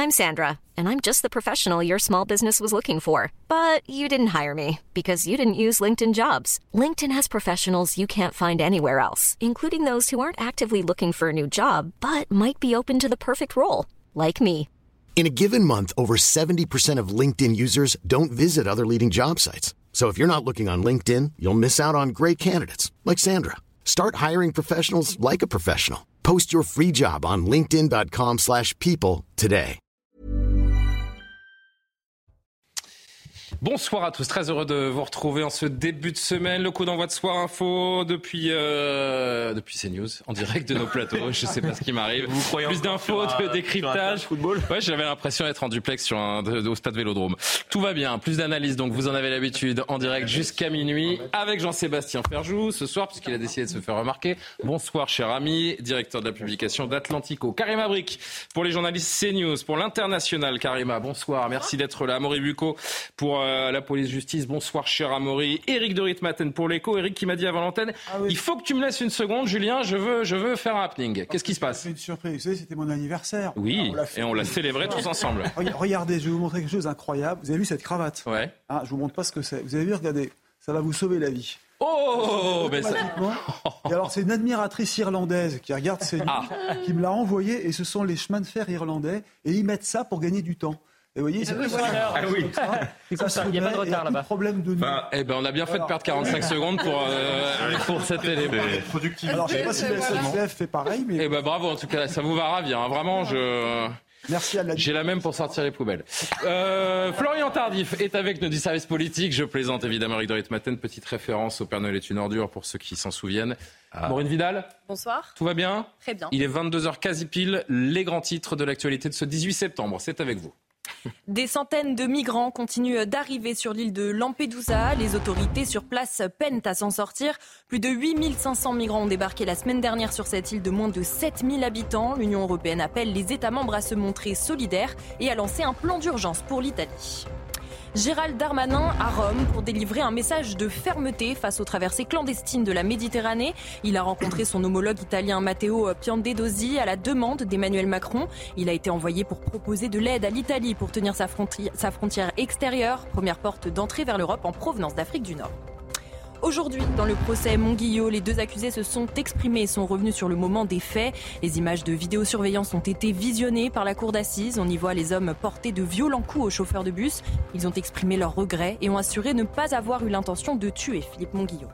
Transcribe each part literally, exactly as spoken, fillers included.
I'm Sandra, and I'm just the professional your small business was looking for. But you didn't hire me because you didn't use LinkedIn Jobs. LinkedIn has professionals you can't find anywhere else, including those who aren't actively looking for a new job, but might be open to the perfect role, like me. In a given month, over seventy percent of LinkedIn users don't visit other leading job sites. So if you're not looking on LinkedIn, you'll miss out on great candidates like Sandra. Start hiring professionals like a professional. Post your free job on linkedin.com slash people today. Bonsoir à tous, très heureux de vous retrouver en ce début de semaine. Le coup d'envoi de Soir Info depuis euh, depuis CNews, en direct de nos plateaux. Je sais pas ce qui m'arrive. Plus d'infos, de décryptage. Football. Ouais, j'avais l'impression d'être en duplex sur un de, de, au stade Vélodrome. Tout va bien, plus d'analyse. Donc vous en avez l'habitude, en direct jusqu'à minuit avec Jean-Sébastien Ferjou ce soir puisqu'il a décidé de se faire remarquer. Bonsoir, cher ami, directeur de la publication d'Atlantico. Karima Brick pour les journalistes CNews, pour l'International. Karima, bonsoir, merci d'être là. Amaury Bucco pour euh, la police-justice. Bonsoir, cher Amaury. Éric de Ritmaten pour l'écho. Éric qui m'a dit avant l'antenne, ah oui. Il faut que tu me laisses une seconde, Julien, je veux, je veux faire un happening. Qu'est-ce qui se passe ? C'est une surprise. Vous savez, c'était mon anniversaire. Oui, on et on l'a célébré tous ensemble. Regardez, je vais vous montrer quelque chose d'incroyable. Vous avez vu cette cravate ? Ouais. Ah, je vous montre pas ce que c'est. Vous avez vu, regardez, ça va vous sauver la vie. Oh, mais ça... Et alors, c'est une admiratrice irlandaise qui regarde ces ah. qui me l'a envoyé, et ce sont les chemins de fer irlandais, et ils mettent ça pour gagner du temps. Et vous voyez, c'est oui, voilà. Ah oui. C'est comme ça, il n'y a pas de retard là-bas. Problème de enfin, eh ben, on a bien fait Alors, de perdre quarante-cinq secondes pour, euh, pour cet élément. Alors, je ne sais pas si la S N C F fait pareil, mais... Eh ben, bravo, en tout cas, ça vous va ravir. Hein. Vraiment, je... Merci à la... J'ai la même pour sortir les poubelles. Euh, Florian Tardif est avec nous du service politique. Je plaisante évidemment Éric de Ritmaten. Petite référence au Père Noël est une ordure pour ceux qui s'en souviennent. Ah. Maureen Vidal. Bonsoir. Tout va bien ? Très bien. Il est vingt-deux heures quasi pile. Les grands titres de l'actualité de ce dix-huit septembre. C'est avec vous. Des centaines de migrants continuent d'arriver sur l'île de Lampedusa. Les autorités sur place peinent à s'en sortir. Plus de huit mille cinq cents migrants ont débarqué la semaine dernière sur cette île de moins de sept mille habitants. L'Union européenne appelle les États membres à se montrer solidaires et à lancer un plan d'urgence pour l'Italie. Gérald Darmanin à Rome pour délivrer un message de fermeté face aux traversées clandestines de la Méditerranée. Il a rencontré son homologue italien Matteo Piantedosi à la demande d'Emmanuel Macron. Il a été envoyé pour proposer de l'aide à l'Italie pour tenir sa frontière, sa frontière extérieure, première porte d'entrée vers l'Europe en provenance d'Afrique du Nord. Aujourd'hui, dans le procès Montguillot, les deux accusés se sont exprimés et sont revenus sur le moment des faits. Les images de vidéosurveillance ont été visionnées par la cour d'assises. On y voit les hommes porter de violents coups au chauffeur de bus. Ils ont exprimé leurs regrets et ont assuré ne pas avoir eu l'intention de tuer Philippe Montguillot.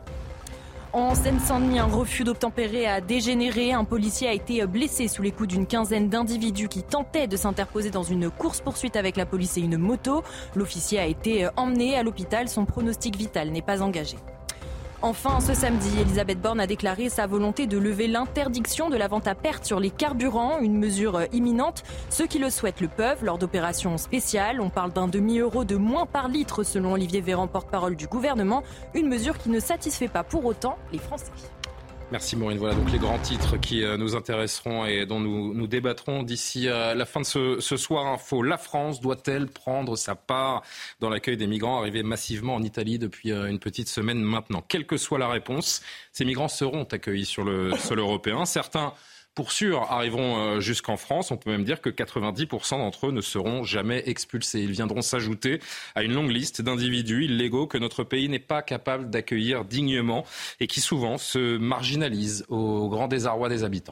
En Seine-Saint-Denis, un refus d'obtempérer a dégénéré. Un policier a été blessé sous les coups d'une quinzaine d'individus qui tentaient de s'interposer dans une course-poursuite avec la police et une moto. L'officier a été emmené à l'hôpital. Son pronostic vital n'est pas engagé. Enfin, ce samedi, Elisabeth Borne a déclaré sa volonté de lever l'interdiction de la vente à perte sur les carburants, une mesure imminente. Ceux qui le souhaitent le peuvent lors d'opérations spéciales. On parle d'un demi-euro de moins par litre selon Olivier Véran, porte-parole du gouvernement. Une mesure qui ne satisfait pas pour autant les Français. Merci Maureen. Voilà donc les grands titres qui euh, nous intéresseront et dont nous, nous débattrons d'ici euh, la fin de ce, ce Soir Info. La France doit-elle prendre sa part dans l'accueil des migrants arrivés massivement en Italie depuis euh, une petite semaine maintenant ? Quelle que soit la réponse, ces migrants seront accueillis sur le sol européen. Certains, pour sûr, arriveront jusqu'en France. On peut même dire que quatre-vingt-dix pour cent d'entre eux ne seront jamais expulsés. Ils viendront s'ajouter à une longue liste d'individus illégaux que notre pays n'est pas capable d'accueillir dignement et qui souvent se marginalisent au grand désarroi des habitants.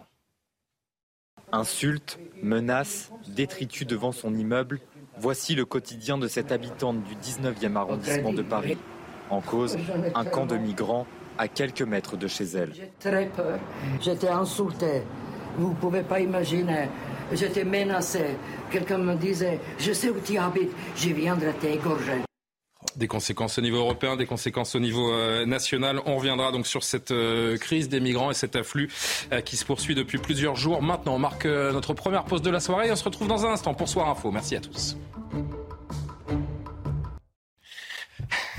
Insultes, menaces, détritus devant son immeuble, voici le quotidien de cette habitante du dix-neuvième arrondissement de Paris. En cause, un camp de migrants à quelques mètres de chez elle. J'ai très peur. J'étais insultée. Vous ne pouvez pas imaginer. J'étais menacée. Quelqu'un me disait, je sais où tu habites, je viendrai t'égorger. Des conséquences au niveau européen, des conséquences au niveau euh, national. On reviendra donc sur cette euh, crise des migrants et cet afflux euh, qui se poursuit depuis plusieurs jours. Maintenant, on marque euh, notre première pause de la soirée et on se retrouve dans un instant pour Soir Info. Merci à tous.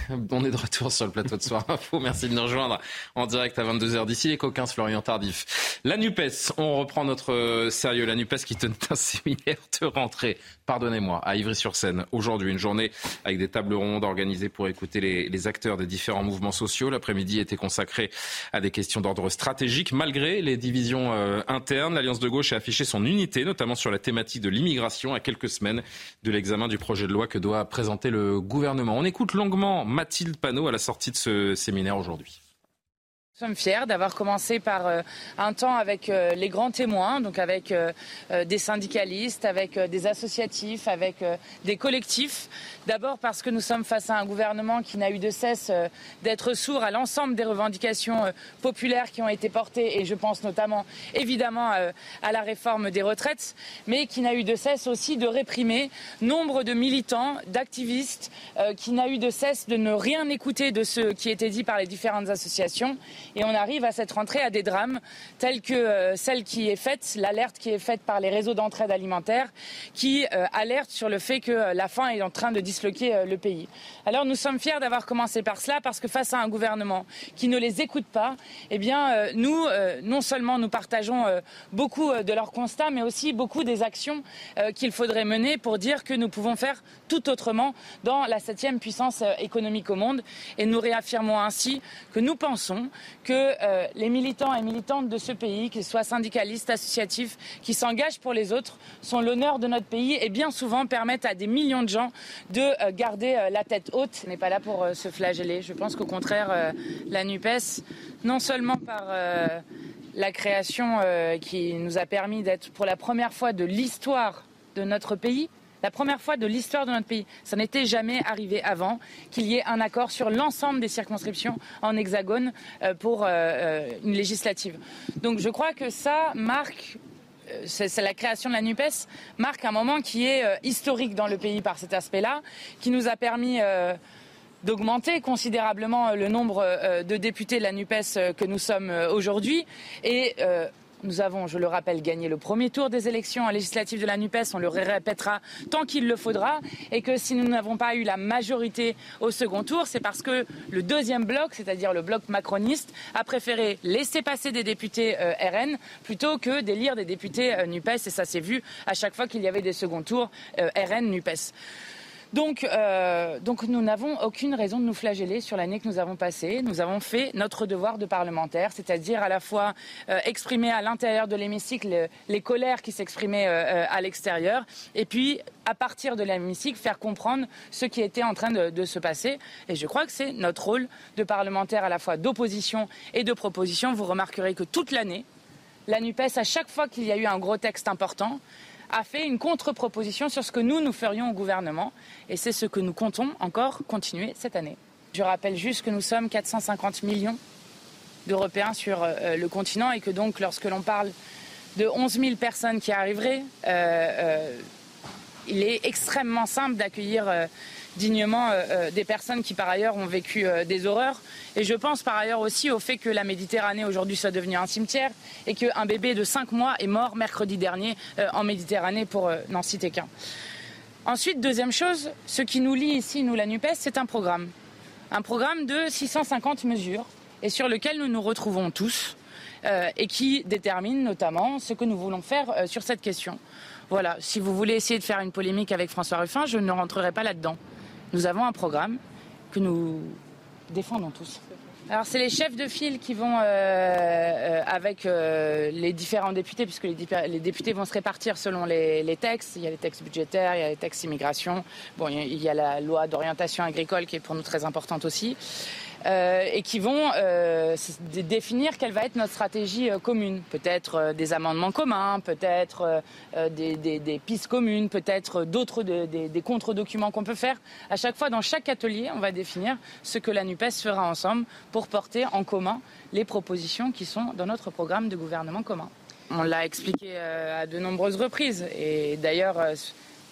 On est de retour sur le plateau de Soir Info. Merci de nous rejoindre en direct à vingt-deux heures d'ici. Les coquins, Florian Tardif. La NUPES, on reprend notre sérieux. La NUPES qui tenait un séminaire de rentrée, pardonnez-moi, à Ivry-sur-Seine. Aujourd'hui, une journée avec des tables rondes organisées pour écouter les, les acteurs des différents mouvements sociaux. L'après-midi était consacré à des questions d'ordre stratégique. Malgré les divisions euh, internes, l'Alliance de gauche a affiché son unité, notamment sur la thématique de l'immigration, à quelques semaines de l'examen du projet de loi que doit présenter le gouvernement. On écoute longuement Mathilde Panot à la sortie de ce séminaire aujourd'hui. Nous sommes fiers d'avoir commencé par euh, un temps avec euh, les grands témoins, donc avec euh, euh, des syndicalistes, avec euh, des associatifs, avec euh, des collectifs. D'abord parce que nous sommes face à un gouvernement qui n'a eu de cesse euh, d'être sourd à l'ensemble des revendications euh, populaires qui ont été portées, et je pense notamment évidemment euh, à la réforme des retraites, mais qui n'a eu de cesse aussi de réprimer nombre de militants, d'activistes, euh, qui n'a eu de cesse de ne rien écouter de ce qui était dit par les différentes associations. Et on arrive à cette rentrée à des drames tels que euh, celle qui est faite, l'alerte qui est faite par les réseaux d'entraide alimentaire qui euh, alertent sur le fait que euh, la faim est en train de disloquer euh, le pays. Alors nous sommes fiers d'avoir commencé par cela parce que face à un gouvernement qui ne les écoute pas, eh bien euh, nous, euh, non seulement nous partageons euh, beaucoup euh, de leurs constats, mais aussi beaucoup des actions euh, qu'il faudrait mener pour dire que nous pouvons faire tout autrement dans la septième puissance euh, économique au monde. Et nous réaffirmons ainsi que nous pensons que euh, les militants et militantes de ce pays, qu'ils soient syndicalistes, associatifs, qui s'engagent pour les autres, sont l'honneur de notre pays et bien souvent permettent à des millions de gens de euh, garder euh, la tête haute. On n'est pas là pour euh, se flageller. Je pense qu'au contraire, euh, la NUPES, non seulement par euh, la création euh, qui nous a permis d'être pour la première fois de l'histoire de notre pays, la première fois de l'histoire de notre pays. Ça n'était jamais arrivé avant qu'il y ait un accord sur l'ensemble des circonscriptions en hexagone pour une législative. Donc je crois que ça marque, c'est, c'est la création de la NUPES, marque un moment qui est historique dans le pays par cet aspect-là, qui nous a permis d'augmenter considérablement le nombre de députés de la NUPES que nous sommes aujourd'hui. Et nous avons, je le rappelle, gagné le premier tour des élections législatives de la NUPES. On le répétera tant qu'il le faudra. Et que si nous n'avons pas eu la majorité au second tour, c'est parce que le deuxième bloc, c'est-à-dire le bloc macroniste, a préféré laisser passer des députés euh, R N plutôt que d'élire des députés euh, NUPES. Et ça s'est vu à chaque fois qu'il y avait des seconds tours euh, R N NUPES. Donc, euh, donc nous n'avons aucune raison de nous flageller sur l'année que nous avons passée. Nous avons fait notre devoir de parlementaire, c'est-à-dire à la fois euh, exprimer à l'intérieur de l'hémicycle les colères qui s'exprimaient euh, à l'extérieur, et puis à partir de l'hémicycle faire comprendre ce qui était en train de, de se passer. Et je crois que c'est notre rôle de parlementaire à la fois d'opposition et de proposition. Vous remarquerez que toute l'année, la NUPES, à chaque fois qu'il y a eu un gros texte important, a fait une contre-proposition sur ce que nous, nous ferions au gouvernement. Et c'est ce que nous comptons encore continuer cette année. Je rappelle juste que nous sommes quatre cent cinquante millions d'Européens sur euh, le continent et que donc lorsque l'on parle de onze mille personnes qui arriveraient, euh, euh, il est extrêmement simple d'accueillir euh, dignement euh, des personnes qui par ailleurs ont vécu euh, des horreurs. Et je pense par ailleurs aussi au fait que la Méditerranée aujourd'hui soit devenue un cimetière et qu'un bébé de cinq mois est mort mercredi dernier euh, en Méditerranée pour euh, n'en citer qu'un. Ensuite, deuxième chose, ce qui nous lie ici, nous la NUPES, c'est un programme. Un programme de six cent cinquante mesures et sur lequel nous nous retrouvons tous euh, et qui détermine notamment ce que nous voulons faire euh, sur cette question. Voilà, si vous voulez essayer de faire une polémique avec François Ruffin, je ne rentrerai pas là-dedans. Nous avons un programme que nous défendons tous. Alors c'est les chefs de file qui vont euh, euh, avec euh, les différents députés, puisque les, les députés vont se répartir selon les, les textes. Il y a les textes budgétaires, il y a les textes immigration. Bon, il y a la loi d'orientation agricole qui est pour nous très importante aussi. Euh, et qui vont euh, définir quelle va être notre stratégie euh, commune. Peut-être euh, des amendements communs, peut-être euh, des, des, des pistes communes, peut-être d'autres de, des, des contre-documents qu'on peut faire. À chaque fois, dans chaque atelier, on va définir ce que la NUPES fera ensemble pour porter en commun les propositions qui sont dans notre programme de gouvernement commun. On l'a expliqué euh, à de nombreuses reprises. Et d'ailleurs... Euh,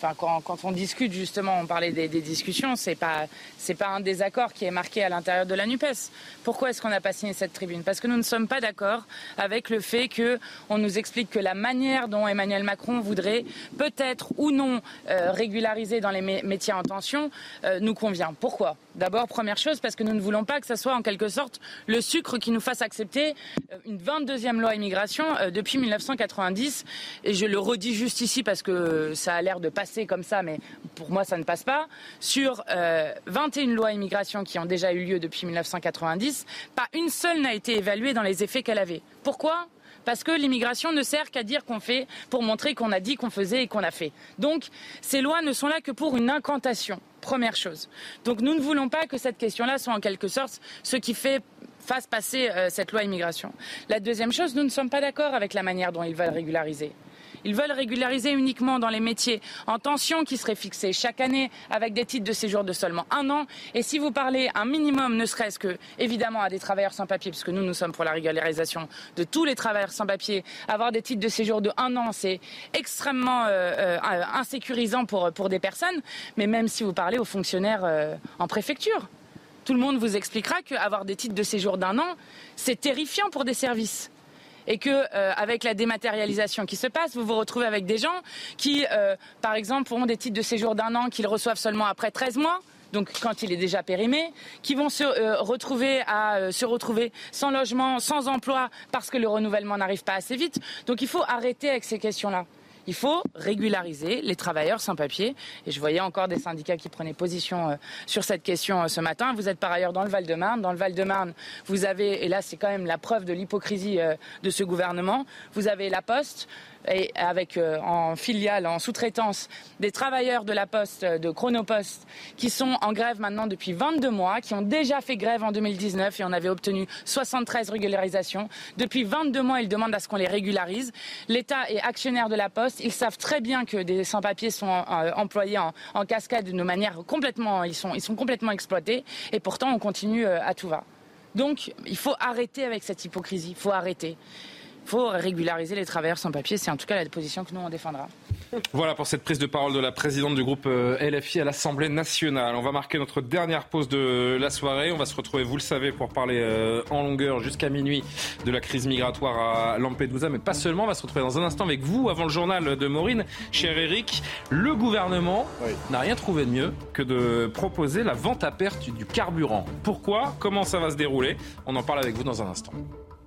Enfin, quand, quand on discute, justement, on parlait des, des discussions, c'est pas, c'est pas un désaccord qui est marqué à l'intérieur de la NUPES. Pourquoi est-ce qu'on n'a pas signé cette tribune ? Parce que nous ne sommes pas d'accord avec le fait qu'on nous explique que la manière dont Emmanuel Macron voudrait peut-être ou non euh, régulariser dans les mé- métiers en tension euh, nous convient. Pourquoi ? D'abord, première chose, parce que nous ne voulons pas que ça soit en quelque sorte le sucre qui nous fasse accepter euh, une vingt-deuxième loi immigration euh, depuis mille neuf cent quatre-vingt-dix. Et je le redis juste ici parce que ça a l'air de passer comme ça, mais pour moi ça ne passe pas. Sur euh, vingt et une lois immigration qui ont déjà eu lieu depuis mille neuf cent quatre-vingt-dix, pas une seule n'a été évaluée dans les effets qu'elle avait. Pourquoi ? Parce que l'immigration ne sert qu'à dire qu'on fait pour montrer qu'on a dit qu'on faisait et qu'on a fait. Donc ces lois ne sont là que pour une incantation, première chose. Donc nous ne voulons pas que cette question-là soit en quelque sorte ce qui fait fasse passer euh, cette loi immigration. La deuxième chose, nous ne sommes pas d'accord avec la manière dont ils veulent régulariser. Ils veulent régulariser uniquement dans les métiers en tension qui seraient fixés chaque année avec des titres de séjour de seulement un an. Et si vous parlez un minimum, ne serait-ce que, évidemment, à des travailleurs sans papier, puisque nous, nous sommes pour la régularisation de tous les travailleurs sans papier, avoir des titres de séjour de un an, c'est extrêmement euh, euh, insécurisant pour, pour des personnes. Mais même si vous parlez aux fonctionnaires euh, en préfecture, tout le monde vous expliquera qu'avoir des titres de séjour d'un an, c'est terrifiant pour des services. Et que euh, avec la dématérialisation qui se passe, vous vous retrouvez avec des gens qui, euh, par exemple, ont des titres de séjour d'un an qu'ils reçoivent seulement après treize mois. Donc quand il est déjà périmé, qui vont se euh, retrouver à euh, se retrouver sans logement, sans emploi, parce que le renouvellement n'arrive pas assez vite. Donc il faut arrêter avec ces questions-là. Il faut régulariser les travailleurs sans papier. Et je voyais encore des syndicats qui prenaient position euh, sur cette question euh, ce matin. Vous êtes par ailleurs dans le Val-de-Marne. Dans le Val-de-Marne, vous avez, et là c'est quand même la preuve de l'hypocrisie euh, de ce gouvernement, vous avez la Poste, et avec euh, en filiale, en sous-traitance, des travailleurs de la Poste, de Chronopost, qui sont en grève maintenant depuis vingt-deux mois, qui ont déjà fait grève en deux mille dix-neuf et on avait obtenu soixante-treize régularisations. Depuis vingt-deux mois, ils demandent à ce qu'on les régularise. L'État est actionnaire de la Poste. Ils savent très bien que des sans-papiers sont euh, employés en, en cascade d'une manière complètement, ils sont, ils sont complètement exploités. Et pourtant, on continue euh, à tout va. Donc, il faut arrêter avec cette hypocrisie. Il faut arrêter. Il faut régulariser les travailleurs sans papier. C'est en tout cas la position que nous, on défendra. Voilà pour cette prise de parole de la présidente du groupe L F I à l'Assemblée nationale. On va marquer notre dernière pause de la soirée. On va se retrouver, vous le savez, pour parler euh, en longueur jusqu'à minuit de la crise migratoire à Lampedusa. Mais pas seulement, on va se retrouver dans un instant avec vous avant le journal de Maureen. Cher Eric, le gouvernement oui. n'a rien trouvé de mieux que de proposer la vente à perte du carburant. Pourquoi ? Comment ça va se dérouler ? On en parle avec vous dans un instant.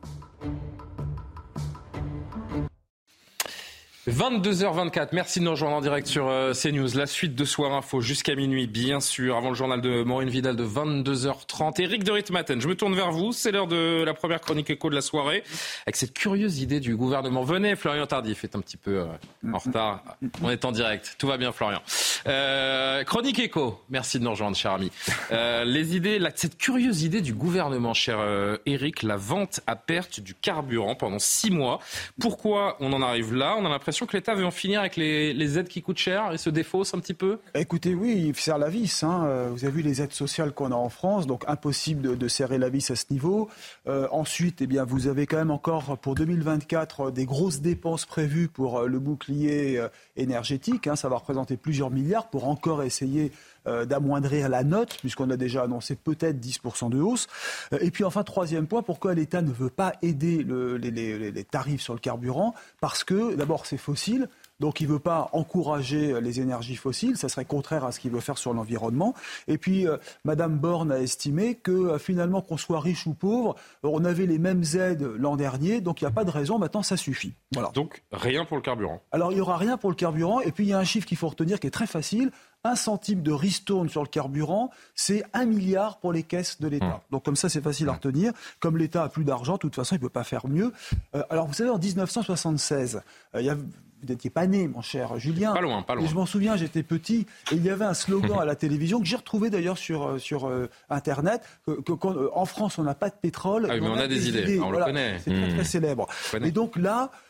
vingt-deux heures vingt-quatre, merci de nous rejoindre en direct sur euh, CNews. La suite de Soir Info jusqu'à minuit, bien sûr, avant le journal de Maureen Vidal de vingt-deux heures trente. Éric de Ritmaten, je me tourne vers vous, c'est l'heure de la première chronique éco de la soirée, avec cette curieuse idée du gouvernement. Venez, Florian Tardif est un petit peu euh, en retard, on est en direct, tout va bien Florian. Euh, chronique éco, merci de nous rejoindre cher ami. Euh, les idées, la, cette curieuse idée du gouvernement, cher euh, Éric, la vente à perte du carburant pendant six mois. Pourquoi on en arrive là ? On a l'impression que l'État veut en finir avec les, les aides qui coûtent cher et se défausse un petit peu ? Écoutez, oui, il serre la vis. Hein. Vous avez vu les aides sociales qu'on a en France, donc impossible de, de serrer la vis à ce niveau. Euh, ensuite, eh bien, vous avez quand même encore pour deux mille vingt-quatre des grosses dépenses prévues pour le bouclier énergétique. Hein. Ça va représenter plusieurs milliards pour encore essayer euh, d'amoindrir la note, puisqu'on a déjà annoncé peut-être dix pour cent de hausse. Et puis enfin, troisième point, pourquoi l'État ne veut pas aider le, les, les, les tarifs sur le carburant ? Parce que, d'abord, c'est fossile. Donc il ne veut pas encourager les énergies fossiles, ça serait contraire à ce qu'il veut faire sur l'environnement. Et puis euh, Madame Borne a estimé que euh, finalement qu'on soit riche ou pauvre, on avait les mêmes aides l'an dernier, donc il n'y a pas de raison, maintenant ça suffit. Voilà. Donc rien pour le carburant. Alors il n'y aura rien pour le carburant, et puis il y a un chiffre qu'il faut retenir qui est très facile. Un centime de ristourne sur le carburant, c'est un milliard pour les caisses de l'État. Mmh. Donc comme ça, c'est facile à retenir. Comme l'État a plus d'argent, de toute façon, il ne peut pas faire mieux. Euh, alors vous savez, en dix-neuf cent soixante-seize, euh, il y a... Vous n'étiez pas né, mon cher Julien. Pas loin, pas loin. Et je m'en souviens, j'étais petit, et il y avait un slogan à la télévision que j'ai retrouvé d'ailleurs sur, sur euh, Internet, que, que, qu'en France, on n'a pas de pétrole. Ah oui, mais on, on a, a des, des idées, idées. On voilà. le connaît. C'est mmh. très, très célèbre. Et donc là,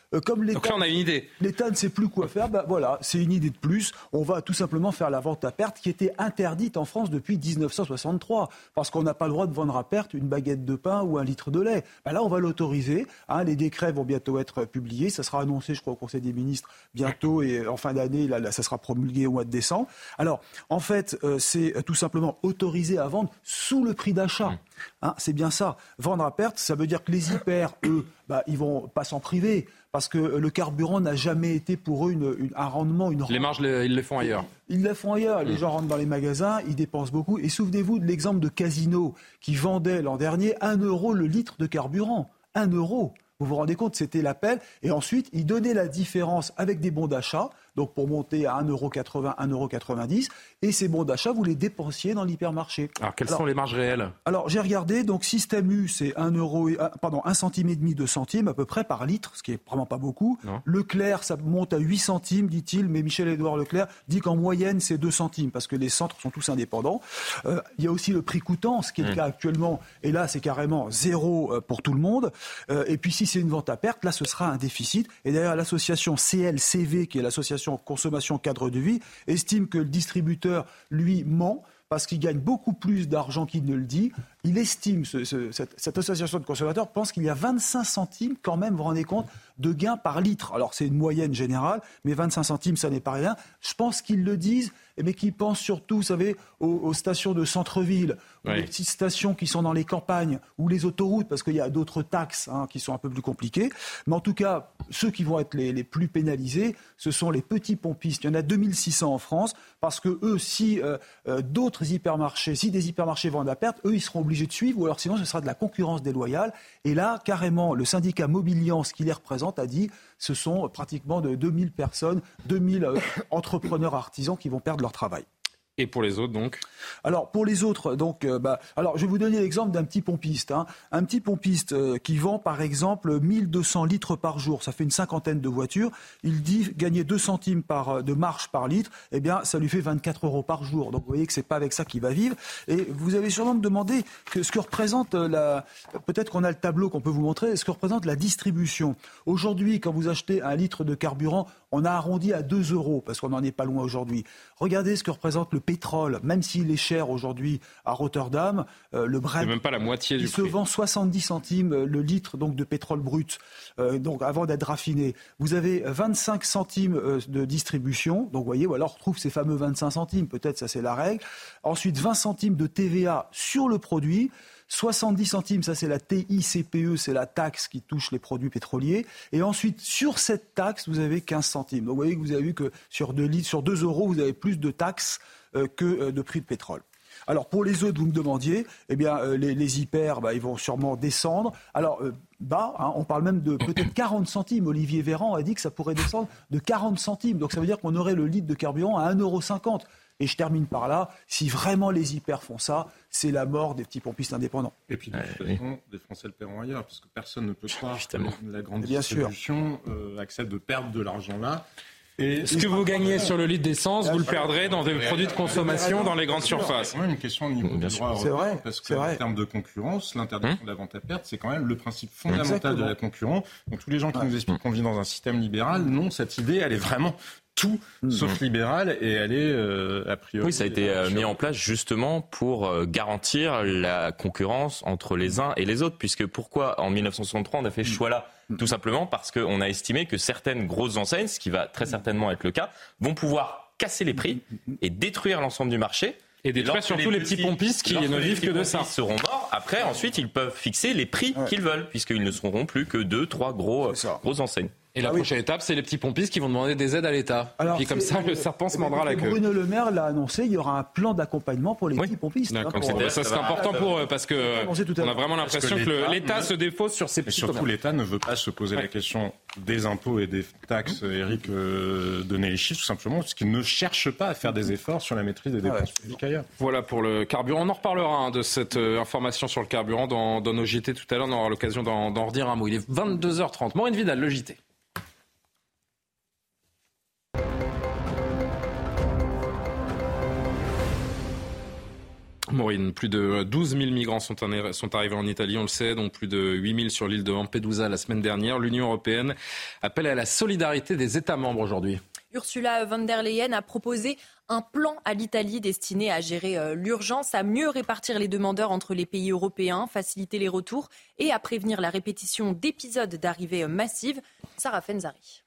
euh, comme l'État, donc là, on a une idée. L'État ne sait plus quoi faire, ben voilà, c'est une idée de plus. On va tout simplement faire la vente à perte qui était interdite en France depuis dix-neuf cent soixante-trois, parce qu'on n'a pas le droit de vendre à perte une baguette de pain ou un litre de lait. Ben là, on va l'autoriser. Hein, les décrets vont bientôt être publiés. Ça sera annoncé, je crois, au Conseil des ministres bientôt, et en fin d'année, là, là, ça sera promulgué au mois de décembre. Alors, en fait, euh, c'est tout simplement autorisé à vendre sous le prix d'achat. Hein, c'est bien ça. Vendre à perte, ça veut dire que les hyper, eux, bah, ils vont pas s'en priver, parce que le carburant n'a jamais été pour eux une, une, un rendement, une... Les marges, les, ils les font ailleurs. Ils les font ailleurs. Les mmh. gens rentrent dans les magasins, ils dépensent beaucoup. Et souvenez-vous de l'exemple de Casino, qui vendait l'an dernier un euro le litre de carburant. un euro. Vous vous rendez compte, c'était l'appel. Et ensuite, ils donnaient la différence avec des bons d'achat, donc pour monter à un euro quatre-vingts, un euro quatre-vingt-dix. Et ces bons d'achat, vous les dépensiez dans l'hypermarché. Alors, quelles alors, sont les marges réelles ? Alors, j'ai regardé. Donc, Système U, c'est un euro, et, pardon, un centime et demi, deux centimes à peu près par litre, ce qui est vraiment pas beaucoup. Non. Leclerc, ça monte à huit centimes, dit-il. Mais Michel-Édouard Leclerc dit qu'en moyenne, c'est deux centimes, parce que les centres sont tous indépendants. Euh, il y a aussi le prix coûtant, ce qui est mmh. le cas actuellement. Et là, c'est carrément zéro pour tout le monde. Euh, et puis, si c'est une vente à perte, là, ce sera un déficit. Et d'ailleurs, l'association C L C V, qui est l'association Consommation Cadre de Vie, estime que le distributeur, lui, ment, parce qu'il gagne beaucoup plus d'argent qu'il ne le dit. Il estime, ce, ce, cette, cette association de consommateurs pense qu'il y a vingt-cinq centimes, quand même, vous vous rendez compte, de gains par litre. Alors, c'est une moyenne générale, mais vingt-cinq centimes, ça n'est pas rien. Je pense qu'ils le disent, mais qu'ils pensent surtout, vous savez, aux, aux stations de centre-ville, oui. les petites stations qui sont dans les campagnes, ou les autoroutes, parce qu'il y a d'autres taxes hein, qui sont un peu plus compliquées. Mais en tout cas, ceux qui vont être les, les plus pénalisés, ce sont les petits pompistes. Il y en a deux mille six cents en France, parce que eux, si euh, euh, d'autres hypermarchés, si des hypermarchés vendent à perte, eux, ils seront obligés de suivre, ou alors sinon, ce sera de la concurrence déloyale. Et là, carrément, le syndicat Mobiliance qui les représente a dit ce sont pratiquement de deux mille personnes, deux mille euh, entrepreneurs artisans qui vont perdre leur travail. Et pour les autres, donc ? Alors, pour les autres, donc, euh, bah, alors, je vais vous donner l'exemple d'un petit pompiste. Hein. Un petit pompiste euh, qui vend, par exemple, mille deux cents litres par jour. Ça fait une cinquantaine de voitures. Il dit gagner deux centimes par, de marge par litre. Eh bien, ça lui fait vingt-quatre euros par jour. Donc, vous voyez que c'est pas avec ça qu'il va vivre. Et vous avez sûrement me demandé que ce que représente la... Peut-être qu'on a le tableau qu'on peut vous montrer. Ce que représente la distribution. Aujourd'hui, quand vous achetez un litre de carburant, on a arrondi à deux euros, parce qu'on n'en est pas loin aujourd'hui. Regardez ce que représente le pétrole, même s'il est cher aujourd'hui à Rotterdam, euh, le Brent, c'est même pas la moitié du il se prix. vend soixante-dix centimes le litre donc, de pétrole brut, euh, donc avant d'être raffiné. Vous avez vingt-cinq centimes euh, de distribution, donc vous voyez, ou alors on retrouve ces fameux vingt-cinq centimes, peut-être ça c'est la règle. Ensuite, vingt centimes de T V A sur le produit. soixante-dix centimes, ça c'est la T I C P E, c'est la taxe qui touche les produits pétroliers. Et ensuite, sur cette taxe, vous avez quinze centimes. Donc vous voyez que vous avez vu que sur deux litres, sur deux euros, vous avez plus de taxes euh, que euh, de prix de pétrole. Alors pour les autres, vous me demandiez, eh bien euh, les, les hyper, bah, ils vont sûrement descendre. Alors euh, bas, hein, on parle même de peut-être quarante centimes. Olivier Véran a dit que ça pourrait descendre de quarante centimes. Donc ça veut dire qu'on aurait le litre de carburant à un euro cinquante. Et je termine par là, si vraiment les hyper font ça, c'est la mort des petits pompistes indépendants. Et puis de toute façon, oui. des Français le paieront ailleurs, parce que personne ne peut croire Justement. que la grande Bien distribution euh, accepte de perdre de l'argent là. Et ce que vous gagnez sur le litre d'essence, vous le perdrez dans des produits de consommation dans les grandes surfaces. C'est quand même une question au niveau du droit européen, vrai, parce qu'en termes de concurrence, l'interdiction hum. de la vente à perte, c'est quand même le principe fondamental Exactement. de la concurrence. Donc tous les gens qui ouais. nous expliquent qu'on vit dans un système libéral, non, cette idée, elle est vraiment tout mmh. sauf libéral et elle est euh, a priori... Oui, ça a été euh, mis en place justement pour euh, garantir la concurrence entre les uns et les autres, puisque pourquoi en dix-neuf cent soixante-trois on a fait ce choix-là ? Tout simplement parce qu'on a estimé que certaines grosses enseignes, ce qui va très certainement être le cas, vont pouvoir casser les prix et détruire l'ensemble du marché. Et détruire surtout les petits, les petits pompistes qui ne vivent que de ça. Ils seront morts. Après, ensuite, ils peuvent fixer les prix ouais. qu'ils veulent, puisqu'ils ne seront plus que deux, trois gros, grosses enseignes. Et la ah prochaine oui. étape, c'est les petits pompistes qui vont demander des aides à l'État. Alors, puis comme ça, le serpent se mordra la queue. Bruno Le Maire l'a annoncé, il y aura un plan d'accompagnement pour les oui. petits pompistes. Hein, pour... Ça, ça serait important pour eux, parce qu'on a vraiment l'impression que, que l'État se défausse sur ces petits pompistes. Et surtout, l'État ne veut pas se poser ouais. la question des impôts et des taxes. Mmh. Eric euh, donnait les chiffres, tout simplement, parce qu'il ne cherche pas à faire des efforts sur la maîtrise des dépenses ah publiques ailleurs. Voilà pour le carburant. On en reparlera hein, de cette euh, information sur le carburant dans, dans nos J T tout à l'heure. On aura l'occasion d'en, d'en redire un mot. Il est vingt-deux heures trente. Maureen Vidal, le J T. Maureen, plus de douze mille migrants sont, en, sont arrivés en Italie, on le sait, dont plus de huit mille sur l'île de Lampedusa la semaine dernière. L'Union européenne appelle à la solidarité des États membres aujourd'hui. Ursula von der Leyen a proposé un plan à l'Italie destiné à gérer euh, l'urgence, à mieux répartir les demandeurs entre les pays européens, faciliter les retours et à prévenir la répétition d'épisodes d'arrivée massive. Sarah Fenzari.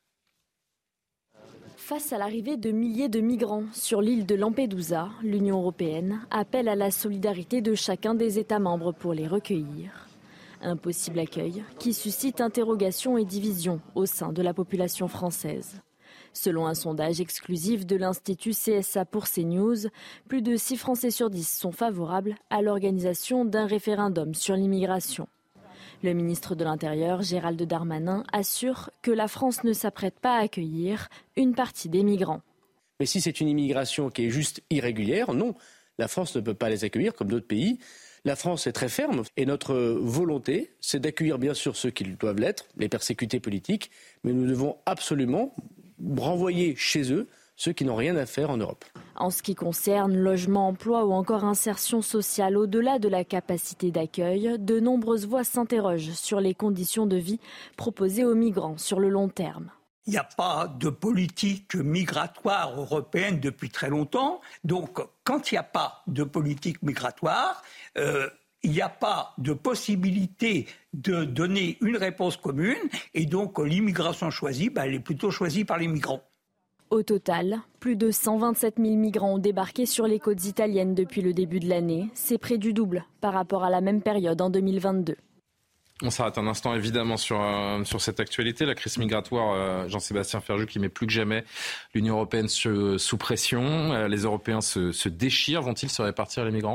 Face à l'arrivée de milliers de migrants sur l'île de Lampedusa, l'Union européenne appelle à la solidarité de chacun des États membres pour les recueillir. Un possible accueil qui suscite interrogations et divisions au sein de la population française. Selon un sondage exclusif de l'Institut C S A pour CNews, plus de six Français sur dix sont favorables à l'organisation d'un référendum sur l'immigration. Le ministre de l'Intérieur, Gérald Darmanin, assure que la France ne s'apprête pas à accueillir une partie des migrants. Mais si c'est une immigration qui est juste irrégulière, non, la France ne peut pas les accueillir comme d'autres pays. La France est très ferme et notre volonté, c'est d'accueillir bien sûr ceux qui doivent l'être, les persécutés politiques, mais nous devons absolument renvoyer chez eux ceux qui n'ont rien à faire en Europe. En ce qui concerne logement, emploi ou encore insertion sociale, au-delà de la capacité d'accueil, de nombreuses voix s'interrogent sur les conditions de vie proposées aux migrants sur le long terme. Il n'y a pas de politique migratoire européenne depuis très longtemps. Donc, quand il n'y a pas de politique migratoire, euh, il n'y a pas de possibilité de donner une réponse commune. Et donc, l'immigration choisie, ben, elle est plutôt choisie par les migrants. Au total, plus de cent vingt-sept mille migrants ont débarqué sur les côtes italiennes depuis le début de l'année. C'est près du double par rapport à la même période en deux mille vingt-deux. On s'arrête un instant évidemment sur, euh, sur cette actualité, la crise migratoire. euh, Jean-Sébastien Ferjou qui met plus que jamais l'Union européenne sous, sous pression. Euh, les Européens se, se déchirent. Vont-ils se répartir les migrants ?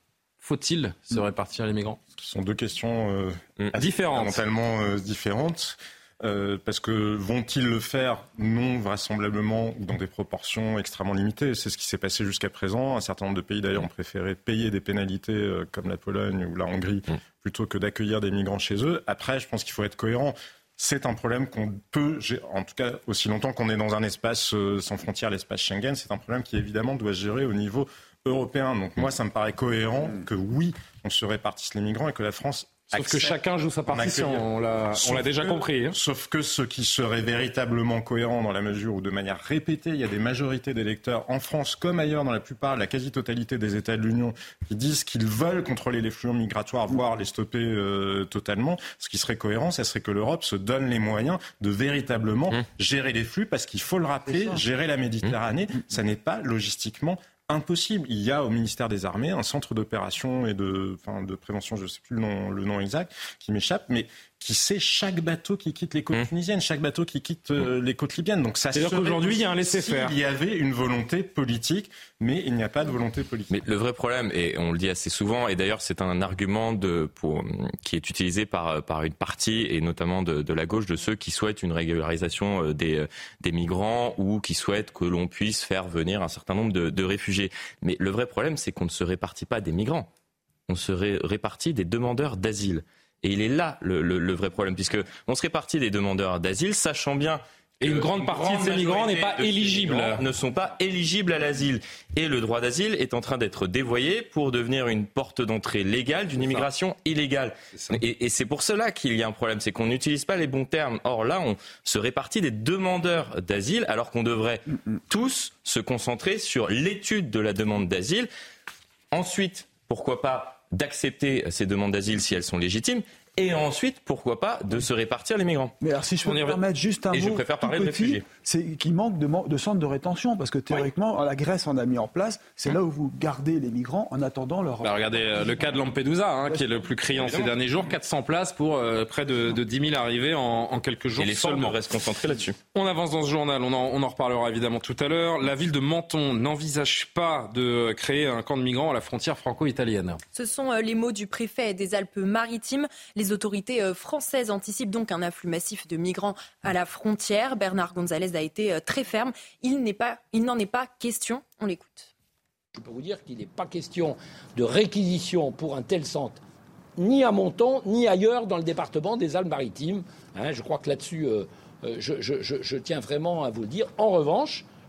Faut-il se répartir les migrants ? Ce sont deux questions euh, différentes. fondamentalement euh, différentes. Euh, parce que vont-ils le faire ? Non, vraisemblablement, ou dans des proportions extrêmement limitées. C'est ce qui s'est passé jusqu'à présent. Un certain nombre de pays, d'ailleurs, ont préféré payer des pénalités, euh, comme la Pologne ou la Hongrie, mmh. plutôt que d'accueillir des migrants chez eux. Après, je pense qu'il faut être cohérent. C'est un problème qu'on peut, en tout cas, aussi longtemps qu'on est dans un espace euh, sans frontières, l'espace Schengen, c'est un problème qui, évidemment, doit se gérer au niveau européen. Donc moi, ça me paraît cohérent que, oui, on se répartisse les migrants et que la France... Sauf que chacun joue sa partition, on l'a, on l'a déjà que, compris. Hein. Sauf que ce qui serait véritablement cohérent dans la mesure où de manière répétée, il y a des majorités d'électeurs en France comme ailleurs dans la plupart, la quasi-totalité des États de l'Union qui disent qu'ils veulent contrôler les flux migratoires, voire les stopper euh, totalement. Ce qui serait cohérent, ça serait que l'Europe se donne les moyens de véritablement mmh. gérer les flux parce qu'il faut le rappeler, gérer la Méditerranée, mmh. ça n'est pas logistiquement impossible. Il y a au ministère des Armées un centre d'opération et de, enfin, de prévention, je ne sais plus le nom, le nom exact, qui m'échappe, mais qui sait chaque bateau qui quitte les côtes mmh. tunisiennes, chaque bateau qui quitte euh, les côtes libyennes. Donc ça C'est-à-dire qu'aujourd'hui, il y a un laisser-faire. Il y avait une volonté politique, mais il n'y a pas de volonté politique. Mais le vrai problème, et on le dit assez souvent, et d'ailleurs c'est un argument de, pour, qui est utilisé par, par une partie, et notamment de, de la gauche, de ceux qui souhaitent une régularisation des, des migrants ou qui souhaitent que l'on puisse faire venir un certain nombre de, de réfugiés. Mais le vrai problème, c'est qu'on ne se répartit pas des migrants, on se ré, répartit des demandeurs d'asile. Et il est là le, le, le vrai problème, puisqu'on se répartit des demandeurs d'asile, sachant bien et une grande partie de ces migrants n'est pas éligible. Ne sont pas éligibles à l'asile. Et le droit d'asile est en train d'être dévoyé pour devenir une porte d'entrée légale d'une immigration illégale. Et, et c'est pour cela qu'il y a un problème, c'est qu'on n'utilise pas les bons termes. Or là, on se répartit des demandeurs d'asile, alors qu'on devrait tous se concentrer sur l'étude de la demande d'asile. Ensuite, pourquoi pas d'accepter ces demandes d'asile si elles sont légitimes, et ensuite, pourquoi pas, de se répartir les migrants. Mais alors, si je peux me permettre juste un et mot, je préfère parler de réfugiés. C'est qu'il manque de, de centres de rétention, parce que théoriquement, oui. la Grèce en a mis en place, c'est mmh. là où vous gardez les migrants en attendant leur... Bah regardez euh, le cas de Lampedusa, hein, qui est le plus criant Évidemment. ces derniers jours, quatre cents places pour euh, près de, de dix mille arrivées en, en quelques jours et les seulement. On devrait se concentrer là-dessus. On avance dans ce journal, on en, on en reparlera évidemment tout à l'heure. La ville de Menton n'envisage pas de créer un camp de migrants à la frontière franco-italienne. Ce sont euh, les mots du préfet des Alpes-Maritimes. Les autorités euh, françaises anticipent donc un afflux massif de migrants à la frontière. Bernard Gonzalez a été euh, très ferme. Il n'est pas, il n'en est pas question. On l'écoute. Je peux vous dire qu'il n'est pas question de réquisition pour un tel centre, ni à Menton, ni ailleurs dans le département des Alpes-Maritimes. Hein, je crois que là-dessus, euh, je, je, je, je tiens vraiment à vous le dire. En revanche,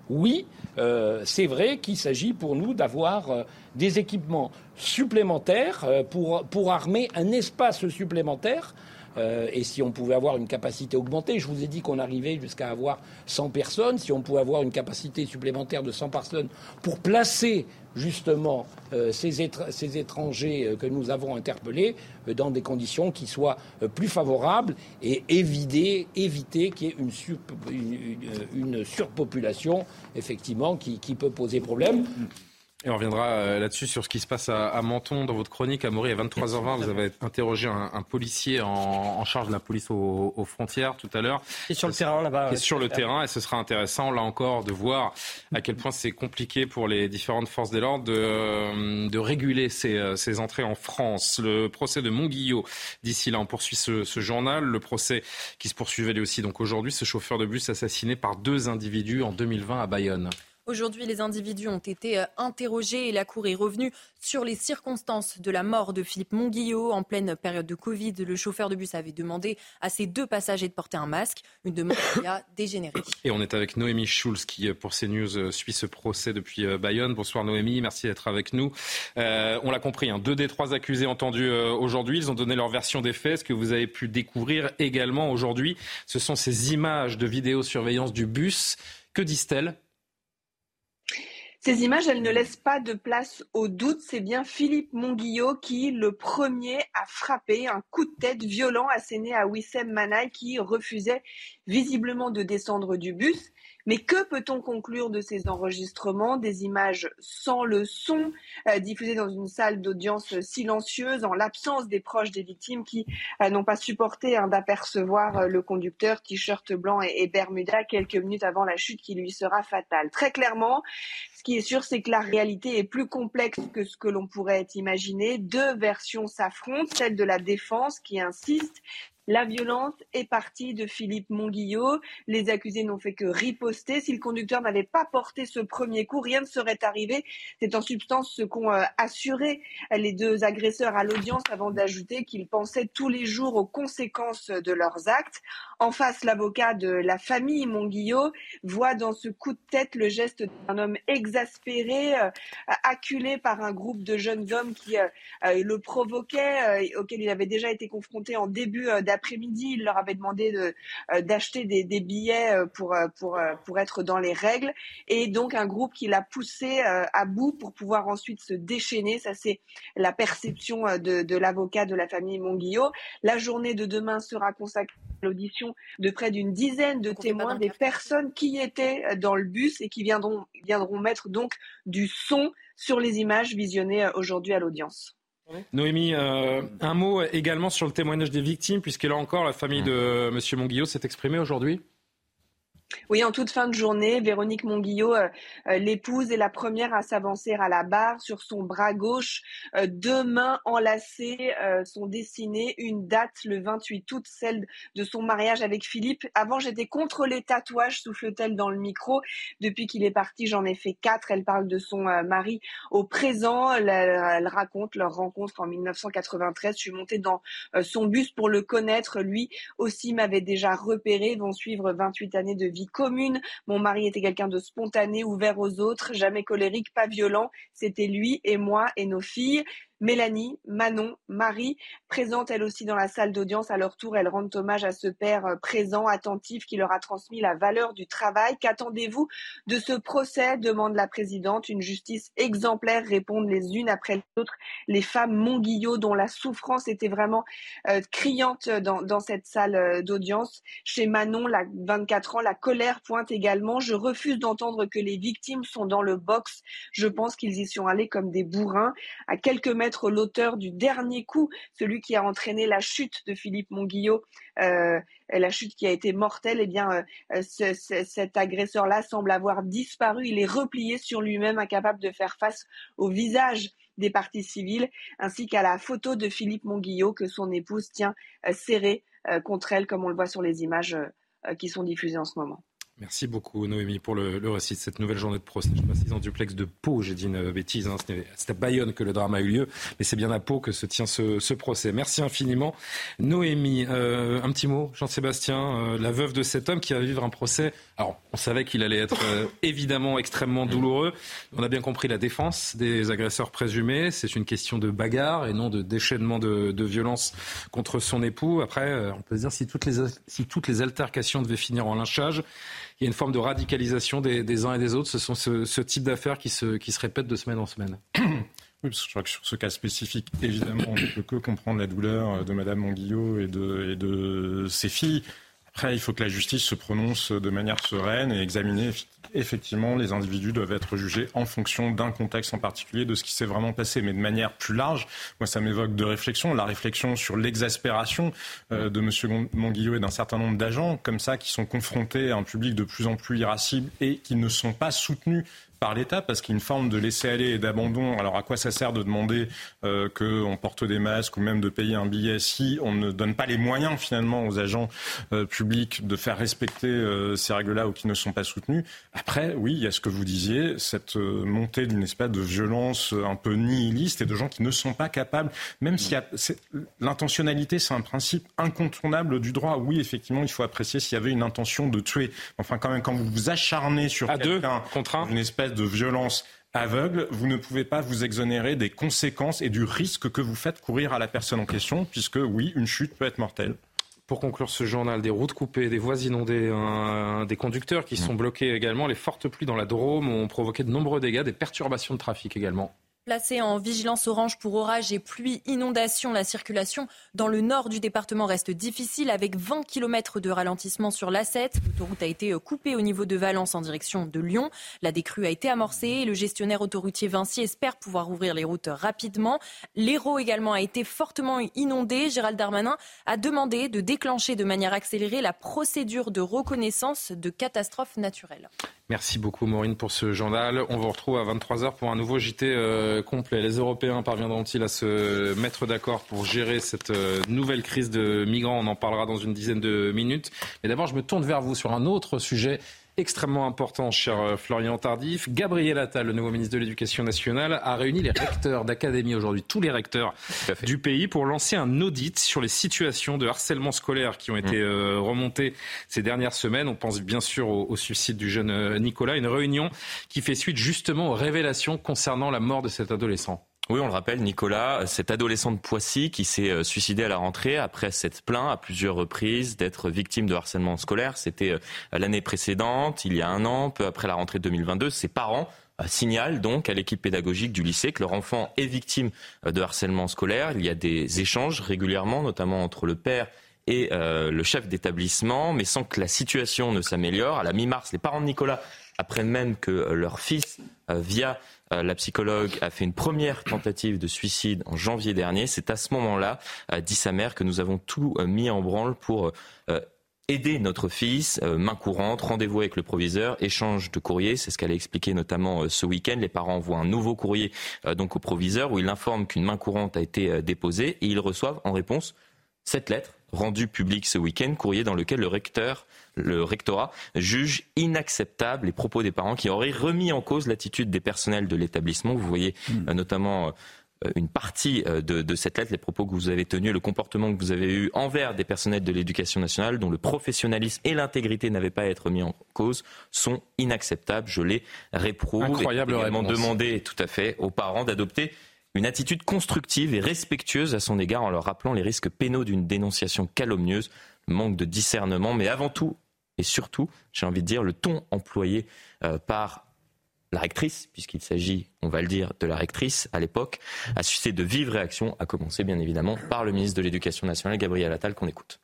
oui, euh, c'est vrai qu'il s'agit pour nous d'avoir euh, des équipements supplémentaires euh, pour, pour armer un espace supplémentaire. Euh, et si on pouvait avoir une capacité augmentée, je vous ai dit qu'on arrivait jusqu'à avoir cent personnes, si on pouvait avoir une capacité supplémentaire de cent personnes pour placer justement euh, ces, étr- ces étrangers euh, que nous avons interpellés euh, dans des conditions qui soient euh, plus favorables et éviter, éviter qu'il y ait une, sur- une, une, une surpopulation effectivement qui, qui peut poser problème. Et on reviendra là-dessus sur ce qui se passe à, à Menton. Dans votre chronique, Amaury, à vingt-trois heures vingt, vous avez interrogé un, un policier en, en charge de la police aux, aux frontières tout à l'heure. Qui est sur le terrain là-bas. Qui est sur le terrain, et ce sera intéressant, là encore, de voir à quel point c'est compliqué pour les différentes forces de l'ordre de, de réguler ces, ces entrées en France. Le procès de Montguillot, d'ici là, on poursuit ce, ce journal. Le procès qui se poursuivait lui aussi donc aujourd'hui, ce chauffeur de bus assassiné par deux individus en deux mille vingt à Bayonne. Aujourd'hui, les individus ont été interrogés et la Cour est revenue sur les circonstances de la mort de Philippe Montguillot. En pleine période de Covid, le chauffeur de bus avait demandé à ses deux passagers de porter un masque, une demande qui a dégénéré. Et on est avec Noémie Schulz qui, pour CNews, suit ce procès depuis Bayonne. Bonsoir Noémie, merci d'être avec nous. Euh, on l'a compris, hein, deux des trois accusés entendus aujourd'hui, ils ont donné leur version des faits. Ce que vous avez pu découvrir également aujourd'hui, ce sont ces images de vidéosurveillance du bus. Que disent-elles ? Ces images, elles ne laissent pas de place au doute. C'est bien Philippe Montguillot qui, le premier, a frappé un coup de tête violent asséné à Wissem Manaï qui refusait visiblement de descendre du bus. Mais que peut-on conclure de ces enregistrements? Des images sans le son, euh, diffusées dans une salle d'audience silencieuse, en l'absence des proches des victimes qui euh, n'ont pas supporté hein, d'apercevoir euh, le conducteur, t-shirt blanc et, et bermuda, quelques minutes avant la chute qui lui sera fatale. Très clairement, ce qui est sûr, c'est que la réalité est plus complexe que ce que l'on pourrait imaginer. Deux versions s'affrontent, celle de la défense qui insiste. La violence est partie de Philippe Montguillot. Les accusés n'ont fait que riposter. Si le conducteur n'avait pas porté ce premier coup, rien ne serait arrivé. C'est en substance ce qu'ont euh, assuré les deux agresseurs à l'audience avant d'ajouter qu'ils pensaient tous les jours aux conséquences de leurs actes. En face, l'avocat de la famille Montguillot voit dans ce coup de tête le geste d'un homme exaspéré, euh, acculé par un groupe de jeunes hommes qui euh, euh, le provoquaient, euh, auquel il avait déjà été confronté en début euh, d'après-midi. Il leur avait demandé de, euh, d'acheter des, des billets pour, pour, pour être dans les règles. Et donc, un groupe qui l'a poussé euh, à bout pour pouvoir ensuite se déchaîner. Ça, c'est la perception de, de l'avocat de la famille Montguillot. La journée de demain sera consacrée à l'audition de près d'une dizaine de témoins, des personnes qui étaient dans le bus et qui viendront, viendront mettre donc du son sur les images visionnées aujourd'hui à l'audience. Noémie, euh, un mot également sur le témoignage des victimes, puisque là encore, la famille de M. Montguillot s'est exprimée aujourd'hui. Oui, en toute fin de journée, Véronique Montguillot, euh, euh, l'épouse, est la première à s'avancer à la barre. Sur son bras gauche, euh, deux mains enlacées euh, sont dessinées. Une date, le vingt-huit août, celle de son mariage avec Philippe. Avant, j'étais contre les tatouages, souffle-t-elle dans le micro. Depuis qu'il est parti, j'en ai fait quatre. Elle parle de son euh, mari au présent. Elle, elle raconte leur rencontre en dix-neuf cent quatre-vingt-treize. Je suis montée dans euh, son bus pour le connaître. Lui aussi m'avait déjà repéré. Vont suivre vingt-huit années de vie commune. Mon mari était quelqu'un de spontané, ouvert aux autres, jamais colérique, pas violent. C'était lui et moi et nos filles. Mélanie, Manon, Marie, présentes elles aussi dans la salle d'audience. À leur tour, elles rendent hommage à ce père présent, attentif, qui leur a transmis la valeur du travail. Qu'attendez-vous de ce procès? Demande la présidente. Une justice exemplaire, répondent les unes après les autres les femmes Montguillot, dont la souffrance était vraiment euh, criante dans, dans cette salle d'audience. Chez Manon, la vingt-quatre ans, la colère pointe également. Je refuse d'entendre que les victimes sont dans le box. Je pense qu'ils y sont allés comme des bourrins. À quelques mètres, l'auteur du dernier coup, celui qui a entraîné la chute de Philippe Montguillot, euh, la chute qui a été mortelle, eh bien, euh, ce, ce, cet agresseur-là semble avoir disparu. Il est replié sur lui-même, incapable de faire face au visage des parties civiles, ainsi qu'à la photo de Philippe Montguillot que son épouse tient euh, serrée euh, contre elle, comme on le voit sur les images euh, qui sont diffusées en ce moment. Merci beaucoup Noémie pour le, le récit de cette nouvelle journée de procès. Je précise en duplex de Pau, j'ai dit une bêtise, hein, c'est à Bayonne que le drame a eu lieu, mais c'est bien à Pau que se tient ce, ce procès. Merci infiniment Noémie. Euh, un petit mot, Jean-Sébastien, euh, la veuve de cet homme qui va vivre un procès. Alors on savait qu'il allait être euh, évidemment extrêmement douloureux. On a bien compris la défense des agresseurs présumés. C'est une question de bagarre et non de déchaînement de, de violence contre son époux. Après, euh, on peut se dire si toutes les, si toutes les altercations devaient finir en lynchage, il y a une forme de radicalisation des, des uns et des autres. Ce sont ce, ce type d'affaires qui se, qui se répètent de semaine en semaine. Oui, parce que je crois que sur ce cas spécifique, évidemment, on ne peut que comprendre la douleur de Mme Monguillot et de, et de ses filles. Après, il faut que la justice se prononce de manière sereine et examiner. Effectivement, les individus doivent être jugés en fonction d'un contexte en particulier, de ce qui s'est vraiment passé. Mais de manière plus large, moi, ça m'évoque deux réflexions. La réflexion sur l'exaspération euh, de M. Monguillot et d'un certain nombre d'agents, comme ça, qui sont confrontés à un public de plus en plus irascible et qui ne sont pas soutenus par l'État, parce qu'il y a une forme de laisser-aller et d'abandon. Alors à quoi ça sert de demander euh, qu'on porte des masques ou même de payer un billet si on ne donne pas les moyens finalement aux agents euh, publics de faire respecter euh, ces règles-là ou qui ne sont pas soutenus. Après, oui, il y a ce que vous disiez, cette euh, montée d'une espèce de violence un peu nihiliste et de gens qui ne sont pas capables, même s'il y a... C'est, l'intentionnalité, c'est un principe incontournable du droit. Oui, effectivement, il faut apprécier s'il y avait une intention de tuer. Enfin, quand même, quand vous vous acharnez sur à quelqu'un, deux, contre un, une espèce de violence aveugle, vous ne pouvez pas vous exonérer des conséquences et du risque que vous faites courir à la personne en question, puisque oui, une chute peut être mortelle. Pour conclure ce journal, des routes coupées, des voies inondées, un, des conducteurs qui sont bloqués également. Les fortes pluies dans la Drôme ont provoqué de nombreux dégâts, des perturbations de trafic également. Placé en vigilance orange pour orages et pluies, inondations, la circulation dans le nord du département reste difficile avec vingt kilomètres de ralentissement sur l'A sept. L'autoroute a été coupée au niveau de Valence en direction de Lyon. La décrue a été amorcée et le gestionnaire autoroutier Vinci espère pouvoir ouvrir les routes rapidement. L'Hérault également a été fortement inondé. Gérald Darmanin a demandé de déclencher de manière accélérée la procédure de reconnaissance de catastrophe naturelle. Merci beaucoup Maureen pour ce journal. On vous retrouve à vingt-trois heures pour un nouveau J T euh, complet. Les Européens parviendront-ils à se mettre d'accord pour gérer cette euh, nouvelle crise de migrants ? On en parlera dans une dizaine de minutes. Mais d'abord, je me tourne vers vous sur un autre sujet extrêmement important, cher Florian Tardif. Gabriel Attal, le nouveau ministre de l'Éducation nationale, a réuni les recteurs d'académie aujourd'hui, tous les recteurs du pays, pour lancer un audit sur les situations de harcèlement scolaire qui ont été mmh. euh, remontées ces dernières semaines. On pense bien sûr au, au suicide du jeune euh, Nicolas. Une réunion qui fait suite justement aux révélations concernant la mort de cet adolescent. Oui, on le rappelle, Nicolas, cet adolescent de Poissy qui s'est suicidé à la rentrée après s'être plaint à plusieurs reprises d'être victime de harcèlement scolaire. C'était l'année précédente, il y a un an, peu après la rentrée deux mille vingt-deux. Ses parents signalent donc à l'équipe pédagogique du lycée que leur enfant est victime de harcèlement scolaire. Il y a des échanges régulièrement, notamment entre le père et euh, le chef d'établissement, mais sans que la situation ne s'améliore. À la mi-mars, les parents de Nicolas apprennent même que leur fils, euh, via euh, la psychologue, a fait une première tentative de suicide en janvier dernier. C'est à ce moment-là, euh, dit sa mère, que nous avons tout euh, mis en branle pour euh, aider notre fils, euh, main courante, rendez-vous avec le proviseur, échange de courrier. C'est ce qu'elle a expliqué notamment euh, ce week-end. Les parents envoient un nouveau courrier euh, donc au proviseur où il informe qu'une main courante a été euh, déposée et ils reçoivent en réponse cette lettre rendu public ce week-end, courrier dans lequel le recteur, le rectorat juge inacceptable les propos des parents qui auraient remis en cause l'attitude des personnels de l'établissement. Vous voyez mmh. euh, notamment euh, une partie euh, de, de cette lettre, les propos que vous avez tenus, le comportement que vous avez eu envers des personnels de l'éducation nationale dont le professionnalisme et l'intégrité n'avaient pas à être mis en cause sont inacceptables. Je les réprouve. Incroyable et également réponse. Demandé tout à fait aux parents d'adopter une attitude constructive et respectueuse à son égard en leur rappelant les risques pénaux d'une dénonciation calomnieuse, le manque de discernement, mais avant tout et surtout, j'ai envie de dire, le ton employé euh, par la rectrice, puisqu'il s'agit, on va le dire, de la rectrice à l'époque, a suscité de vives réactions, à commencer bien évidemment par le ministre de l'Éducation nationale, Gabriel Attal, qu'on écoute.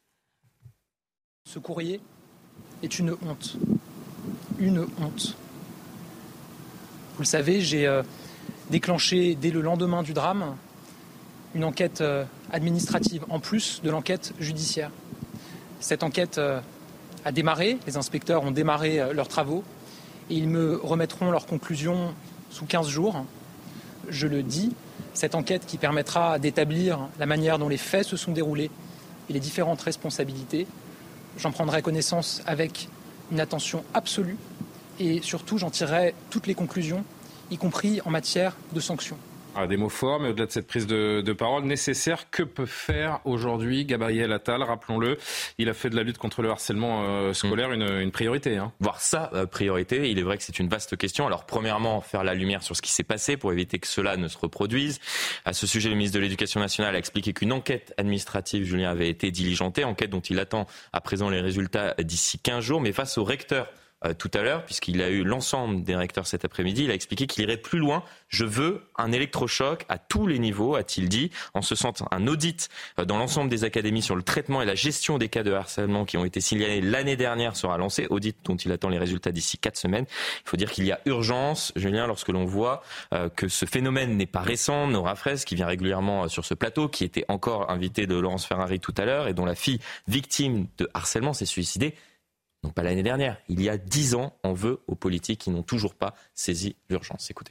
Ce courrier est une honte. Une honte. Vous le savez, j'ai... Euh déclenché dès le lendemain du drame une enquête administrative en plus de l'enquête judiciaire. Cette enquête a démarré, les inspecteurs ont démarré leurs travaux et ils me remettront leurs conclusions sous quinze jours. Je le dis, cette enquête qui permettra d'établir la manière dont les faits se sont déroulés et les différentes responsabilités. J'en prendrai connaissance avec une attention absolue et surtout j'en tirerai toutes les conclusions, y compris en matière de sanctions. Ah, des mots forts, mais au-delà de cette prise de, de parole nécessaire, que peut faire aujourd'hui Gabriel Attal ? Rappelons-le, il a fait de la lutte contre le harcèlement euh, scolaire une, une priorité. Hein. Voir ça, euh, priorité, il est vrai que c'est une vaste question. Alors premièrement, faire la lumière sur ce qui s'est passé pour éviter que cela ne se reproduise. À ce sujet, le ministre de l'Éducation nationale a expliqué qu'une enquête administrative, Julien, avait été diligentée, enquête dont il attend à présent les résultats d'ici quinze jours, mais face au recteur Euh, tout à l'heure, puisqu'il a eu l'ensemble des recteurs cet après-midi, il a expliqué qu'il irait plus loin. Je veux un électrochoc à tous les niveaux, a-t-il dit. En ce sens, un audit euh, dans l'ensemble des académies sur le traitement et la gestion des cas de harcèlement qui ont été signalés l'année dernière sera lancé. Audit dont il attend les résultats d'ici quatre semaines. Il faut dire qu'il y a urgence, Julien, lorsque l'on voit euh, que ce phénomène n'est pas récent. Nora Fraisse, qui vient régulièrement euh, sur ce plateau, qui était encore invitée de Laurence Ferrari tout à l'heure et dont la fille victime de harcèlement s'est suicidée. Non pas l'année dernière, il y a dix ans, on veut aux politiques qui n'ont toujours pas saisi l'urgence. Écoutez.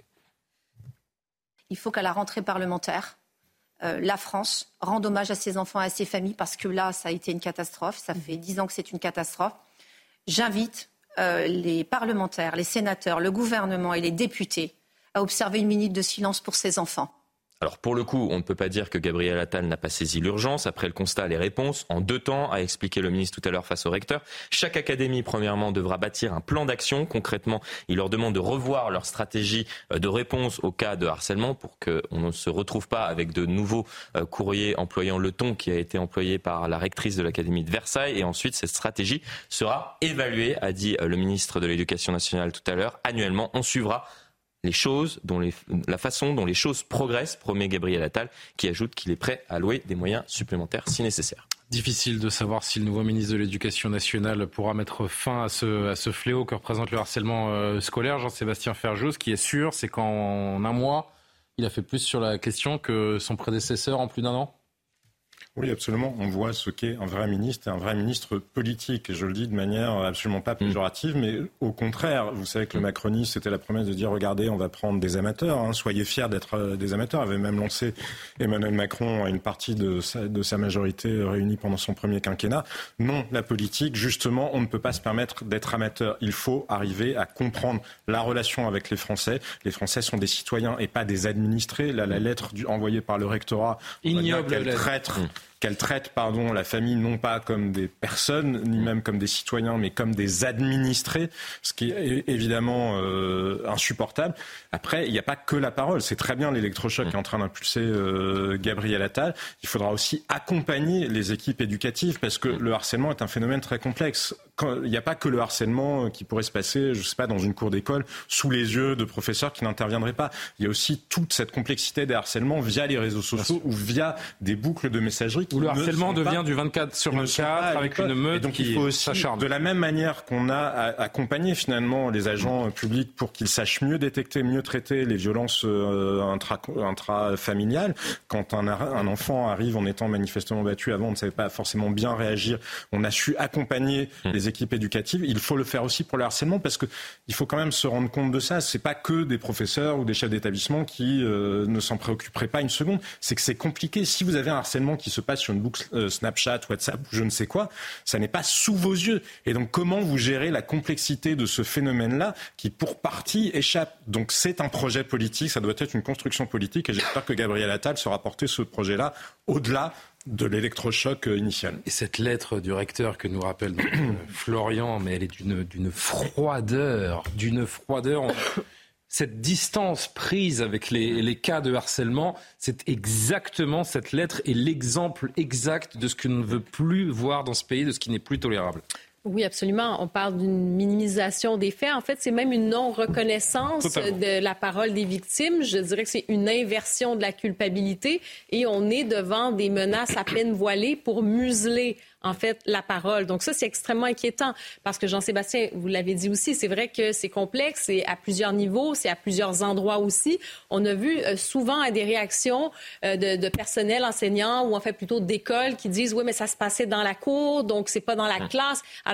Il faut qu'à la rentrée parlementaire, euh, la France rende hommage à ses enfants et à ses familles, parce que là, ça a été une catastrophe. Ça fait dix ans que c'est une catastrophe. J'invite euh, les parlementaires, les sénateurs, le gouvernement et les députés à observer une minute de silence pour ces enfants. Alors pour le coup, on ne peut pas dire que Gabriel Attal n'a pas saisi l'urgence. Après le constat, les réponses, en deux temps, a expliqué le ministre tout à l'heure face au recteur. Chaque académie, premièrement, devra bâtir un plan d'action. Concrètement, il leur demande de revoir leur stratégie de réponse au cas de harcèlement pour qu'on ne se retrouve pas avec de nouveaux courriers employant le ton qui a été employé par la rectrice de l'Académie de Versailles. Et ensuite, cette stratégie sera évaluée, a dit le ministre de l'Éducation nationale tout à l'heure. Annuellement, on suivra les choses, dont les, la façon dont les choses progressent, promet Gabriel Attal, qui ajoute qu'il est prêt à allouer des moyens supplémentaires si nécessaire. Difficile de savoir si le nouveau ministre de l'Éducation nationale pourra mettre fin à ce, à ce fléau que représente le harcèlement euh, scolaire. Jean-Sébastien Ferjeux, ce qui est sûr, c'est qu'en un mois, il a fait plus sur la question que son prédécesseur en plus d'un an. Oui, absolument. On voit ce qu'est un vrai ministre et un vrai ministre politique. Et je le dis de manière absolument pas péjorative, mais au contraire. Vous savez que le macronisme, c'était la promesse de dire, regardez, on va prendre des amateurs. Hein, soyez fiers d'être des amateurs. Avait même lancé Emmanuel Macron à une partie de sa, de sa majorité réunie pendant son premier quinquennat. Non, la politique, justement, on ne peut pas se permettre d'être amateur. Il faut arriver à comprendre la relation avec les Français. Les Français sont des citoyens et pas des administrés. Là, la lettre du, envoyée par le rectorat, ignoble, qu'elle traître. Qu'elle traite pardon, la famille non pas comme des personnes, ni même comme des citoyens, mais comme des administrés, ce qui est évidemment euh, insupportable. Après, il n'y a pas que la parole. C'est très bien l'électrochoc qui est en train d'impulser euh, Gabriel Attal. Il faudra aussi accompagner les équipes éducatives, parce que le harcèlement est un phénomène très complexe. Quand, il n'y a pas que le harcèlement qui pourrait se passer, je ne sais pas, dans une cour d'école, sous les yeux de professeurs qui n'interviendraient pas. Il y a aussi toute cette complexité des harcèlements via les réseaux sociaux ou via des boucles de messagerie. Où le harcèlement devient du vingt-quatre sur vingt-quatre avec une meute donc qui il faut aussi, s'acharne. De la même manière qu'on a accompagné finalement les agents publics pour qu'ils sachent mieux détecter, mieux traiter les violences euh, intra, intrafamiliales. Quand un, un enfant arrive en étant manifestement battu, avant on ne savait pas forcément bien réagir, on a su accompagner mmh. les équipes éducatives. Il faut le faire aussi pour le harcèlement, parce que il faut quand même se rendre compte de ça. C'est pas que des professeurs ou des chefs d'établissement qui euh, ne s'en préoccuperaient pas une seconde. C'est que c'est compliqué. Si vous avez un harcèlement qui se passe sur une boucle euh, Snapchat, WhatsApp, je ne sais quoi, ça n'est pas sous vos yeux. Et donc comment vous gérez la complexité de ce phénomène-là qui pour partie échappe. Donc c'est un projet politique, ça doit être une construction politique, et j'espère que Gabriel Attal saura porter ce projet-là au-delà de l'électrochoc initial. Et cette lettre du recteur que nous rappelle donc, euh, Florian, mais elle est d'une, d'une froideur, d'une froideur. On... Cette distance prise avec les, les cas de harcèlement, c'est exactement cette lettre et l'exemple exact de ce que l'on ne veut plus voir dans ce pays, de ce qui n'est plus tolérable. Oui, absolument. On parle d'une minimisation des faits. En fait, c'est même une non-reconnaissance Totalement. de la parole des victimes. Je dirais que c'est une inversion de la culpabilité et on est devant des menaces à peine voilées pour museler en fait, la parole. Donc ça, c'est extrêmement inquiétant parce que Jean-Sébastien, vous l'avez dit aussi, c'est vrai que c'est complexe, c'est à plusieurs niveaux, c'est à plusieurs endroits aussi. On a vu euh, souvent des réactions euh, de, de personnel enseignant ou en fait plutôt d'école qui disent « oui, mais ça se passait dans la cour, donc c'est pas dans la classe ». Alors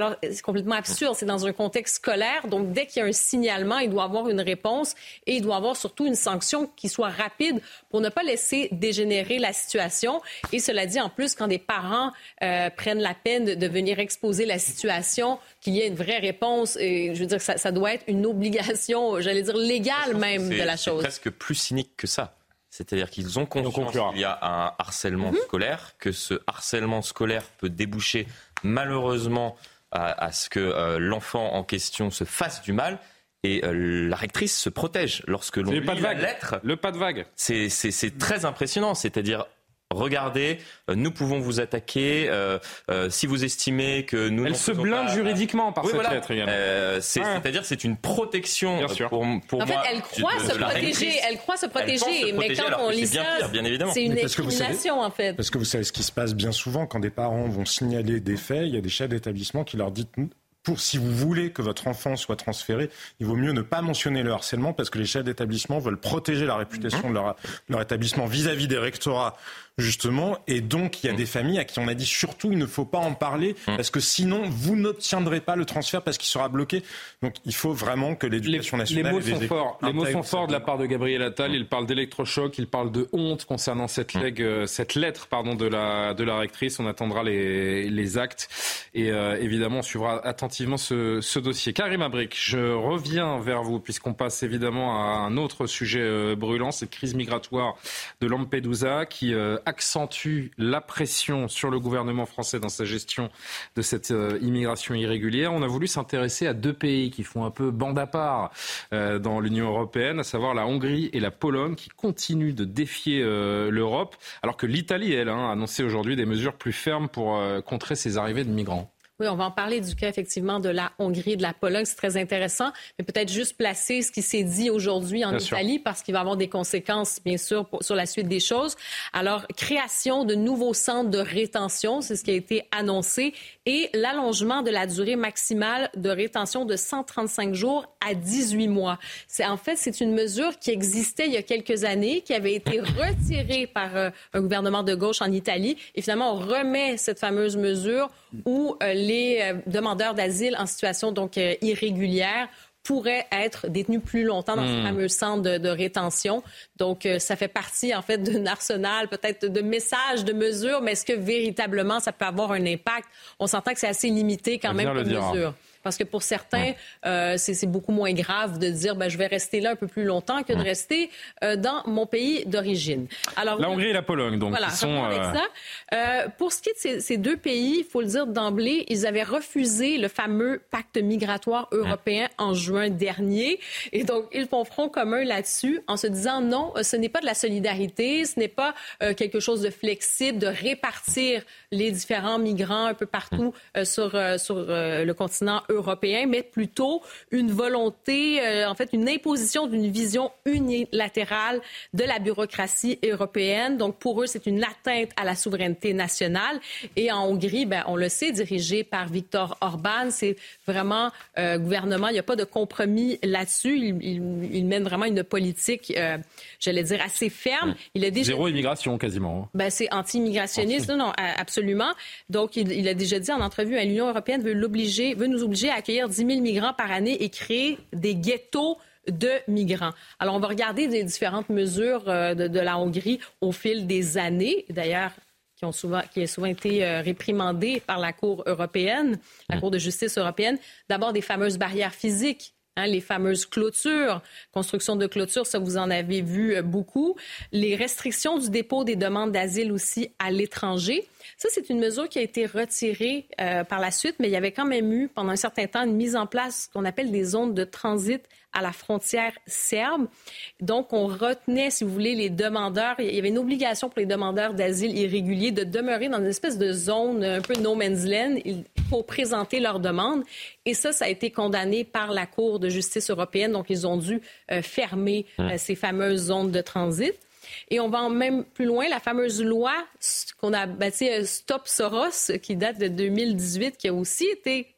Alors, c'est complètement absurde. C'est dans un contexte scolaire. Donc, dès qu'il y a un signalement, il doit avoir une réponse et il doit avoir surtout une sanction qui soit rapide pour ne pas laisser dégénérer la situation. Et cela dit, en plus, quand des parents euh, prennent la peine de, de venir exposer la situation, qu'il y ait une vraie réponse, et je veux dire que ça, ça doit être une obligation, j'allais dire légale même c'est, de la chose. C'est presque plus cynique que ça. C'est-à-dire qu'ils ont conscience qu'il y a un harcèlement mm-hmm. scolaire, que ce harcèlement scolaire peut déboucher malheureusement à, à ce que euh, l'enfant en question se fasse du mal. Et euh, la rectrice se protège lorsque l'on lit la lettre. Le pas de vague. C'est, c'est, c'est très impressionnant. C'est-à-dire, regardez, euh, nous pouvons vous attaquer euh, euh, si vous estimez que nous... Elle se blinde pas... juridiquement par oui, cette voilà. lettre également. Euh, c'est, ouais. C'est-à-dire c'est une protection bien sûr. pour, pour en moi. En fait, elle croit de, se de protéger. Elle croit se protéger. Mais quand on lit ça, pire, bien évidemment. c'est une discrimination en fait. Parce que vous savez ce qui se passe bien souvent quand des parents vont signaler des faits, il y a des chefs d'établissement qui leur disent... Pour, si vous voulez que votre enfant soit transféré, il vaut mieux ne pas mentionner le harcèlement parce que les chefs d'établissement veulent protéger la réputation de leur, leur établissement vis-à-vis des rectorats, justement. Et donc, il y a des familles à qui on a dit surtout, il ne faut pas en parler parce que sinon, vous n'obtiendrez pas le transfert parce qu'il sera bloqué. Donc, il faut vraiment que l'éducation les, nationale... Les mots sont forts. Les mots sont forts de la part de Gabriel Attal. Il parle d'électrochoc, il parle de honte concernant cette, lègue, euh, cette lettre pardon, de, la, de la rectrice. On attendra les, les actes et euh, évidemment, on suivra attentivement Ce, ce dossier. Karim Abrik, je reviens vers vous puisqu'on passe évidemment à un autre sujet euh, brûlant, cette crise migratoire de Lampedusa qui euh, accentue la pression sur le gouvernement français dans sa gestion de cette euh, immigration irrégulière. On a voulu s'intéresser à deux pays qui font un peu bande à part euh, dans l'Union européenne, à savoir la Hongrie et la Pologne qui continuent de défier euh, l'Europe, alors que l'Italie, elle, hein, a annoncé aujourd'hui des mesures plus fermes pour euh, contrer ces arrivées de migrants. Oui, on va en parler du cas, effectivement, de la Hongrie et de la Pologne. C'est très intéressant. Mais peut-être juste placer ce qui s'est dit aujourd'hui en bien Italie, sûr. Parce qu'il va avoir des conséquences, bien sûr, pour, sur la suite des choses. Alors, création de nouveaux centres de rétention, c'est ce qui a été annoncé, et l'allongement de la durée maximale de rétention de cent trente-cinq jours à dix-huit mois. C'est, en fait, c'est une mesure qui existait il y a quelques années, qui avait été retirée par euh, un gouvernement de gauche en Italie. Et finalement, on remet cette fameuse mesure où euh, les euh, demandeurs d'asile en situation donc euh, irrégulière pourraient être détenus plus longtemps dans mmh. ce fameux centre de, de rétention. Donc, euh, ça fait partie, en fait, d'un arsenal, peut-être de messages, de mesures, mais est-ce que véritablement ça peut avoir un impact? On s'entend que c'est assez limité quand même comme mesure. Parce que pour certains, euh, c'est, c'est beaucoup moins grave de dire ben, je vais rester là un peu plus longtemps que de rester euh, dans mon pays d'origine. Alors, la Hongrie et la Pologne, donc, voilà, qui sont... Avec ça. Euh, pour ce qui est de ces, ces deux pays, il faut le dire d'emblée, ils avaient refusé le fameux pacte migratoire européen en juin dernier. Et donc, ils font front commun là-dessus en se disant non, ce n'est pas de la solidarité, ce n'est pas euh, quelque chose de flexible, de répartir les différents migrants un peu partout euh, sur, euh, sur euh, le continent européen, mais plutôt une volonté, euh, en fait, une imposition d'une vision unilatérale de la bureaucratie européenne. Donc, pour eux, c'est une atteinte à la souveraineté nationale. Et en Hongrie, ben, on le sait, dirigé par Viktor Orban, c'est vraiment euh, gouvernement, il n'y a pas de compromis là-dessus. Il, il, il mène vraiment une politique, euh, j'allais dire, assez ferme. Il a déjà... Zéro immigration, quasiment. Ben, c'est anti-immigrationniste, anti. non, non, absolument. Donc, il, il a déjà dit en entrevue, à l'Union européenne veut l'obliger, veut nous obliger à accueillir dix mille migrants par année et créer des ghettos de migrants. Alors, on va regarder les différentes mesures euh, de, de la Hongrie au fil des années, d'ailleurs, qui ont souvent, qui a souvent été euh, réprimandées par la Cour européenne, la Cour de justice européenne. D'abord, des fameuses barrières physiques. Hein, les fameuses clôtures, construction de clôtures, ça vous en avez vu euh, beaucoup. Les restrictions du dépôt des demandes d'asile aussi à l'étranger. Ça, c'est une mesure qui a été retirée euh, par la suite, mais il y avait quand même eu, pendant un certain temps, une mise en place qu'on appelle des zones de transit à la frontière serbe. Donc, on retenait, si vous voulez, les demandeurs. Il y avait une obligation pour les demandeurs d'asile irréguliers de demeurer dans une espèce de zone un peu no man's land pour présenter leur demande. Et ça, ça a été condamné par la Cour de justice européenne. Donc, ils ont dû euh, fermer euh, ces fameuses zones de transit. Et on va même plus loin, la fameuse loi qu'on a baptisée Stop Soros, qui date de deux mille dix-huit, qui a aussi été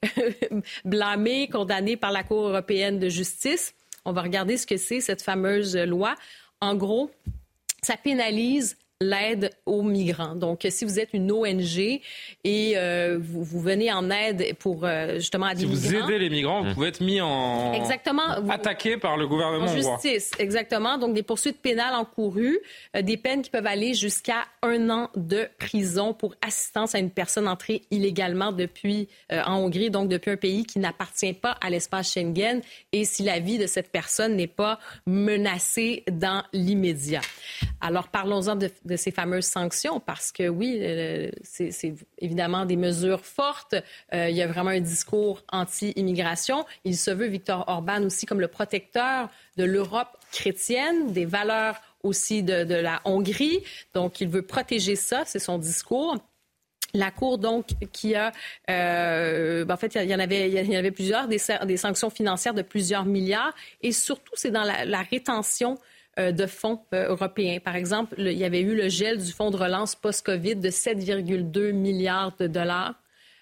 blâmée, condamnée par la Cour européenne de justice. On va regarder ce que c'est, cette fameuse loi. En gros, ça pénalise l'aide aux migrants. Donc, si vous êtes une O N G et euh, vous, vous venez en aide pour euh, justement à des migrants... Si vous aidez les migrants, vous pouvez être mis en... Exactement. Vous... attaqué par le gouvernement en hongrois. Justice, exactement. Donc, des poursuites pénales encourues, euh, des peines qui peuvent aller jusqu'à un an de prison pour assistance à une personne entrée illégalement depuis euh, en Hongrie, donc depuis un pays qui n'appartient pas à l'espace Schengen, et si la vie de cette personne n'est pas menacée dans l'immédiat. Alors, parlons-en de, de ces fameuses sanctions, parce que oui, euh, c'est, c'est évidemment des mesures fortes. Euh, il y a vraiment un discours anti-immigration. Il se veut, Viktor Orban, aussi comme le protecteur de l'Europe chrétienne, des valeurs aussi de, de la Hongrie. Donc, il veut protéger ça, c'est son discours. La Cour, donc, qui a... Euh, ben en fait, il y en avait, il y en avait plusieurs, des, des sanctions financières de plusieurs milliards. Et surtout, c'est dans la, la rétention euh, de fonds euh, européens. Par exemple, le, il y avait eu le gel du fonds de relance post-Covid de sept virgule deux milliards de dollars.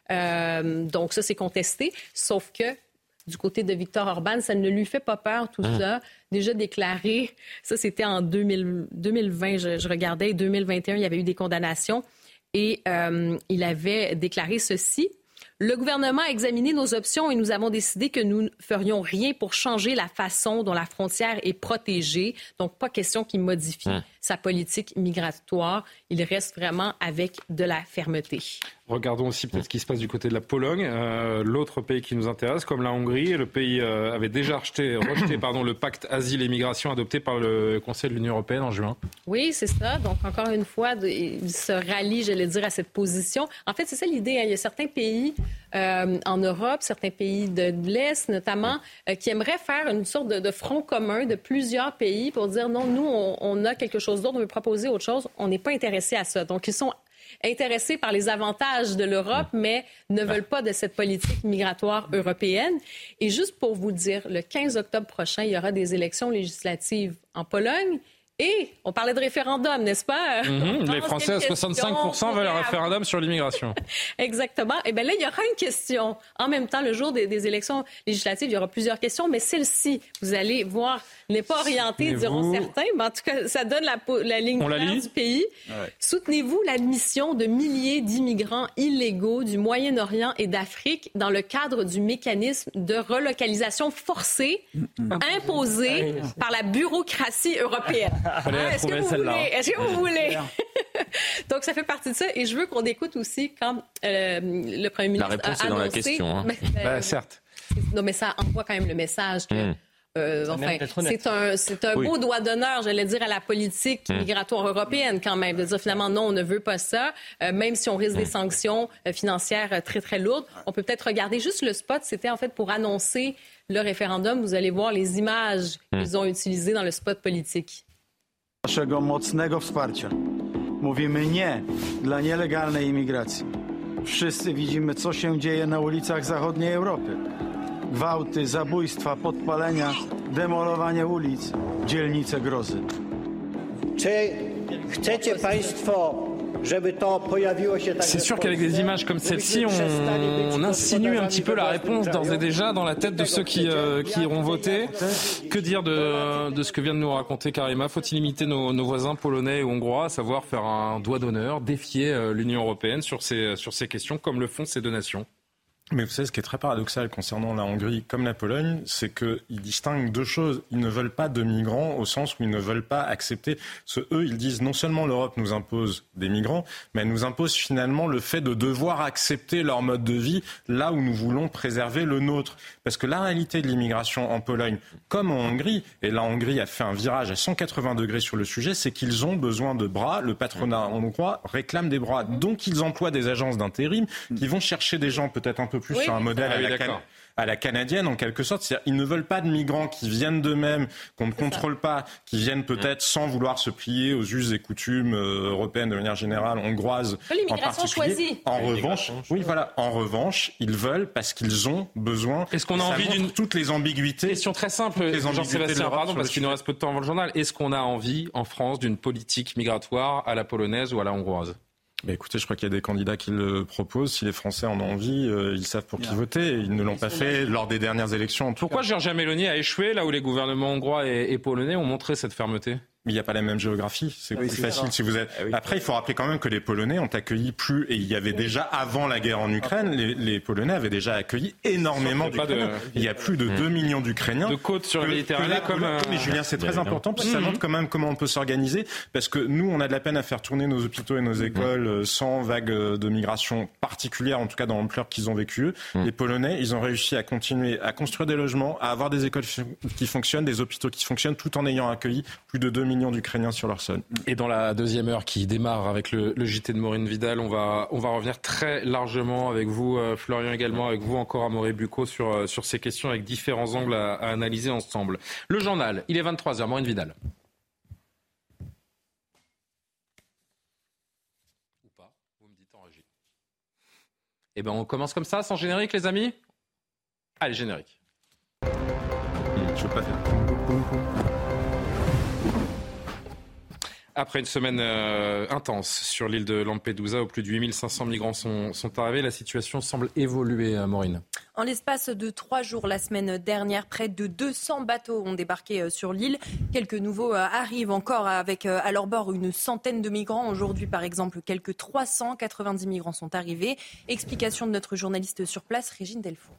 Euh, donc, ça, c'est contesté. Sauf que, du côté de Viktor Orban, ça ne lui fait pas peur, tout mmh. ça. Déjà déclaré, ça, c'était en deux mille, deux mille vingt, je, je regardais, deux mille vingt et un, il y avait eu des condamnations. Et euh, il avait déclaré ceci. Le gouvernement a examiné nos options et nous avons décidé que nous ne ferions rien pour changer la façon dont la frontière est protégée. Donc, pas question qu'il modifie mmh. sa politique migratoire. Il reste vraiment avec de la fermeté. Regardons aussi peut-être ce qui se passe du côté de la Pologne, euh, l'autre pays qui nous intéresse, comme la Hongrie. Le pays euh, avait déjà rejeté, rejeté pardon, le pacte asile et migration adopté par le Conseil de l'Union européenne en juin. Oui, c'est ça. Donc, encore une fois, il se rallie, j'allais dire, à cette position. En fait, c'est ça l'idée. Hein. Il y a certains pays euh, en Europe, certains pays de, de l'Est notamment, euh, qui aimeraient faire une sorte de, de front commun de plusieurs pays pour dire non, nous, on, on a quelque chose d'autre, on veut proposer autre chose. On n'est pas intéressé à ça. Donc, ils sont intéressés par les avantages de l'Europe, mais ne veulent pas de cette politique migratoire européenne. Et juste pour vous dire, le quinze octobre prochain, il y aura des élections législatives en Pologne. Et on parlait de référendum, n'est-ce pas? Mmh, les Français à soixante-cinq pour cent veulent un référendum sur l'immigration. Exactement. Et bien là, il y aura une question. En même temps, le jour des, des élections législatives, il y aura plusieurs questions, mais celle-ci, vous allez voir, n'est pas orientée, diront certains, mais en tout cas, ça donne la, la ligne claire du pays. Ouais. Soutenez-vous l'admission de milliers d'immigrants illégaux du Moyen-Orient et d'Afrique dans le cadre du mécanisme de relocalisation forcée imposé par la bureaucratie européenne? Ah, est-ce, que vous voulez, est-ce que vous voulez? Donc, ça fait partie de ça. Et je veux qu'on écoute aussi quand euh, le premier ministre a annoncé... La réponse est dans la question. Hein. Ben, ben, certes. Non, mais ça envoie quand même le message que... Mmh. Euh, enfin, c'est un, c'est un oui. beau doigt d'honneur, j'allais dire, à la politique mmh. migratoire européenne quand même, de dire finalement non, on ne veut pas ça, euh, même si on risque mmh. des sanctions euh, financières euh, très, très lourdes. On peut peut-être regarder juste le spot, c'était en fait pour annoncer le référendum. Vous allez voir les images mmh. qu'ils ont utilisées dans le spot politique. Naszego mocnego wsparcia. Mówimy nie dla nielegalnej imigracji. Wszyscy widzimy, co się dzieje na ulicach zachodniej Europy. Gwałty, zabójstwa, podpalenia, demolowanie ulic, dzielnice grozy. Czy chcecie państwo, żeby to pojawiło się tak? C'est sûr qu'avec des images comme celle-ci, on, on insinue un petit peu la réponse d'ores et déjà dans la tête de ceux qui, euh, qui iront voter. Que dire de, de ce que vient de nous raconter Karima? Faut-il imiter nos, nos voisins polonais et hongrois, à savoir faire un doigt d'honneur, défier euh, l'Union européenne sur ces, sur ces questions, comme le font ces deux nations? Mais vous savez, ce qui est très paradoxal concernant la Hongrie comme la Pologne, c'est qu'ils distinguent deux choses. Ils ne veulent pas de migrants au sens où ils ne veulent pas accepter. Ce, eux, ils disent non seulement l'Europe nous impose des migrants, mais elle nous impose finalement le fait de devoir accepter leur mode de vie là où nous voulons préserver le nôtre. Parce que la réalité de l'immigration en Pologne, comme en Hongrie, et la Hongrie a fait un virage à cent quatre-vingts degrés sur le sujet, c'est qu'ils ont besoin de bras. Le patronat hongrois réclame des bras. Donc ils emploient des agences d'intérim qui vont chercher des gens peut-être un peu plus oui, sur un modèle à la, can- à la canadienne en quelque sorte. C'est-à-dire ils ne veulent pas de migrants qui viennent d'eux-mêmes, qu'on ne contrôle pas, qui viennent peut-être sans vouloir se plier aux us et coutumes euh, européennes de manière générale, hongroises en particulier. Choisie. En revanche, oui voilà, en revanche, ils veulent parce qu'ils ont besoin. Est-ce qu'on a envie d'une toutes les ambiguïtés? Question très simple, Jean-Sébastien, pardon, parce qu'il nous reste peu de temps avant le journal. Est-ce qu'on a envie en France d'une politique migratoire à la polonaise ou à la hongroise? Bah écoutez, je crois qu'il y a des candidats qui le proposent. Si les Français en ont envie, euh, ils savent pour qui voter. Ils ne l'ont pas fait lors des dernières élections. En tout Pourquoi cas. Giorgia Meloni a échoué là où les gouvernements hongrois et, et polonais ont montré cette fermeté? Mais il n'y a pas la même géographie, c'est oui, plus c'est facile. Si vous êtes... ah oui. Après, il faut rappeler quand même que les Polonais ont accueilli plus, et il y avait déjà, avant la guerre en Ukraine, les, les Polonais avaient déjà accueilli énormément d'Ukrainiens. De... Il y a plus de deux millions d'Ukrainiens. De côtes sur la Méditerranée comme... Euh... Mais Julien, c'est très important, parce que ça montre quand même comment on peut s'organiser, parce que nous, on a de la peine à faire tourner nos hôpitaux et nos écoles sans vague de migration particulière, en tout cas dans l'ampleur qu'ils ont vécu eux. Les Polonais, ils ont réussi à continuer à construire des logements, à avoir des écoles qui fonctionnent, des hôpitaux qui fonctionnent, tout en ayant accueilli plus de deux millions d'Ukrainiens sur leur sol. Et dans la deuxième heure qui démarre avec le, le J T de Maureen Vidal, on va, on va revenir très largement avec vous, euh, Florian également, avec vous encore, Amaury Bucco, sur, euh, sur ces questions avec différents angles à, à analyser ensemble. Le journal, il est vingt-trois heures, Maureen Vidal. Ou pas, vous me dites en régie. Eh bien, on commence comme ça, sans générique, les amis ? Allez, générique. Je veux pas faire. Après une semaine euh, intense sur l'île de Lampedusa, où plus de huit mille cinq cents migrants sont, sont arrivés, la situation semble évoluer, euh, Maureen. En l'espace de trois jours, la semaine dernière, près de deux cents bateaux ont débarqué sur l'île. Quelques nouveaux arrivent encore avec à leur bord une centaine de migrants. Aujourd'hui, par exemple, quelques trois cent quatre-vingt-dix migrants sont arrivés. Explication de notre journaliste sur place, Régine Delfour.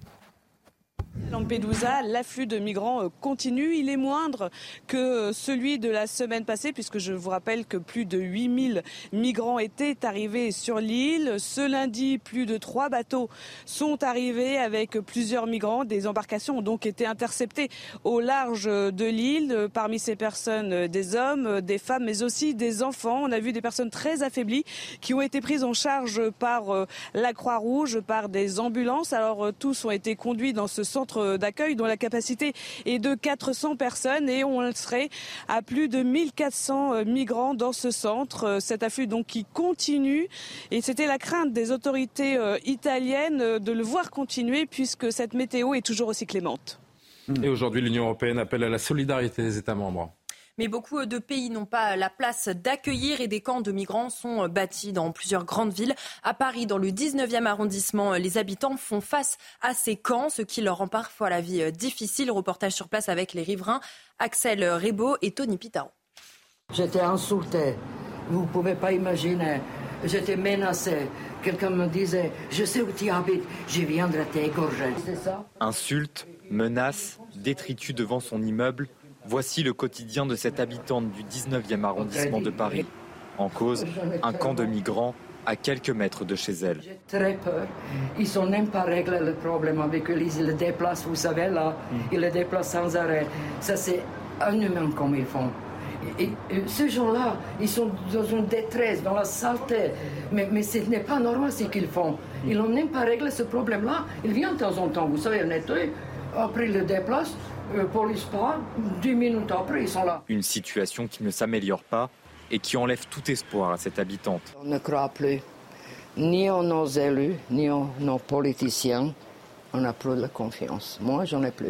Lampedusa, l'afflux de migrants continue. Il est moindre que celui de la semaine passée, puisque je vous rappelle que plus de huit mille migrants étaient arrivés sur l'île. Ce lundi, plus de trois bateaux sont arrivés avec plusieurs migrants. Des embarcations ont donc été interceptées au large de l'île. Parmi ces personnes, des hommes, des femmes, mais aussi des enfants. On a vu des personnes très affaiblies qui ont été prises en charge par la Croix-Rouge, par des ambulances. Alors tous ont été conduits dans ce centre d'accueil dont la capacité est de quatre cents personnes et on serait à plus de mille quatre cents migrants dans ce centre. Cet afflux donc qui continue et c'était la crainte des autorités italiennes de le voir continuer puisque cette météo est toujours aussi clémente. Et aujourd'hui, l'Union européenne appelle à la solidarité des États membres. Mais beaucoup de pays n'ont pas la place d'accueillir et des camps de migrants sont bâtis dans plusieurs grandes villes. À Paris, dans le dix-neuvième arrondissement, les habitants font face à ces camps, ce qui leur rend parfois la vie difficile. Reportage sur place avec les riverains Axel Rebaud et Tony Pitaro. J'étais insulté, vous ne pouvez pas imaginer. J'étais menacé. Quelqu'un me disait « Je sais où tu habites, je viendrai t'égorger ». C'est ça ? Insultes, menaces, détritus devant son immeuble. Voici le quotidien de cette habitante du dix-neuvième arrondissement de Paris. En cause, un camp de migrants à quelques mètres de chez elle. J'ai très peur. Ils sont même pas réglé le problème avec eux. Ils le déplacent, vous savez, là. Ils le déplacent sans arrêt. Ça, c'est inhumain comme ils font. Et, et, ces gens-là, ils sont dans une détresse, dans la saleté. Mais, mais ce n'est pas normal ce qu'ils font. Ils n'ont même pas réglé ce problème-là. Ils viennent de temps en temps, vous savez, nettoyer. Après, ils le déplacent. Euh, police pas, dix minutes après, ils sont là. Une situation qui ne s'améliore pas et qui enlève tout espoir à cette habitante. On ne croit plus ni en nos élus, ni en nos politiciens. On n'a plus de confiance. Moi, j'en ai plus.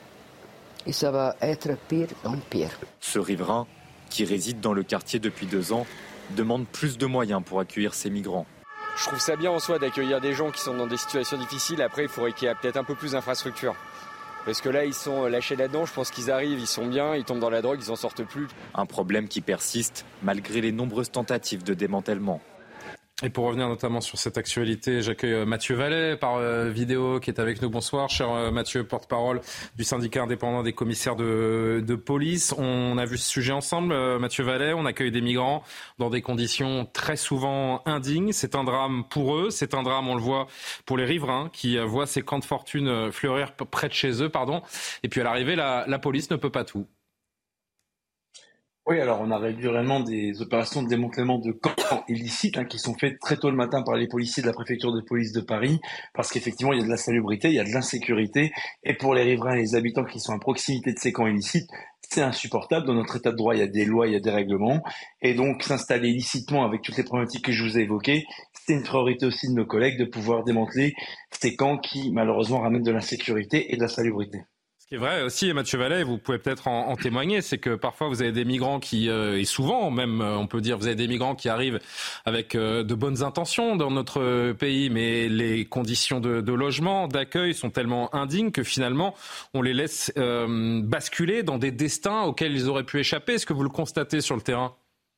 Et ça va être pire en pire. Ce riverain, qui réside dans le quartier depuis deux ans, demande plus de moyens pour accueillir ces migrants. Je trouve ça bien en soi d'accueillir des gens qui sont dans des situations difficiles. Après, il faudrait qu'il y ait peut-être un peu plus d'infrastructures. Parce que là, ils sont lâchés là-dedans, je pense qu'ils arrivent, ils sont bien, ils tombent dans la drogue, ils n'en sortent plus. Un problème qui persiste malgré les nombreuses tentatives de démantèlement. Et pour revenir notamment sur cette actualité, j'accueille Mathieu Vallet par euh, vidéo qui est avec nous. Bonsoir, cher euh, Mathieu, porte-parole du syndicat indépendant des commissaires de, de police. On a vu ce sujet ensemble, euh, Mathieu Vallet. On accueille des migrants dans des conditions très souvent indignes. C'est un drame pour eux, c'est un drame, on le voit, pour les riverains qui euh, voient ces camps de fortune fleurir près de chez eux. Pardon. Et puis à l'arrivée, la, la police ne peut pas tout. Oui, alors on a régulièrement des opérations de démantèlement de camps illicites hein, qui sont faites très tôt le matin par les policiers de la préfecture de police de Paris, parce qu'effectivement il y a de la salubrité, il y a de l'insécurité, et pour les riverains et les habitants qui sont à proximité de ces camps illicites, c'est insupportable. Dans notre état de droit, il y a des lois, il y a des règlements, et donc s'installer illicitement avec toutes les problématiques que je vous ai évoquées, c'est une priorité aussi de nos collègues de pouvoir démanteler ces camps qui malheureusement ramènent de l'insécurité et de la salubrité. Ce qui est vrai aussi, Mathieu Vallet, vous pouvez peut-être en, en témoigner, c'est que parfois vous avez des migrants qui, euh, et souvent même, on peut dire, vous avez des migrants qui arrivent avec euh, de bonnes intentions dans notre pays, mais les conditions de, de logement, d'accueil sont tellement indignes que finalement on les laisse euh, basculer dans des destins auxquels ils auraient pu échapper. Est-ce que vous le constatez sur le terrain ?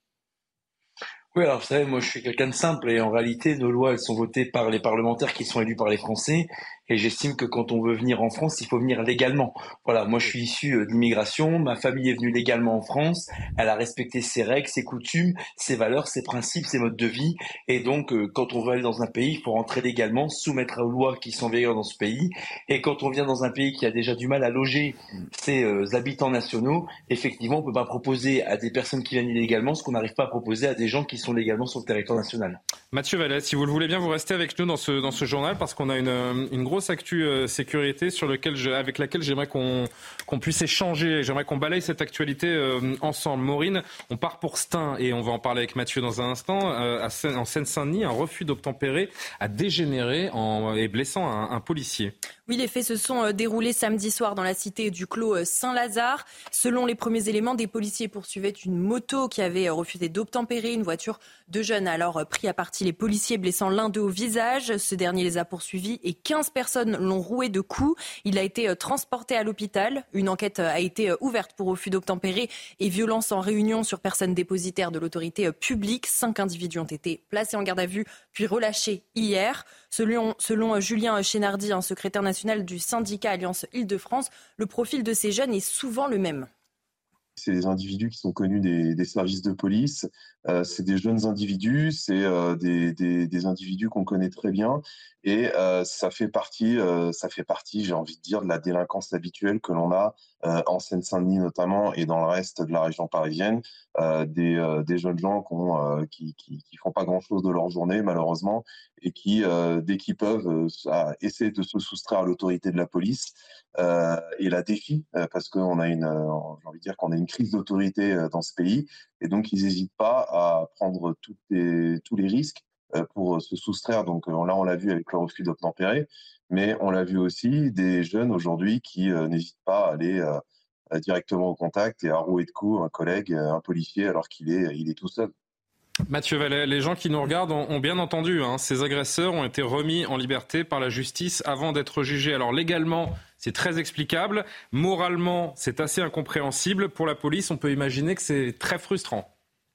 Oui, alors vous savez, moi je suis quelqu'un de simple et en réalité nos lois elles sont votées par les parlementaires qui sont élus par les Français et j'estime que quand on veut venir en France, il faut venir légalement. Voilà, moi je suis issu de l'immigration, ma famille est venue légalement en France, elle a respecté ses règles, ses coutumes, ses valeurs, ses principes, ses modes de vie et donc quand on veut aller dans un pays, il faut rentrer légalement, soumettre aux lois qui sont en vigueur dans ce pays et quand on vient dans un pays qui a déjà du mal à loger ses euh, habitants nationaux, effectivement on ne peut pas proposer à des personnes qui viennent illégalement ce qu'on n'arrive pas à proposer à des gens qui sont légalement sur le territoire national. Mathieu Vallet, si vous le voulez bien, vous restez avec nous dans ce, dans ce journal parce qu'on a une, une grosse actu euh, sécurité sur lequel je, avec laquelle j'aimerais qu'on, qu'on puisse échanger. J'aimerais qu'on balaye cette actualité euh, ensemble. Maureen, on part pour Stein et on va en parler avec Mathieu dans un instant. Euh, à Seine, en Seine-Saint-Denis, un refus d'obtempérer a dégénéré en, et blessant un, un policier. Oui, les faits se sont déroulés samedi soir dans la cité du Clos Saint-Lazare. Selon les premiers éléments, des policiers poursuivaient une moto qui avait refusé d'obtempérer. Une voiture de jeunes a alors pris à partie les policiers, blessant l'un d'eux au visage. Ce dernier les a poursuivis et quinze personnes l'ont roué de coups. Il a été transporté à l'hôpital. Une enquête a été ouverte pour refus d'obtempérer et violence en réunion sur personne dépositaire de l'autorité publique. Cinq individus ont été placés en garde à vue puis relâchés hier. Selon, selon Julien Chénardi, un secrétaire national du syndicat Alliance Île-de-France, le profil de ces jeunes est souvent le même. C'est des individus qui sont connus des, des services de police, euh, c'est des jeunes individus, c'est euh, des, des, des individus qu'on connaît très bien et euh, ça fait partie, euh, ça fait partie, j'ai envie de dire, de la délinquance habituelle que l'on a euh, en Seine-Saint-Denis notamment et dans le reste de la région parisienne, euh, des, euh, des jeunes gens qui, ont, euh, qui, qui, qui font pas grand-chose de leur journée malheureusement et qui, euh, dès qu'ils peuvent, euh, essaient de se soustraire à l'autorité de la police. Euh, et la défie euh, parce qu'on a une, euh, j'ai envie de dire qu'on a une crise d'autorité euh, dans ce pays et donc ils n'hésitent pas à prendre toutes les, tous les risques euh, pour se soustraire. Donc euh, là on l'a vu avec le refus d'obtempérer, mais on l'a vu aussi des jeunes aujourd'hui qui euh, n'hésitent pas à aller euh, directement au contact et à rouer de coups un collègue, un policier alors qu'il est, il est tout seul. Mathieu Vallet, les gens qui nous regardent ont, ont bien entendu, hein, ces agresseurs ont été remis en liberté par la justice avant d'être jugés. Alors légalement, c'est très explicable. Moralement, c'est assez incompréhensible. Pour la police, on peut imaginer que c'est très frustrant.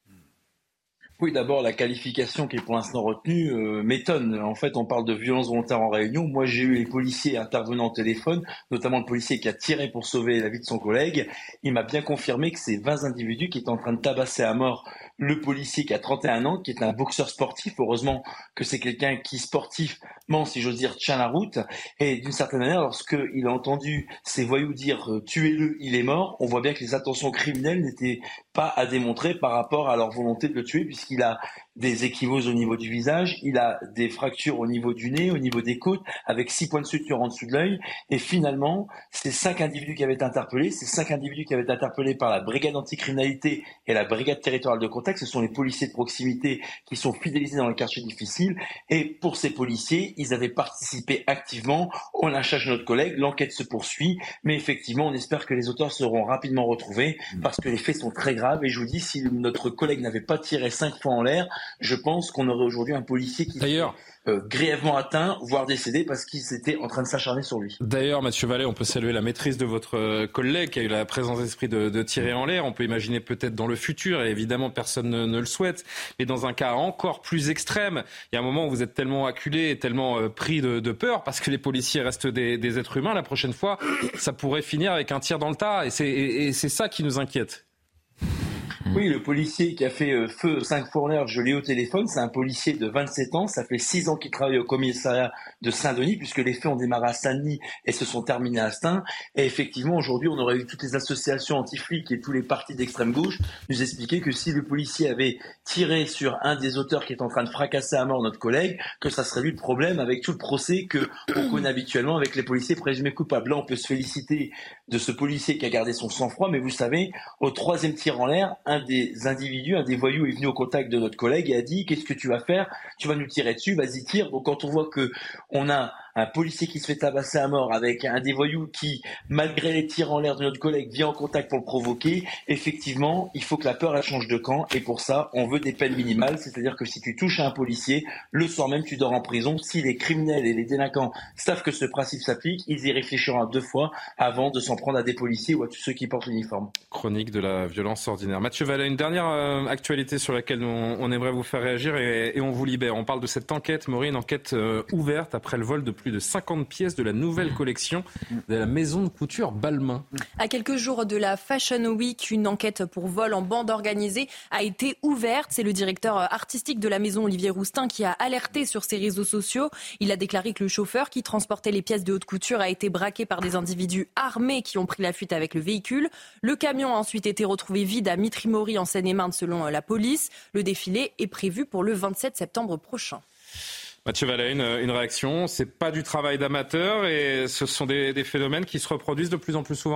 Oui, d'abord, la qualification qui est pour l'instant retenue euh, m'étonne. En fait, on parle de violence volontaire en réunion. Moi, j'ai eu les policiers intervenant au téléphone, notamment le policier qui a tiré pour sauver la vie de son collègue. Il m'a bien confirmé que c'est vingt individus qui étaient en train de tabasser à mort le policier qui a trente et un ans, qui est un boxeur sportif. Heureusement que c'est quelqu'un qui, sportivement, si j'ose dire, tient la route. Et d'une certaine manière, lorsqu'il a entendu ces voyous dire euh, « tuez-le, il est mort », on voit bien que les intentions criminelles n'étaient pas à démontrer par rapport à leur volonté de le tuer, puisqu'il a des échymoses au niveau du visage, il a des fractures au niveau du nez, au niveau des côtes, avec six points de suture en dessous de l'œil. Et finalement, ces cinq individus qui avaient été interpellés, ces cinq individus qui avaient été interpellés par la brigade anticriminalité et la brigade territoriale de contact, ce sont les policiers de proximité qui sont fidélisés dans les quartiers difficiles. Et pour ces policiers, ils avaient participé activement au lynchage de notre collègue. L'enquête se poursuit, mais effectivement, on espère que les auteurs seront rapidement retrouvés parce que les faits sont très graves. Et je vous dis, si notre collègue n'avait pas tiré cinq fois en l'air, je pense qu'on aurait aujourd'hui un policier qui D'ailleurs, euh, grièvement atteint, voire décédé parce qu'il s'était en train de s'acharner sur lui. D'ailleurs, Mathieu Vallet, on peut saluer la maîtrise de votre collègue qui a eu la présence d'esprit de, de tirer en l'air. On peut imaginer peut-être dans le futur, et évidemment personne ne, ne le souhaite, mais dans un cas encore plus extrême, il y a un moment où vous êtes tellement acculé et tellement euh, pris de, de peur parce que les policiers restent des, des êtres humains. La prochaine fois, ça pourrait finir avec un tir dans le tas et c'est, et, et c'est ça qui nous inquiète. Oui, le policier qui a fait euh, feu cinq fois en l'air, je l'ai au téléphone, c'est un policier de vingt-sept ans, ça fait six ans qu'il travaille au commissariat de Saint-Denis, puisque les faits ont démarré à Saint-Denis et se sont terminés à Stein. Et effectivement, aujourd'hui, on aurait eu toutes les associations anti-flics et tous les partis d'extrême gauche nous expliquer que si le policier avait tiré sur un des auteurs qui est en train de fracasser à mort notre collègue, que ça serait lui le problème avec tout le procès que on connaît habituellement avec les policiers présumés coupables. Là, on peut se féliciter de ce policier qui a gardé son sang-froid, mais vous savez, au troisième tir en l'air, un des individus, un des voyous est venu au contact de notre collègue et a dit « Qu'est-ce que tu vas faire ? Tu vas nous tirer dessus, vas-y tire ». Donc quand on voit que on a un policier qui se fait tabasser à mort avec un des voyous qui, malgré les tirs en l'air de notre collègue, vient en contact pour le provoquer, effectivement, il faut que la peur elle change de camp et pour ça, on veut des peines minimales, c'est-à-dire que si tu touches à un policier, le soir même tu dors en prison. Si les criminels et les délinquants savent que ce principe s'applique, ils y réfléchiront à deux fois avant de s'en prendre à des policiers ou à tous ceux qui portent l'uniforme. Chronique de la violence ordinaire. Mathieu Vallet, une dernière euh, actualité sur laquelle on, on aimerait vous faire réagir et, et on vous libère. On parle de cette enquête, Maureen, une enquête euh, ouverte après le vol de plus de cinquante pièces de la nouvelle collection de la maison de couture Balmain. À quelques jours de la Fashion Week, une enquête pour vol en bande organisée a été ouverte. C'est le directeur artistique de la maison, Olivier Roustin, qui a alerté sur ses réseaux sociaux. Il a déclaré que le chauffeur qui transportait les pièces de haute couture a été braqué par des individus armés qui ont pris la fuite avec le véhicule. Le camion a ensuite été retrouvé vide à Mitry-Mory en Seine-et-Marne selon la police. Le défilé est prévu pour le vingt-sept septembre prochain. Mathieu Vallet, une, une réaction, c'est pas du travail d'amateur et ce sont des, des phénomènes qui se reproduisent de plus en plus souvent ?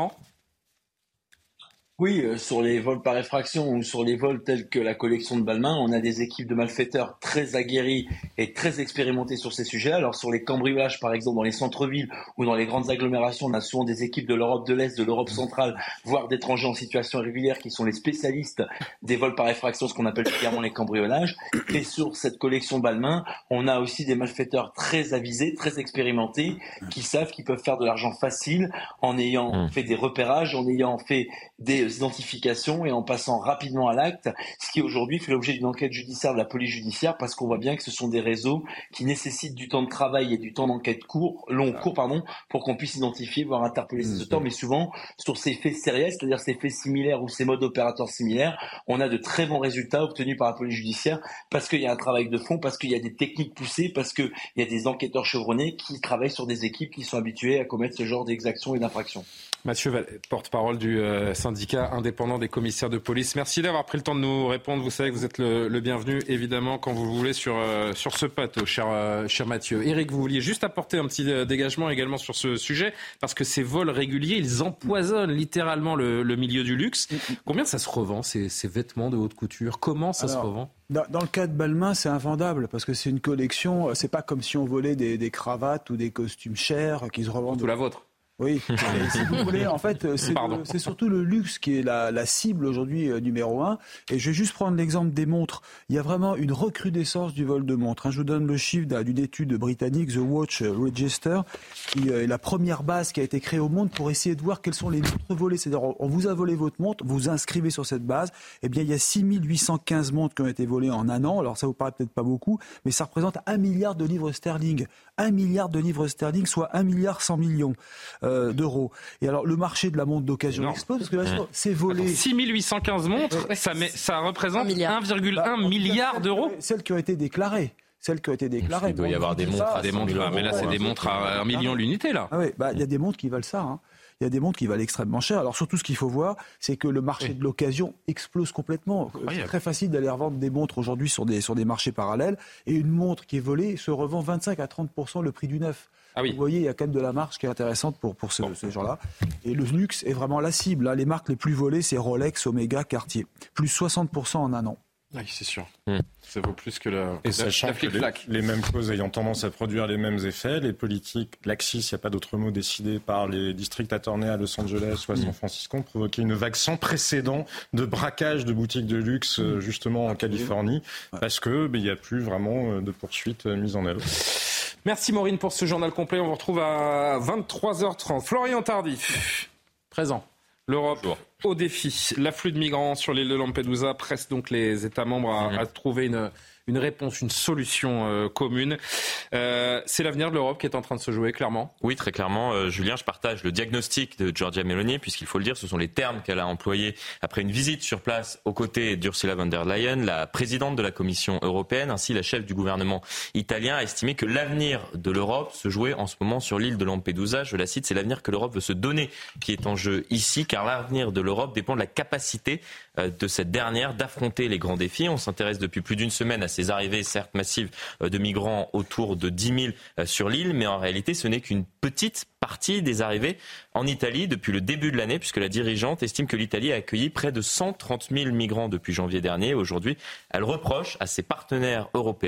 Oui, euh, sur les vols par effraction ou sur les vols tels que la collection de Balmain, on a des équipes de malfaiteurs très aguerries et très expérimentées sur ces sujets. Alors sur les cambriolages, par exemple, dans les centres-villes ou dans les grandes agglomérations, on a souvent des équipes de l'Europe de l'Est, de l'Europe centrale, voire d'étrangers en situation irrégulière qui sont les spécialistes des vols par effraction, ce qu'on appelle clairement les cambriolages. Et sur cette collection Balmain, on a aussi des malfaiteurs très avisés, très expérimentés, qui savent qu'ils peuvent faire de l'argent facile en ayant fait des repérages, en ayant fait des identifications et en passant rapidement à l'acte, ce qui aujourd'hui fait l'objet d'une enquête judiciaire de la police judiciaire parce qu'on voit bien que ce sont des réseaux qui nécessitent du temps de travail et du temps d'enquête court, long, court pardon, pour qu'on puisse identifier, voire interpeller ces auteurs. Mais souvent, sur ces faits sériels, c'est-à-dire ces faits similaires ou ces modes opérateurs similaires, on a de très bons résultats obtenus par la police judiciaire parce qu'il y a un travail de fond, parce qu'il y a des techniques poussées, parce qu'il y a des enquêteurs chevronnés qui travaillent sur des équipes qui sont habituées à commettre ce genre d'exactions et d'infractions. Mathieu Vallet, porte-parole du euh, syndicat indépendant des commissaires de police. Merci d'avoir pris le temps de nous répondre. Vous savez que vous êtes le, le bienvenu, évidemment, quand vous voulez sur, euh, sur ce plateau, cher, euh, cher Mathieu. Éric, vous vouliez juste apporter un petit euh, dégagement également sur ce sujet, parce que ces vols réguliers, ils empoisonnent littéralement le, le milieu du luxe. Combien ça se revend, ces, ces vêtements de haute couture ? Comment ça Alors, se revend ? Dans, dans le cas de Balmain, c'est invendable, parce que c'est une collection, c'est pas comme si on volait des, des cravates ou des costumes chers qui se revendent. Tout la vôtre. Oui, si vous voulez, en fait, c'est, le, c'est surtout le luxe qui est la, la cible aujourd'hui euh, numéro un. Et je vais juste prendre l'exemple des montres. Il y a vraiment une recrudescence du vol de montres. Hein. Je vous donne le chiffre d'une étude britannique, The Watch Register, qui est la première base qui a été créée au monde pour essayer de voir quelles sont les montres volées. C'est-à-dire, on vous a volé votre montre, vous inscrivez sur cette base. Eh bien, il y a six mille huit cent quinze montres qui ont été volées en un an. Alors, ça vous paraît peut-être pas beaucoup, mais ça représente un milliard de livres sterling. Un milliard de livres sterling, soit un milliard cent millions. Euh, d'euros. Et alors, le marché de la montre d'occasion explose parce que là, mmh. c'est volé. six mille huit cent quinze montres, ouais. ça, met, ça représente un virgule un bah, milliard d'euros. Celles qui ont été déclarées. Celles qui ont été déclarées. Il doit y avoir des montres à des montres là, mais là, c'est des montres à un million l'unité, là. Ah oui, bah, il y a des montres qui valent ça, hein. Il y a des montres qui valent extrêmement cher. Alors surtout, ce qu'il faut voir, c'est que le marché oui. de l'occasion explose complètement. Incroyable. C'est très facile d'aller revendre des montres aujourd'hui sur des, sur des marchés parallèles. Et une montre qui est volée se revend vingt-cinq à trente pour cent le prix du neuf. Ah oui. Vous voyez, il y a quand même de la marge qui est intéressante pour, pour ce, bon. ces gens-là. Et le luxe est vraiment la cible. Là, les marques les plus volées, c'est Rolex, Omega, Cartier. Plus soixante pour cent en un an. Oui, c'est sûr. Mmh. Ça vaut plus que la. Et sachant que les, les mêmes causes ayant tendance à produire les mêmes effets, les politiques laxistes, il n'y a pas d'autre mot, décidés par les district attorneys à Los Angeles ou à San Francisco, ont provoqué une vague sans précédent de braquage de boutiques de luxe, justement en Californie, parce que il n'y a plus vraiment de poursuites mises en œuvre. Merci Maureen pour ce journal complet. On vous retrouve à vingt-trois heures trente. Florian Tardif, présent. L'Europe Bonjour. Au défi. L'afflux de migrants sur l'île de Lampedusa presse donc les États membres à, mmh. à trouver une, une réponse, une solution euh, commune. Euh, c'est l'avenir de l'Europe qui est en train de se jouer, clairement. Oui, très clairement. Euh, Julien, je partage le diagnostic de Giorgia Meloni, puisqu'il faut le dire, ce sont les termes qu'elle a employés après une visite sur place aux côtés d'Ursula von der Leyen, la présidente de la Commission européenne. Ainsi, la chef du gouvernement italien a estimé que l'avenir de l'Europe se jouait en ce moment sur l'île de Lampedusa. Je la cite, c'est l'avenir que l'Europe veut se donner qui est en jeu ici, car l'avenir de l'Europe dépend de la capacité de cette dernière d'affronter les grands défis. On s'intéresse depuis plus d'une semaine à ces arrivées, certes massives, de migrants, autour de dix mille sur l'île, mais en réalité, ce n'est qu'une petite partie des arrivées en Italie depuis le début de l'année, puisque la dirigeante estime que l'Italie a accueilli près de cent trente mille migrants depuis janvier dernier. Aujourd'hui, elle reproche à ses partenaires européens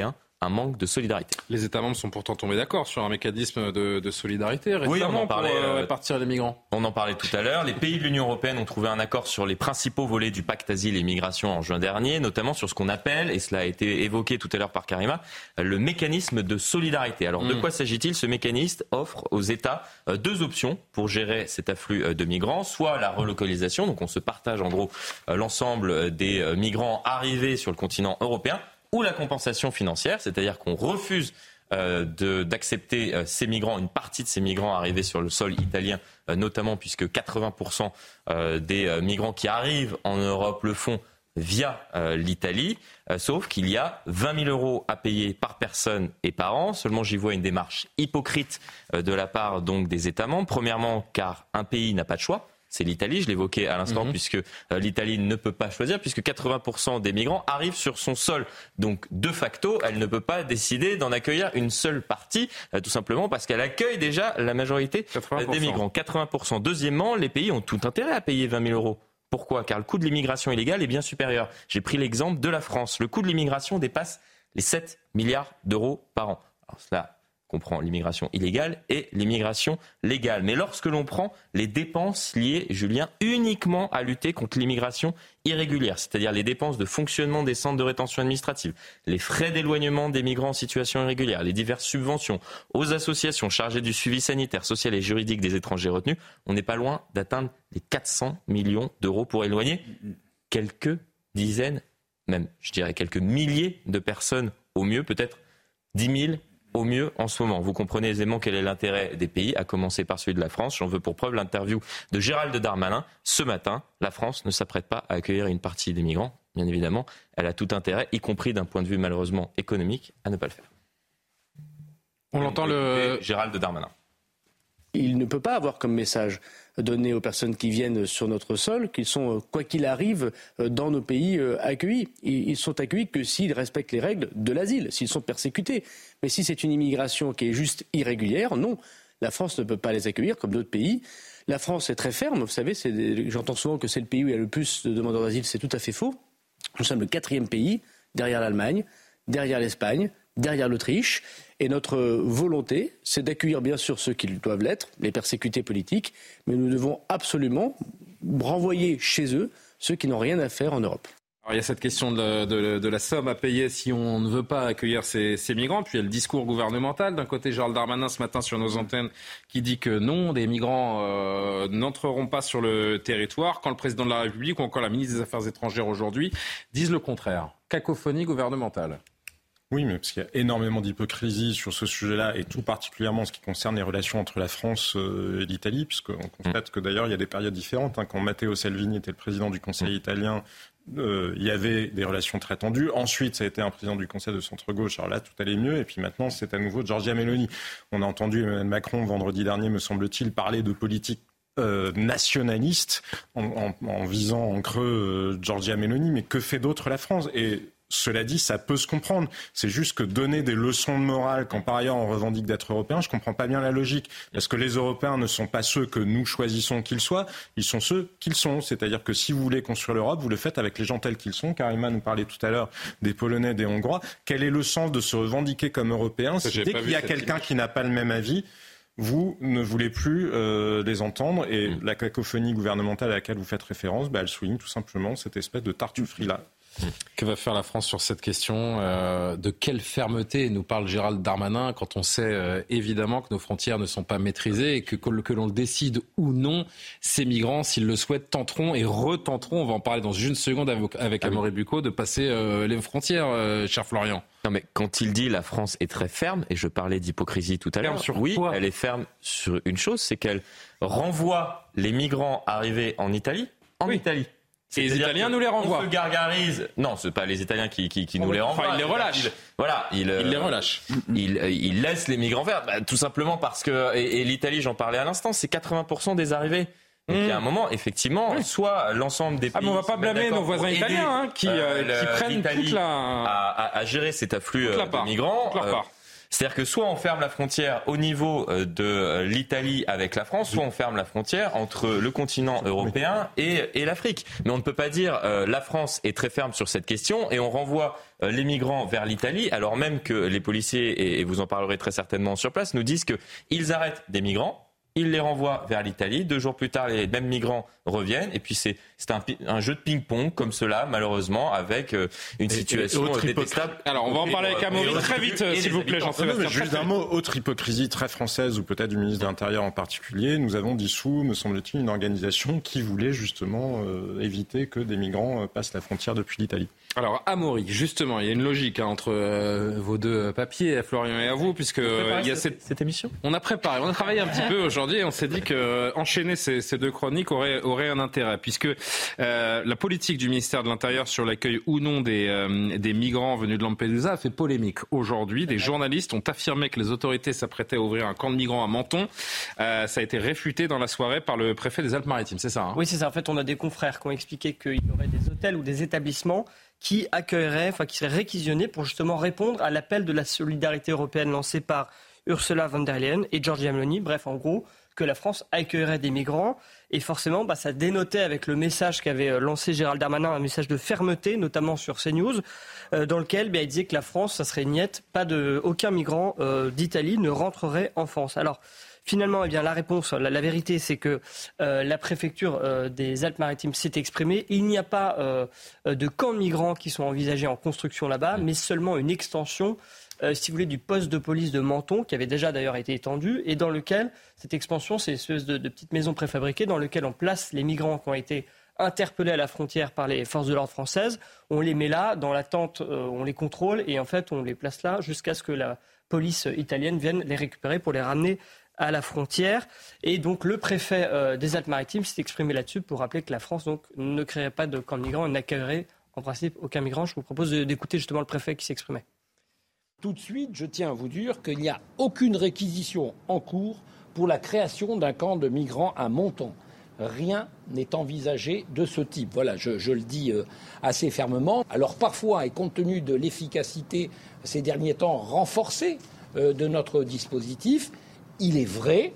un manque de solidarité. Les États membres sont pourtant tombés d'accord sur un mécanisme de, de solidarité récemment oui, on en parlait, pour euh, répartir les migrants. On en parlait tout à l'heure. Les pays de l'Union européenne ont trouvé un accord sur les principaux volets du pacte asile et migration en juin dernier, notamment sur ce qu'on appelle, et cela a été évoqué tout à l'heure par Karima, le mécanisme de solidarité. Alors mmh. de quoi s'agit-il ? Ce mécanisme offre aux États euh, deux options pour gérer cet afflux euh, de migrants, soit la relocalisation, donc on se partage en gros euh, l'ensemble des euh, migrants arrivés sur le continent européen, ou la compensation financière, c'est-à-dire qu'on refuse euh, de, d'accepter euh, ces migrants, une partie de ces migrants arrivés sur le sol italien, euh, notamment puisque quatre-vingts pour cent euh, des euh, migrants qui arrivent en Europe le font via euh, l'Italie, euh, sauf qu'il y a vingt mille euros à payer par personne et par an. Seulement, j'y vois une démarche hypocrite euh, de la part donc des États membres. Premièrement, car un pays n'a pas de choix. C'est l'Italie, je l'évoquais à l'instant, mmh. puisque euh, l'Italie ne peut pas choisir, puisque quatre-vingts pour cent des migrants arrivent sur son sol. Donc, de facto, elle ne peut pas décider d'en accueillir une seule partie, euh, tout simplement parce qu'elle accueille déjà la majorité euh, des migrants. quatre-vingts pour cent. Deuxièmement, les pays ont tout intérêt à payer vingt mille euros. Pourquoi ? Car le coût de l'immigration illégale est bien supérieur. J'ai pris l'exemple de la France. Le coût de l'immigration dépasse les sept milliards d'euros par an. Alors cela comprend l'immigration illégale et l'immigration légale. Mais lorsque l'on prend les dépenses liées, Julien, uniquement à lutter contre l'immigration irrégulière, c'est-à-dire les dépenses de fonctionnement des centres de rétention administrative, les frais d'éloignement des migrants en situation irrégulière, les diverses subventions aux associations chargées du suivi sanitaire, social et juridique des étrangers retenus, on n'est pas loin d'atteindre les quatre cents millions d'euros pour éloigner quelques dizaines, même je dirais quelques milliers de personnes au mieux, peut-être dix mille au mieux en ce moment. Vous comprenez aisément quel est l'intérêt des pays, à commencer par celui de la France. J'en veux pour preuve l'interview de Gérald Darmanin. Ce matin, la France ne s'apprête pas à accueillir une partie des migrants. Bien évidemment, elle a tout intérêt, y compris d'un point de vue malheureusement économique, à ne pas le faire. On l'entend le... Gérald Darmanin. Il ne peut pas avoir comme message donné aux personnes qui viennent sur notre sol qu'ils sont, quoi qu'il arrive, dans nos pays accueillis. Ils sont accueillis que s'ils respectent les règles de l'asile, s'ils sont persécutés. Mais si c'est une immigration qui est juste irrégulière, non. La France ne peut pas les accueillir comme d'autres pays. La France est très ferme. Vous savez, c'est des... j'entends souvent que c'est le pays où il y a le plus de demandeurs d'asile. C'est tout à fait faux. Nous sommes le quatrième pays, derrière l'Allemagne, derrière l'Espagne, derrière l'Autriche. Et notre volonté, c'est d'accueillir bien sûr ceux qui doivent l'être, les persécutés politiques, mais nous devons absolument renvoyer chez eux ceux qui n'ont rien à faire en Europe. Alors, il y a cette question de la, de, de la somme à payer si on ne veut pas accueillir ces, ces migrants. Puis il y a le discours gouvernemental. D'un côté, Gérald Darmanin ce matin sur nos antennes qui dit que non, des migrants euh, n'entreront pas sur le territoire, quand le président de la République ou encore la ministre des Affaires étrangères aujourd'hui disent le contraire. Cacophonie gouvernementale. Oui, mais parce qu'il y a énormément d'hypocrisie sur ce sujet-là, et tout particulièrement en ce qui concerne les relations entre la France et l'Italie, puisqu'on constate que d'ailleurs il y a des périodes différentes. Hein. Quand Matteo Salvini était le président du Conseil italien, euh, il y avait des relations très tendues. Ensuite, ça a été un président du Conseil de centre-gauche. Alors là, tout allait mieux. Et puis maintenant, c'est à nouveau Giorgia Meloni. On a entendu Emmanuel Macron vendredi dernier, me semble-t-il, parler de politique Euh, nationaliste en, en, en visant en creux euh, Giorgia Meloni, mais que fait d'autre la France ? Et cela dit, ça peut se comprendre. C'est juste que donner des leçons de morale quand par ailleurs on revendique d'être européen, je comprends pas bien la logique. Parce que les Européens ne sont pas ceux que nous choisissons qu'ils soient, ils sont ceux qu'ils sont. C'est-à-dire que si vous voulez construire l'Europe, vous le faites avec les gens tels qu'ils sont. Karima nous parlait tout à l'heure des Polonais, des Hongrois. Quel est le sens de se revendiquer comme Européen si dès qu'il y a quelqu'un qui n'a pas le même avis, vous ne voulez plus euh, les entendre, et mmh. la cacophonie gouvernementale à laquelle vous faites référence, bah, elle souligne tout simplement cette espèce de tartufferie-là. Que va faire la France sur cette question ? euh, De quelle fermeté nous parle Gérald Darmanin quand on sait euh, évidemment que nos frontières ne sont pas maîtrisées et que, que, que l'on le décide ou non, ces migrants, s'ils le souhaitent, tenteront et retenteront, on va en parler dans une seconde avec, avec ah Amaury oui. Bucco, de passer euh, les frontières, euh, cher Florian. Non mais quand il dit la France est très ferme, et je parlais d'hypocrisie tout à l'heure, oui, quoi elle est ferme sur une chose, c'est qu'elle renvoie les migrants arrivés en Italie, en oui. Italie. Et les Italiens nous les renvoient. On se gargarise. Non, c'est pas les Italiens qui, qui, qui nous les renvoient. Enfin, ils les relâchent. Il, voilà, ils, ils les relâchent. Ils, ils laissent les migrants faire. Bah, tout simplement parce que, et, et l'Italie, j'en parlais à l'instant, c'est quatre-vingts pour cent des arrivées. Donc, mmh. il y a un moment, effectivement, oui. soit l'ensemble des pays... Ah, mais on va pas blâmer nos voisins italiens, hein, qui, euh, qui prennent toute la... À, à, à gérer cet afflux de migrants. Toute la part. C'est-à-dire que soit on ferme la frontière au niveau de l'Italie avec la France, soit on ferme la frontière entre le continent européen et, et l'Afrique. Mais on ne peut pas dire euh, la France est très ferme sur cette question et on renvoie euh, les migrants vers l'Italie, alors même que les policiers, et, et vous en parlerez très certainement sur place, nous disent qu'ils arrêtent des migrants. Ils les renvoient vers l'Italie. Deux jours plus tard, les mêmes migrants reviennent. Et puis, c'est, c'est un, un jeu de ping-pong comme cela, malheureusement, avec euh, une et, situation et détestable. Alors, on va en parler avec Amaury très vite, s'il vous plaît, Jean-Sébastien. Juste un mot, autre hypocrisie très française, ou peut-être du ministre de l'Intérieur en particulier. Nous avons dissous, me semble-t-il, une organisation qui voulait justement euh, éviter que des migrants euh, passent la frontière depuis l'Italie. Alors, Amaury, justement, il y a une logique hein, entre euh, vos deux papiers, Florian et à vous, puisque euh, il y a cette... cette émission. On a préparé, on a travaillé un petit peu aujourd'hui. On s'est dit que euh, enchaîner ces, ces deux chroniques aurait, aurait un intérêt, puisque euh, la politique du ministère de l'Intérieur sur l'accueil ou non des, euh, des migrants venus de Lampedusa a fait polémique. Aujourd'hui, des journalistes ont affirmé que les autorités s'apprêtaient à ouvrir un camp de migrants à Menton. Euh, ça a été réfuté dans la soirée par le préfet des Alpes-Maritimes, c'est ça hein? Oui, c'est ça. En fait, on a des confrères qui ont expliqué qu'il y aurait des hôtels ou des établissements qui accueilleraient, enfin qui seraient réquisitionnés pour justement répondre à l'appel de la solidarité européenne lancé par Ursula von der Leyen et Giorgia Meloni. Bref, en gros, que la France accueillerait des migrants. Et forcément, bah, ça dénotait avec le message qu'avait lancé Gérald Darmanin, un message de fermeté, notamment sur CNews, euh, dans lequel bah, il disait que la France, ça serait niette, pas de, aucun migrant euh, d'Italie ne rentrerait en France. Alors, finalement, eh bien, la réponse, la, la vérité, c'est que euh, la préfecture euh, des Alpes-Maritimes s'est exprimée. Il n'y a pas euh, de camps de migrants qui sont envisagés en construction là-bas, mais seulement une extension Euh, si vous voulez, du poste de police de Menton, qui avait déjà d'ailleurs été étendu, et dans lequel, cette expansion, c'est une espèce de, de petite maison préfabriquée dans lequel on place les migrants qui ont été interpellés à la frontière par les forces de l'ordre françaises. On les met là, dans la tente, euh, on les contrôle, et en fait, on les place là jusqu'à ce que la police italienne vienne les récupérer pour les ramener à la frontière. Et donc, le préfet euh, des Alpes-Maritimes s'est exprimé là-dessus pour rappeler que la France donc, ne créerait pas de camp de migrants et n'accueillerait en principe aucun migrant. Je vous propose de, d'écouter justement le préfet qui s'exprimait. Tout de suite, je tiens à vous dire qu'il n'y a aucune réquisition en cours pour la création d'un camp de migrants à Menton. Rien n'est envisagé de ce type. Voilà, je, je le dis euh, assez fermement. Alors parfois, et compte tenu de l'efficacité ces derniers temps renforcée euh, de notre dispositif, il est vrai,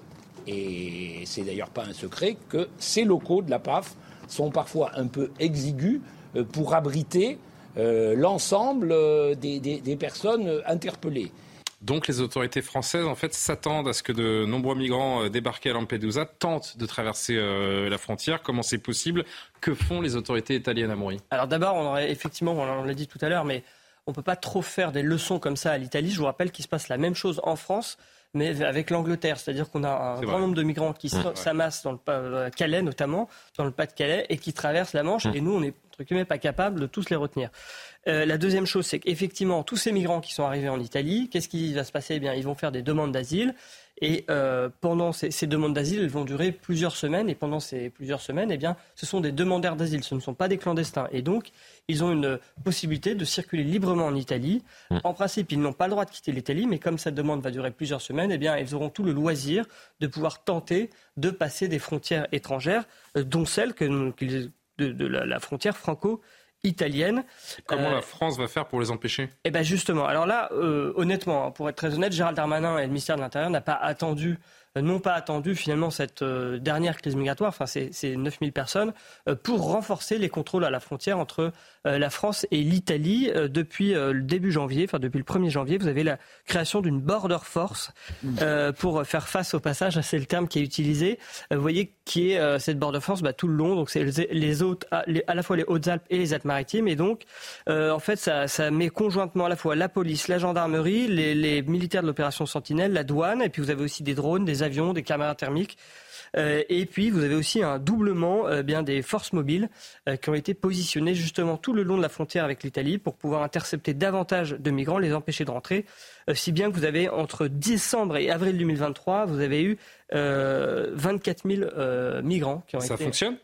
et c'est d'ailleurs pas un secret, que ces locaux de la P A F sont parfois un peu exigus euh, pour abriter Euh, l'ensemble euh, des, des, des personnes interpellées. Donc les autorités françaises en fait s'attendent à ce que de nombreux migrants euh, débarqués à Lampedusa tentent de traverser euh, la frontière. Comment c'est possible? Que font les autorités italiennes, Amaury? Alors d'abord, on aurait effectivement, on l'a dit tout à l'heure, mais on ne peut pas trop faire des leçons comme ça à l'Italie. Je vous rappelle qu'il se passe la même chose en France, mais avec l'Angleterre. C'est-à-dire qu'on a un c'est grand vrai. nombre de migrants qui mmh, s'amassent dans le euh, Calais notamment, dans le Pas-de-Calais, et qui traversent la Manche, mmh. et nous on est pas capable de tous les retenir. Euh, la deuxième chose, c'est qu'effectivement, tous ces migrants qui sont arrivés en Italie, qu'est-ce qui va se passer? Eh bien, ils vont faire des demandes d'asile. Et euh, pendant ces, ces demandes d'asile, elles vont durer plusieurs semaines. Et pendant ces plusieurs semaines, eh bien, ce sont des demandeurs d'asile. Ce ne sont pas des clandestins. Et donc, ils ont une possibilité de circuler librement en Italie. Mmh. En principe, ils n'ont pas le droit de quitter l'Italie. Mais comme cette demande va durer plusieurs semaines, eh bien, ils auront tout le loisir de pouvoir tenter de passer des frontières étrangères, euh, dont celles que, qu'ils De, de la, la frontière franco-italienne. Comment euh, la France va faire pour les empêcher? Eh bien justement, alors là, euh, honnêtement, pour être très honnête, Gérald Darmanin et le ministère de l'Intérieur n'ont pas attendu, euh, n'ont pas attendu finalement cette euh, dernière crise migratoire, enfin ces, ces neuf mille personnes, euh, pour renforcer les contrôles à la frontière entre euh, la France et l'Italie. Euh, depuis euh, le début janvier, enfin depuis le premier janvier, vous avez la création d'une border force euh, pour faire face au passage, c'est le terme qui est utilisé. Euh, vous voyez qui est euh, cette border force bah, tout le long, donc c'est les, les hautes, à, les, à la fois les Hautes-Alpes et les Alpes-Maritimes, et donc euh, en fait ça, ça met conjointement à la fois la police, la gendarmerie, les, les militaires de l'opération Sentinelle, la douane, et puis vous avez aussi des drones, des avions, des caméras thermiques. Euh, et puis vous avez aussi un doublement euh, bien des forces mobiles euh, qui ont été positionnées justement tout le long de la frontière avec l'Italie pour pouvoir intercepter davantage de migrants, les empêcher de rentrer. Euh, si bien que vous avez entre décembre et avril deux mille vingt-trois, vous avez eu euh, vingt-quatre mille euh, migrants qui ont Ça été... Ça fonctionne?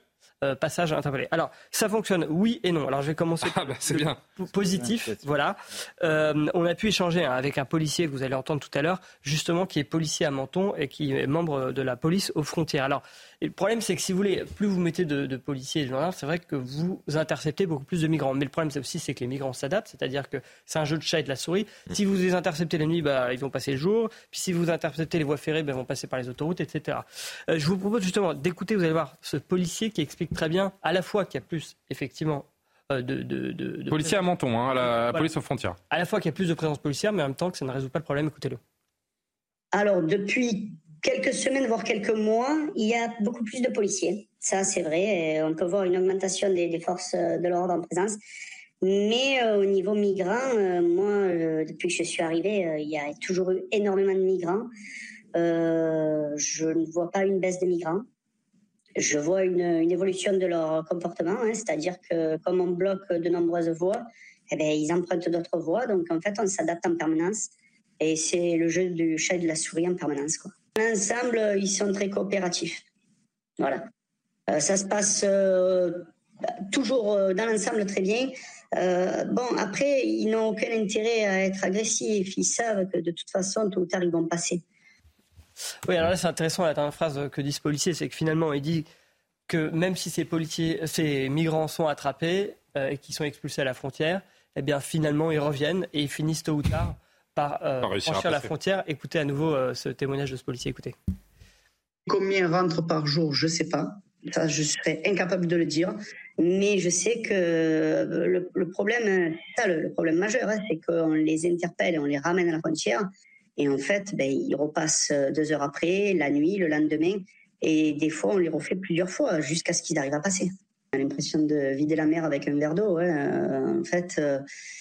euh, passages interpellés. Alors, ça fonctionne, oui et non. Alors, je vais commencer ah bah, c'est bien. positif. Bien, voilà. Euh, on a pu échanger hein, avec un policier que vous allez entendre tout à l'heure, justement, qui est policier à Menton et qui est membre de la police aux frontières. Alors, le problème, c'est que si vous voulez, plus vous mettez de, de policiers et de gendarmes, c'est vrai que vous interceptez beaucoup plus de migrants. Mais le problème, c'est aussi c'est que les migrants s'adaptent, c'est-à-dire que c'est un jeu de chat et de la souris. Si vous les interceptez la nuit, bah, ils vont passer le jour. Puis si vous interceptez les voies ferrées, bah, ils vont passer par les autoroutes, et cetera. Euh, je vous propose justement d'écouter, vous allez voir, ce policier qui explique très bien, à la fois qu'il y a plus, effectivement, euh, de, de, de, de... Policier à Menton, hein, à la voilà. police aux frontières. À la fois qu'il y a plus de présence policière, mais en même temps que ça ne résout pas le problème. Écoutez-le. Alors, depuis quelques semaines, voire quelques mois, il y a beaucoup plus de policiers. Ça, c'est vrai. On peut voir une augmentation des, des forces de l'ordre en présence. Mais euh, au niveau migrants, euh, moi, euh, depuis que je suis arrivée, euh, il y a toujours eu énormément de migrants. Euh, je ne vois pas une baisse des migrants. Je vois une, une évolution de leur comportement. Hein, c'est-à-dire que comme on bloque de nombreuses voies, eh bien, ils empruntent d'autres voies. Donc, en fait, on s'adapte en permanence. Et c'est le jeu du chat et de la souris en permanence, quoi. Ensemble, ils sont très coopératifs. Voilà. Euh, ça se passe euh, toujours euh, dans l'ensemble très bien. Euh, bon, après, ils n'ont aucun intérêt à être agressifs. Ils savent que de toute façon, tôt ou tard, ils vont passer. Oui, alors là, c'est intéressant, la dernière phrase que dit ce policier, c'est que finalement, il dit que même si ces, policiers, ces migrants sont attrapés euh, et qu'ils sont expulsés à la frontière, eh bien, finalement, ils reviennent et ils finissent tôt ou tard par euh, franchir la frontière. Écoutez à nouveau euh, ce témoignage de ce policier. Écoutez. Combien rentrent par jour, je ne sais pas. Ça, je serais incapable de le dire. Mais je sais que le, le problème, ça, le, le problème majeur, hein, c'est qu'on les interpelle, on les ramène à la frontière. Et en fait, ben, ils repassent deux heures après, la nuit, le lendemain. Et des fois, on les refait plusieurs fois jusqu'à ce qu'ils arrivent à passer. On a l'impression de vider la mer avec un verre d'eau. Hein. En fait... Euh,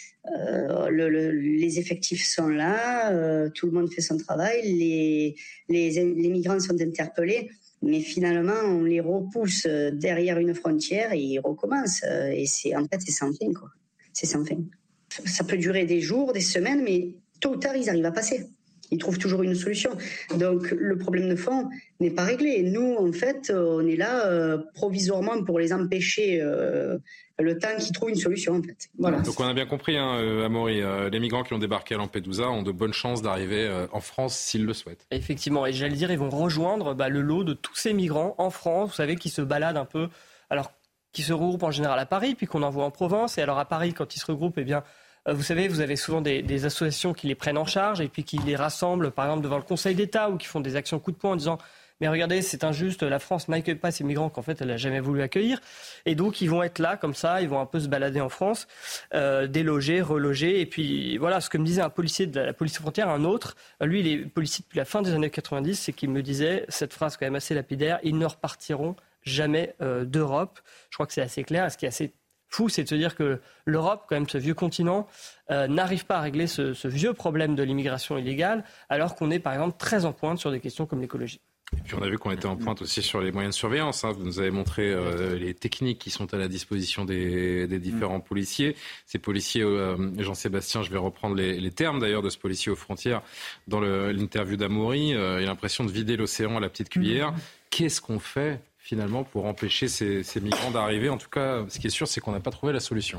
Euh, le, le, les effectifs sont là, euh, tout le monde fait son travail, les, les, les migrants sont interpellés, mais finalement on les repousse derrière une frontière et ils recommencent. Et c'est, en fait c'est sans fin, quoi. C'est sans fin. Ça peut durer des jours, des semaines, mais tôt ou tard ils arrivent à passer. Ils trouvent toujours une solution. Donc le problème de fond n'est pas réglé. Nous, en fait, on est là euh, provisoirement pour les empêcher euh, le temps qu'ils trouvent une solution, en fait. Voilà. Donc on a bien compris, hein, Amaury, euh, les migrants qui ont débarqué à Lampedusa ont de bonnes chances d'arriver euh, en France s'ils le souhaitent. Effectivement, et j'allais dire, ils vont rejoindre bah, le lot de tous ces migrants en France, vous savez, qui se baladent un peu, alors qui se regroupent en général à Paris, puis qu'on envoie en Provence. Et alors à Paris, quand ils se regroupent, eh bien... Vous savez, vous avez souvent des, des associations qui les prennent en charge et puis qui les rassemblent, par exemple, devant le Conseil d'État ou qui font des actions coup de poing en disant « Mais regardez, c'est injuste, la France n'accueille pas ces migrants qu'en fait, elle n'a jamais voulu accueillir. » Et donc, ils vont être là, comme ça, ils vont un peu se balader en France, euh, déloger, reloger. Et puis, voilà, ce que me disait un policier de la police aux frontières, un autre, lui, il est policier depuis la fin des années quatre-vingt-dix, c'est qu'il me disait cette phrase quand même assez lapidaire « Ils ne repartiront jamais euh, d'Europe. » Je crois que c'est assez clair. Ce qui est assez fou, c'est de se dire que l'Europe, quand même, ce vieux continent, euh, n'arrive pas à régler ce, ce vieux problème de l'immigration illégale, alors qu'on est, par exemple, très en pointe sur des questions comme l'écologie. Et puis on a vu qu'on était en pointe aussi sur les moyens de surveillance. Hein. Vous nous avez montré euh, les techniques qui sont à la disposition des, des différents policiers. Ces policiers, euh, Jean-Sébastien, je vais reprendre les, les termes d'ailleurs de ce policier aux frontières dans le, l'interview d'Amaury. Euh, il a l'impression de vider l'océan à la petite cuillère. Mmh. Qu'est-ce qu'on fait finalement pour empêcher ces, ces migrants d'arriver? En tout cas, ce qui est sûr, c'est qu'on n'a pas trouvé la solution.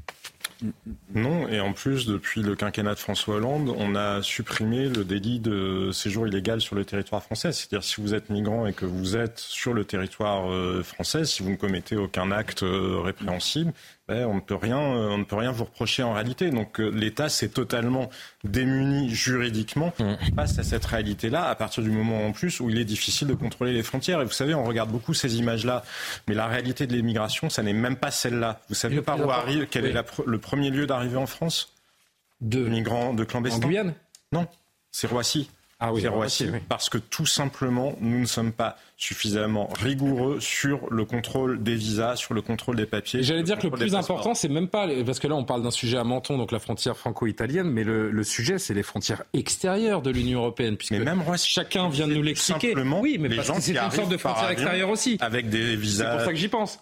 Non, et en plus, depuis le quinquennat de François Hollande, on a supprimé le délit de séjour illégal sur le territoire français. C'est-à-dire, si vous êtes migrant et que vous êtes sur le territoire français, si vous ne commettez aucun acte répréhensible, ben, on ne peut rien, on ne peut rien vous reprocher en réalité. Donc, l'État s'est totalement démuni juridiquement face à cette réalité-là, à partir du moment en plus où il est difficile de contrôler les frontières. Et vous savez, on regarde beaucoup ces images-là, mais la réalité de l'immigration, ça n'est même pas celle-là. Vous savez par où arrive, quel oui. est la, le premier lieu d'arrivée en France de migrants, de clandestins? En Guyane? Non, c'est Roissy. Ah oui, c'est Roissy, oui. Parce que tout simplement, nous ne sommes pas suffisamment rigoureux sur le contrôle des visas, sur le contrôle des papiers. J'allais dire que le plus important, c'est même pas, parce que là on parle d'un sujet à Menton, donc la frontière franco-italienne, mais le, le sujet, c'est les frontières extérieures de l'Union européenne, puisque mais même Roissy, chacun vient de nous l'expliquer. Simplement, oui, mais parce que c'est une sorte de frontière extérieure aussi. Avec des visas. C'est pour ça que j'y pense.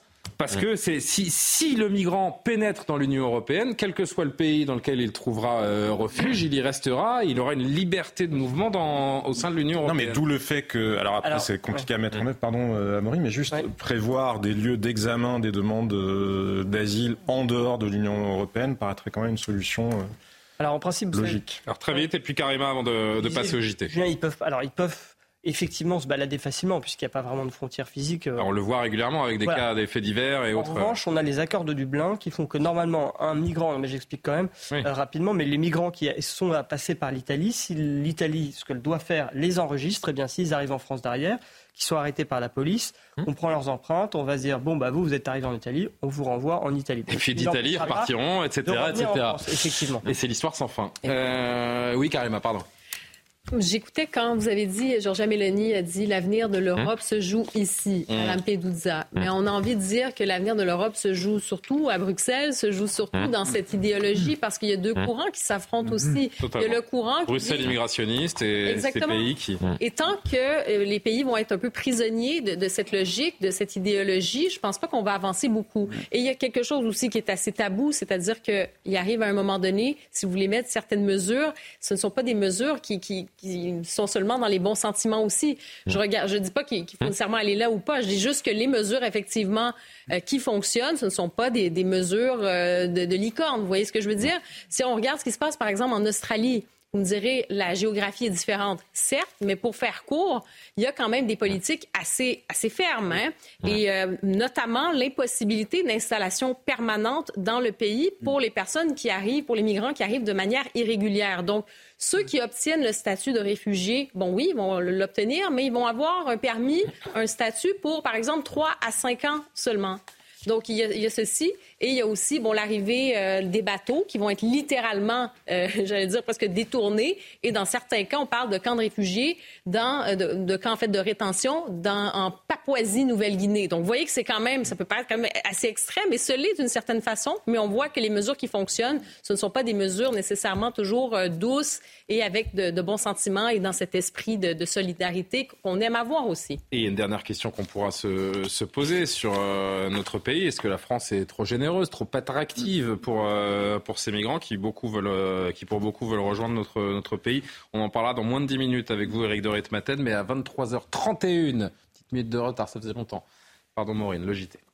parce que c'est, si, si le migrant pénètre dans l'Union européenne, quel que soit le pays dans lequel il trouvera euh, refuge, il y restera, il aura une liberté de mouvement dans, au sein de l'Union européenne. Non, mais d'où le fait que, alors après alors, c'est compliqué ouais. à mettre en œuvre, pardon euh, Amaury, mais juste ouais. prévoir des lieux d'examen des demandes euh, d'asile en dehors de l'Union européenne paraîtrait quand même une solution euh, alors, en principe, logique. Alors très vite, et puis Karima avant de, de passer au J T. Bien, ils peuvent, alors ils peuvent effectivement se balader facilement puisqu'il n'y a pas vraiment de frontières physiques. Alors, on le voit régulièrement avec des voilà. cas, des faits divers et en autres. En revanche, on a les accords de Dublin qui font que normalement un migrant, mais j'explique quand même oui. euh, rapidement, mais les migrants qui sont à passer par l'Italie, si l'Italie, ce qu'elle doit faire, les enregistre, et bien s'ils arrivent en France derrière, qui sont arrêtés par la police, hum. on prend leurs empreintes, on va se dire bon bah vous vous êtes arrivés en Italie, on vous renvoie en Italie. Et puis d'Italie repartiront, et cetera, et cetera. France, effectivement. Et c'est l'histoire sans fin. Euh, oui, Karima, pardon. J'écoutais quand vous avez dit, Giorgia Meloni a dit l'avenir de l'Europe mmh. se joue ici, mmh. à Lampedusa. Mmh. Mais on a envie de dire que l'avenir de l'Europe se joue surtout à Bruxelles, se joue surtout mmh. dans cette idéologie, parce qu'il y a deux mmh. courants qui s'affrontent mmh. aussi. Totalement. Il y a le courant Bruxelles dit... immigrationniste et Exactement. Ces pays qui... Et tant que les pays vont être un peu prisonniers de, de cette logique, de cette idéologie, je pense pas qu'on va avancer beaucoup. Et il y a quelque chose aussi qui est assez tabou, c'est-à-dire qu'il arrive à un moment donné, si vous voulez mettre certaines mesures, ce ne sont pas des mesures qui... qui qui sont seulement dans les bons sentiments aussi. Je regarde, je dis pas qu'il, qu'il faut nécessairement aller là ou pas. Je dis juste que les mesures, effectivement, euh, qui fonctionnent, ce ne sont pas des, des mesures euh, de, de licorne. Vous voyez ce que je veux dire? Si on regarde ce qui se passe, par exemple, en Australie, vous me direz, la géographie est différente, certes, mais pour faire court, il y a quand même des politiques assez, assez fermes, hein? Et euh, notamment l'impossibilité d'installation permanente dans le pays pour les personnes qui arrivent, pour les migrants qui arrivent de manière irrégulière. Donc, ceux qui obtiennent le statut de réfugié, bon oui, ils vont l'obtenir, mais ils vont avoir un permis, un statut pour, par exemple, trois à cinq ans seulement. Donc, il y a, il y a ceci. Et il y a aussi bon, l'arrivée euh, des bateaux qui vont être littéralement, euh, j'allais dire, presque détournés. Et dans certains cas, on parle de camps de réfugiés, dans, euh, de, de camps en, fait, de rétention dans, en Papouasie-Nouvelle-Guinée. Donc, vous voyez que c'est quand même, ça peut paraître quand même assez extrême, et ce l'est d'une certaine façon. Mais on voit que les mesures qui fonctionnent, ce ne sont pas des mesures nécessairement toujours euh, douces et avec de, de bons sentiments et dans cet esprit de, de solidarité qu'on aime avoir aussi. Et une dernière question qu'on pourra se, se poser sur euh, notre pays. Est-ce que la France est trop généreuse, trop attractive pour, euh, pour ces migrants qui, beaucoup veulent, euh, qui pour beaucoup veulent rejoindre notre, notre pays? On en parlera dans moins de dix minutes avec vous, Éric de Ritmaten, mais à vingt-trois heures trente et une, petite minute de retard, ça faisait longtemps. Pardon Maureen, le J T.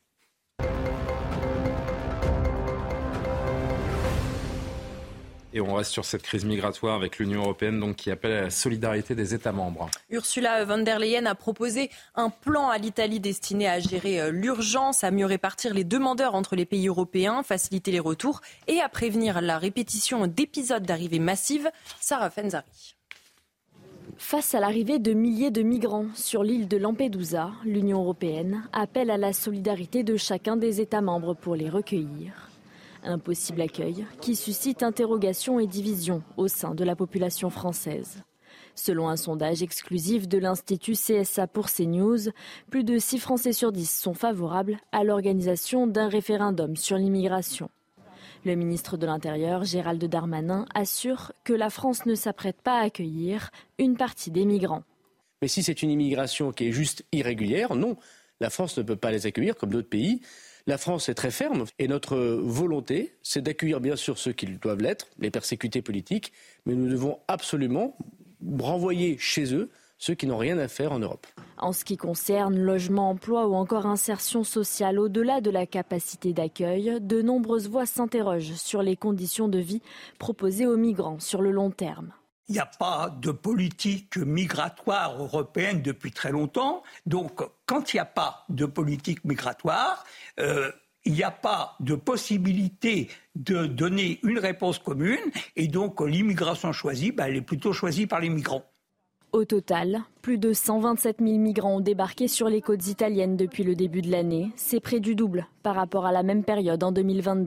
Et on reste sur cette crise migratoire avec l'Union européenne donc, qui appelle à la solidarité des États membres. Ursula von der Leyen a proposé un plan à l'Italie destiné à gérer l'urgence, à mieux répartir les demandeurs entre les pays européens, faciliter les retours et à prévenir la répétition d'épisodes d'arrivée massive. Sarah Fenzari. Face à l'arrivée de milliers de migrants sur l'île de Lampedusa, l'Union européenne appelle à la solidarité de chacun des États membres pour les recueillir. Un possible accueil qui suscite interrogations et divisions au sein de la population française. Selon un sondage exclusif de l'Institut C S A pour CNews, plus de six Français sur dix sont favorables à l'organisation d'un référendum sur l'immigration. Le ministre de l'Intérieur, Gérald Darmanin, assure que la France ne s'apprête pas à accueillir une partie des migrants. Mais si c'est une immigration qui est juste irrégulière, non, la France ne peut pas les accueillir comme d'autres pays. La France est très ferme et notre volonté, c'est d'accueillir bien sûr ceux qui doivent l'être, les persécutés politiques, mais nous devons absolument renvoyer chez eux ceux qui n'ont rien à faire en Europe. En ce qui concerne logement, emploi ou encore insertion sociale, au-delà de la capacité d'accueil, de nombreuses voix s'interrogent sur les conditions de vie proposées aux migrants sur le long terme. Il n'y a pas de politique migratoire européenne depuis très longtemps. Donc, quand il n'y a pas de politique migratoire, euh, il n'y a pas de possibilité de donner une réponse commune. Et donc, l'immigration choisie, ben, elle est plutôt choisie par les migrants. Au total, plus de cent vingt-sept mille migrants ont débarqué sur les côtes italiennes depuis le début de l'année. C'est près du double par rapport à la même période en deux mille vingt-deux.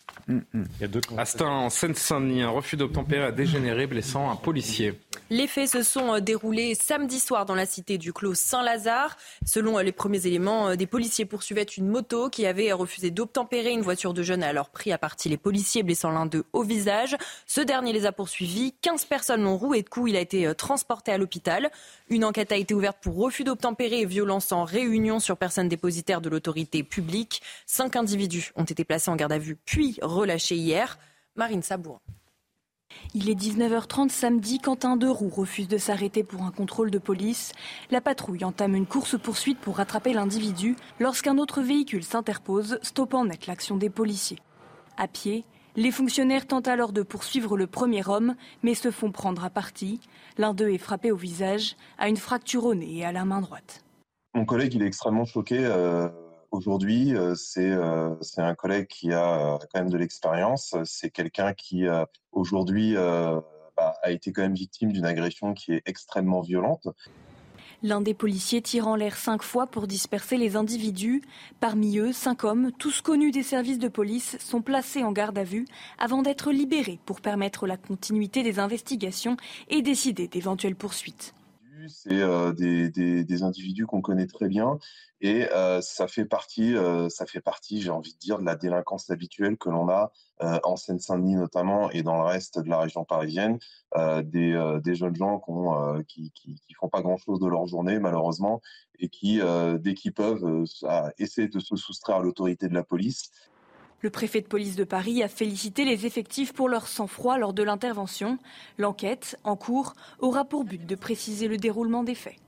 Mmh, mmh. Il y a deux Astin, en Seine-Saint-Denis, un refus d'obtempérer a dégénéré, blessant un policier. Les faits se sont déroulés samedi soir dans la cité du Clos Saint-Lazare. Selon les premiers éléments, des policiers poursuivaient une moto qui avait refusé d'obtempérer. Une voiture de jeunes a alors pris à partie les policiers, blessant l'un d'eux au visage. Ce dernier les a poursuivis. quinze personnes l'ont roué de coups. Il a été transporté à l'hôpital. Une enquête a été ouverte pour refus d'obtempérer et violence en réunion sur personne dépositaire de l'autorité publique. Cinq individus ont été placés en garde à vue puis relâchés hier. Marine Sabourin. Il est dix-neuf heures trente samedi quand un deux roues refuse de s'arrêter pour un contrôle de police. La patrouille entame une course-poursuite pour rattraper l'individu lorsqu'un autre véhicule s'interpose, stoppant net l'action des policiers. À pied, les fonctionnaires tentent alors de poursuivre le premier homme, mais se font prendre à partie. L'un d'eux est frappé au visage, a une fracture au nez et à la main droite. Mon collègue, il est extrêmement choqué. Euh... Aujourd'hui, c'est, euh, c'est un collègue qui a euh, quand même de l'expérience. C'est quelqu'un qui, euh, aujourd'hui, euh, bah, a été quand même victime d'une agression qui est extrêmement violente. L'un des policiers tire en l'air cinq fois pour disperser les individus. Parmi eux, cinq hommes, tous connus des services de police, sont placés en garde à vue avant d'être libérés pour permettre la continuité des investigations et décider d'éventuelles poursuites. C'est euh, des, des, des individus qu'on connaît très bien et euh, ça fait partie, euh, ça fait partie, j'ai envie de dire, de la délinquance habituelle que l'on a euh, en Seine-Saint-Denis notamment et dans le reste de la région parisienne, euh, des, euh, des jeunes gens qu'on, euh, qui, qui, qui font pas grand-chose de leur journée malheureusement et qui, euh, dès qu'ils peuvent, euh, essaient de se soustraire à l'autorité de la police. Le préfet de police de Paris a félicité les effectifs pour leur sang-froid lors de l'intervention. L'enquête, en cours, aura pour but de préciser le déroulement des faits.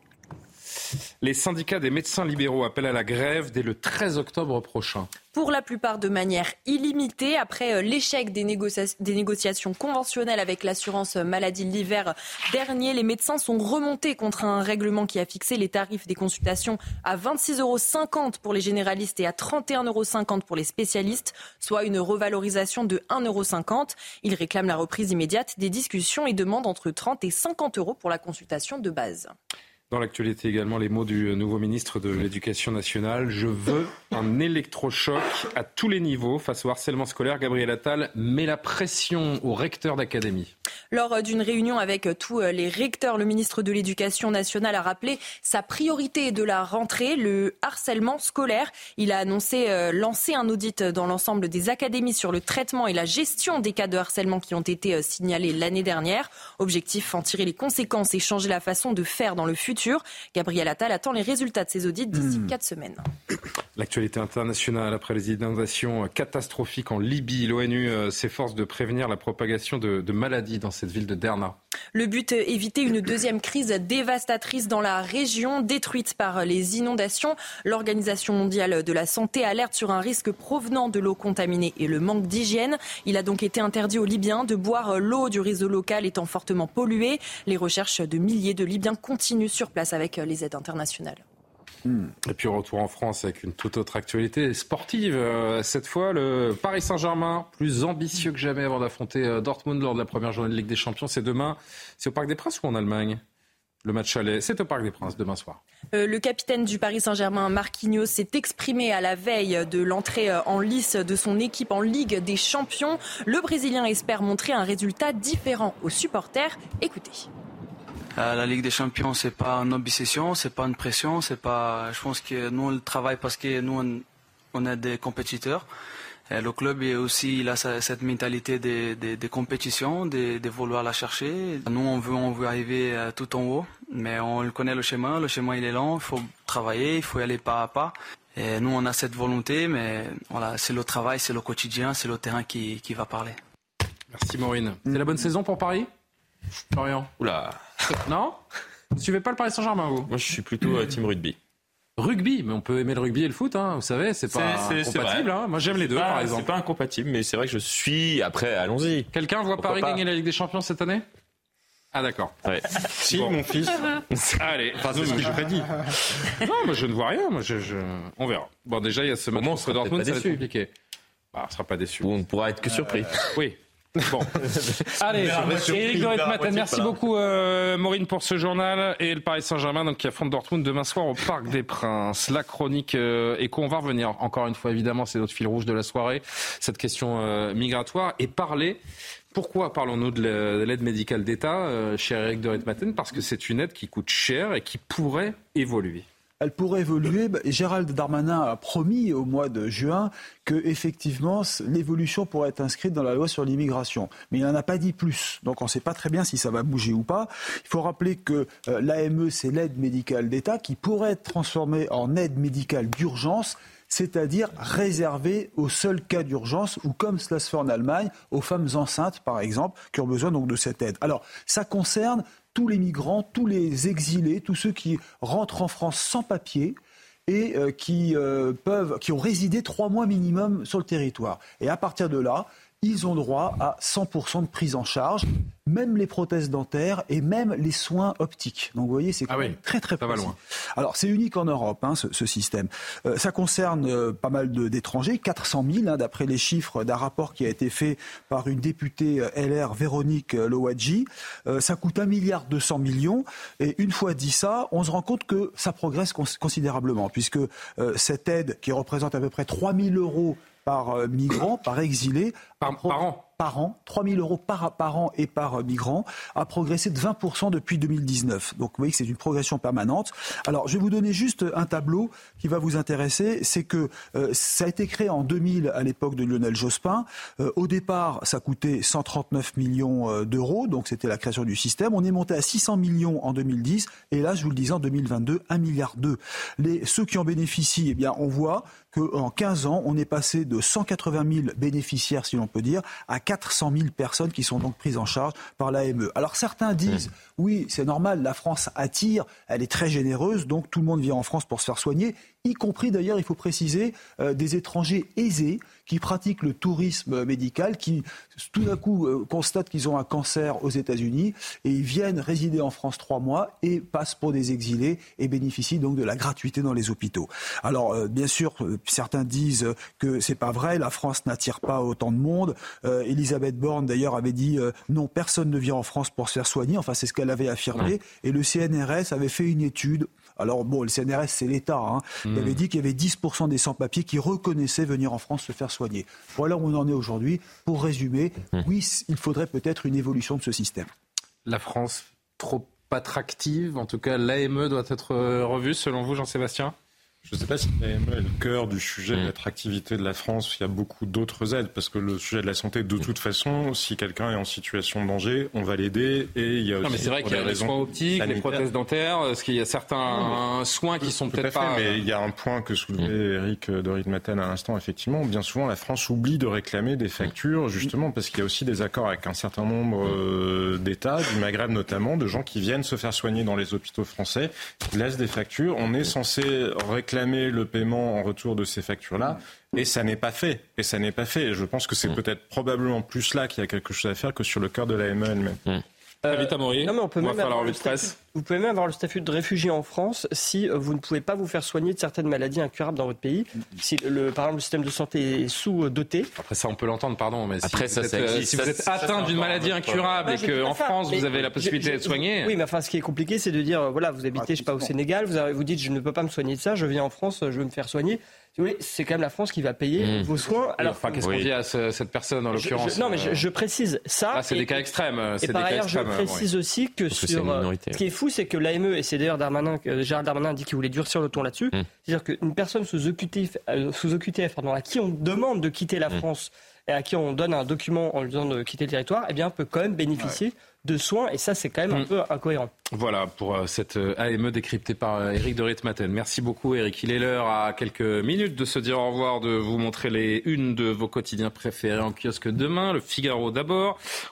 Les syndicats des médecins libéraux appellent à la grève dès le treize octobre prochain. Pour la plupart de manière illimitée, après l'échec des, négocia- des négociations conventionnelles avec l'assurance maladie l'hiver dernier, les médecins sont remontés contre un règlement qui a fixé les tarifs des consultations à vingt-six euros cinquante pour les généralistes et à trente et un euros cinquante pour les spécialistes, soit une revalorisation de un euro cinquante. Ils réclament la reprise immédiate des discussions et demandent entre trente et cinquante euros pour la consultation de base. Dans l'actualité également, les mots du nouveau ministre de l'Éducation nationale. Je veux un électrochoc à tous les niveaux face au harcèlement scolaire. Gabriel Attal met la pression aux recteurs d'académie. Lors d'une réunion avec tous les recteurs, le ministre de l'Éducation nationale a rappelé sa priorité de la rentrée, le harcèlement scolaire. Il a annoncé euh, lancer un audit dans l'ensemble des académies sur le traitement et la gestion des cas de harcèlement qui ont été euh, signalés l'année dernière. Objectif, en tirer les conséquences et changer la façon de faire dans le futur. Gabriel Attal attend les résultats de ces audits d'ici quatre mmh. semaines. L'actualité internationale après les inondations catastrophiques en Libye. L'ONU s'efforce de prévenir la propagation de, de maladies dans cette ville de Derna. Le but, éviter une deuxième crise dévastatrice dans la région, détruite par les inondations. L'Organisation mondiale de la santé alerte sur un risque provenant de l'eau contaminée et le manque d'hygiène. Il a donc été interdit aux Libyens de boire l'eau du réseau local étant fortement polluée. Les recherches de milliers de Libyens continuent sur place avec les aides internationales. Et puis retour en France avec une toute autre actualité sportive. Euh, cette fois, le Paris Saint-Germain, plus ambitieux que jamais avant d'affronter Dortmund lors de la première journée de Ligue des Champions. C'est demain. C'est au Parc des Princes ou en Allemagne ? Le match aller, c'est au Parc des Princes demain soir. Euh, le capitaine du Paris Saint-Germain, Marquinhos, s'est exprimé à la veille de l'entrée en lice de son équipe en Ligue des Champions. Le Brésilien espère montrer un résultat différent aux supporters. Écoutez. La Ligue des Champions, c'est pas une obsession, c'est pas une pression, c'est pas. Je pense que nous on travaille parce que nous on, on est des compétiteurs. Et le club est aussi il a cette mentalité de, de, de compétition, de, de vouloir la chercher. Nous on veut on veut arriver tout en haut, mais on connaît le chemin. Le chemin il est long, il faut travailler, il faut y aller pas à pas. Et nous on a cette volonté, mais voilà, c'est le travail, c'est le quotidien, c'est le terrain qui, qui va parler. Merci Maureen. C'est la bonne saison pour Paris ? Florian. Oula. Non ? Vous ne suivez pas le Paris Saint-Germain, vous ? Moi, je suis plutôt euh, team rugby. Rugby, mais on peut aimer le rugby et le foot, hein, vous savez, c'est pas c'est, c'est, incompatible. C'est hein. Moi, j'aime les deux, pas, par exemple. C'est pas incompatible, mais c'est vrai que je suis. Après, allons-y. Quelqu'un voit Pourquoi Paris pas gagner la Ligue des Champions cette année ? Ah, d'accord. Ouais. Si, bon. Mon fils. Allez, enfin, c'est ce que je prédis. Non, moi, je ne vois rien. Moi, je, je... On verra. Bon, déjà, il y a ce match contre Dortmund, ça va être compliqué. Ah, on ne sera pas déçu. On ne pourra être que surpris. Euh, oui. Bon, allez, Éric de Ritmaten, merci beaucoup euh, Maureen pour ce journal et le Paris Saint-Germain donc qui affronte Dortmund demain soir au Parc des Princes. La chronique euh, éco, on va revenir encore une fois évidemment, c'est notre fil rouge de la soirée, cette question euh, migratoire et parler. Pourquoi parlons-nous de l'aide médicale d'État, euh, cher Éric de Ritmaten? Parce que c'est une aide qui coûte cher et qui pourrait évoluer. Elle pourrait évoluer. Gérald Darmanin a promis au mois de juin que, effectivement, l'évolution pourrait être inscrite dans la loi sur l'immigration. Mais il n'en a pas dit plus. Donc on ne sait pas très bien si ça va bouger ou pas. Il faut rappeler que euh, l'A M E, c'est l'aide médicale d'État qui pourrait être transformée en aide médicale d'urgence, c'est-à-dire réservée aux seuls cas d'urgence ou, comme cela se fait en Allemagne, aux femmes enceintes, par exemple, qui ont besoin donc de cette aide. Alors, ça concerne tous les migrants, tous les exilés, tous ceux qui rentrent en France sans papier et euh, qui, euh, peuvent, qui ont résidé trois mois minimum sur le territoire. Et à partir de là, ils ont droit à cent pour cent de prise en charge, même les prothèses dentaires et même les soins optiques. Donc vous voyez, c'est quand ah même oui, très très précis. Loin. Alors c'est unique en Europe, hein, ce, ce système. Euh, ça concerne euh, pas mal de, d'étrangers, quatre cent mille, hein, d'après les chiffres d'un rapport qui a été fait par une députée L R, Véronique Lowadji. Euh, ça coûte un milliard deux cents millions. Et une fois dit ça, on se rend compte que ça progresse cons- considérablement, puisque euh, cette aide, qui représente à peu près trois mille euros par euh, migrant, par exilé, par, pro- par an. Par an, trois mille euros par, par an et par migrant, a progressé de vingt pour cent depuis deux mille dix-neuf. Donc vous voyez que c'est une progression permanente. Alors je vais vous donner juste un tableau qui va vous intéresser. C'est que euh, ça a été créé en deux mille à l'époque de Lionel Jospin. Euh, au départ, ça coûtait cent trente-neuf millions euh, d'euros, donc c'était la création du système. On est monté à six cents millions en deux mille dix et là, je vous le disais, en deux mille vingt-deux, un virgule deux milliard. Les, ceux qui en bénéficient, eh bien, on voit qu'en quinze ans, on est passé de cent quatre-vingt mille bénéficiaires, si l'on peut dire, à quatre cent mille personnes qui sont donc prises en charge par l'A M E. Alors certains disent, oui, c'est normal, la France attire, elle est très généreuse, donc tout le monde vient en France pour se faire soigner, y compris d'ailleurs, il faut préciser, euh, des étrangers aisés qui pratiquent le tourisme médical, qui tout d'un coup euh, constatent qu'ils ont un cancer aux États-Unis et ils viennent résider en France trois mois et passent pour des exilés et bénéficient donc de la gratuité dans les hôpitaux. Alors euh, bien sûr, euh, certains disent que c'est pas vrai, la France n'attire pas autant de monde. Euh, Elisabeth Borne d'ailleurs avait dit euh, non, personne ne vient en France pour se faire soigner. Enfin, c'est ce qu'elle avait affirmé. Ouais. Et le C N R S avait fait une étude. Alors bon, le C N R S, c'est l'État. Hein. Mmh. Il avait dit qu'il y avait dix pour cent des sans-papiers qui reconnaissaient venir en France se faire soigner. Voilà où on en est aujourd'hui. Pour résumer, mmh. oui, il faudrait peut-être une évolution de ce système. La France, trop attractive, en tout cas l'A M E doit être revue, selon vous, Jean-Sébastien ? Je ne sais pas si l'A M E est le cœur du sujet de l'attractivité de la France. Il y a beaucoup d'autres aides, parce que le sujet de la santé, de toute façon, si quelqu'un est en situation de danger, on va l'aider. Et il y a aussi non, mais c'est vrai qu'il y a les soins optiques, sanitaires. Les prothèses dentaires, parce qu'il y a certains soins qui sont peut-être pas... Mais il y a un point que soulevait Éric de Ritmaten à l'instant, effectivement. Bien souvent, la France oublie de réclamer des factures, justement, parce qu'il y a aussi des accords avec un certain nombre euh, d'États, du Maghreb notamment, de gens qui viennent se faire soigner dans les hôpitaux français, qui laissent des factures. On est censé réclamer réclamer le paiement en retour de ces factures-là, et ça n'est pas fait. Et ça n'est pas fait. Et je pense que c'est mmh. peut-être probablement plus là qu'il y a quelque chose à faire que sur le cœur de l'A M E elle-même. Mmh. Euh, Vite à mourir. Non, mais on peut on même avoir le statut, vous pouvez même avoir le statut de réfugié en France si vous ne pouvez pas vous faire soigner de certaines maladies incurables dans votre pays. Si le, par exemple, le système de santé est sous-doté. Après ça, on peut l'entendre, pardon, mais Après, si ça, vous êtes, ça existe, si ça, vous êtes ça, atteint ça, d'une maladie incurable et qu'en France, vous avez la possibilité d'être soigné. Oui, mais enfin, ce qui est compliqué, c'est de dire, voilà, vous habitez, ah, je sais pas, au Sénégal, vous, avez, vous dites, je ne peux pas me soigner de ça, je viens en France, je veux me faire soigner. Oui, c'est quand même la France qui va payer mmh. vos soins. Alors, enfin, qu'est-ce oui. qu'on dit à ce, cette personne en l'occurrence? je, je, Non, mais je, je précise ça. Là, c'est et, des cas extrêmes. Et par ailleurs, je précise ouais. aussi que Parce sur. Que ce qui est fou, c'est que l'A M E, et c'est d'ailleurs Darmanin, que Gérald Darmanin a dit qu'il voulait durcir le ton là-dessus. Mmh. C'est-à-dire qu'une personne sous O Q T F, euh, sous O Q T F pardon, à qui on demande de quitter la mmh. France et à qui on donne un document en lui disant de quitter le territoire, eh bien, peut quand même bénéficier ouais. de soins. Et ça, c'est quand même mmh. un peu incohérent. Voilà pour euh, cette euh, A M E décryptée par euh, Éric de Ritmaten. Merci beaucoup, Éric. Il est l'heure, à quelques minutes, de se dire au revoir, de vous montrer les unes de vos quotidiens préférés en kiosque demain. Le Figaro d'abord.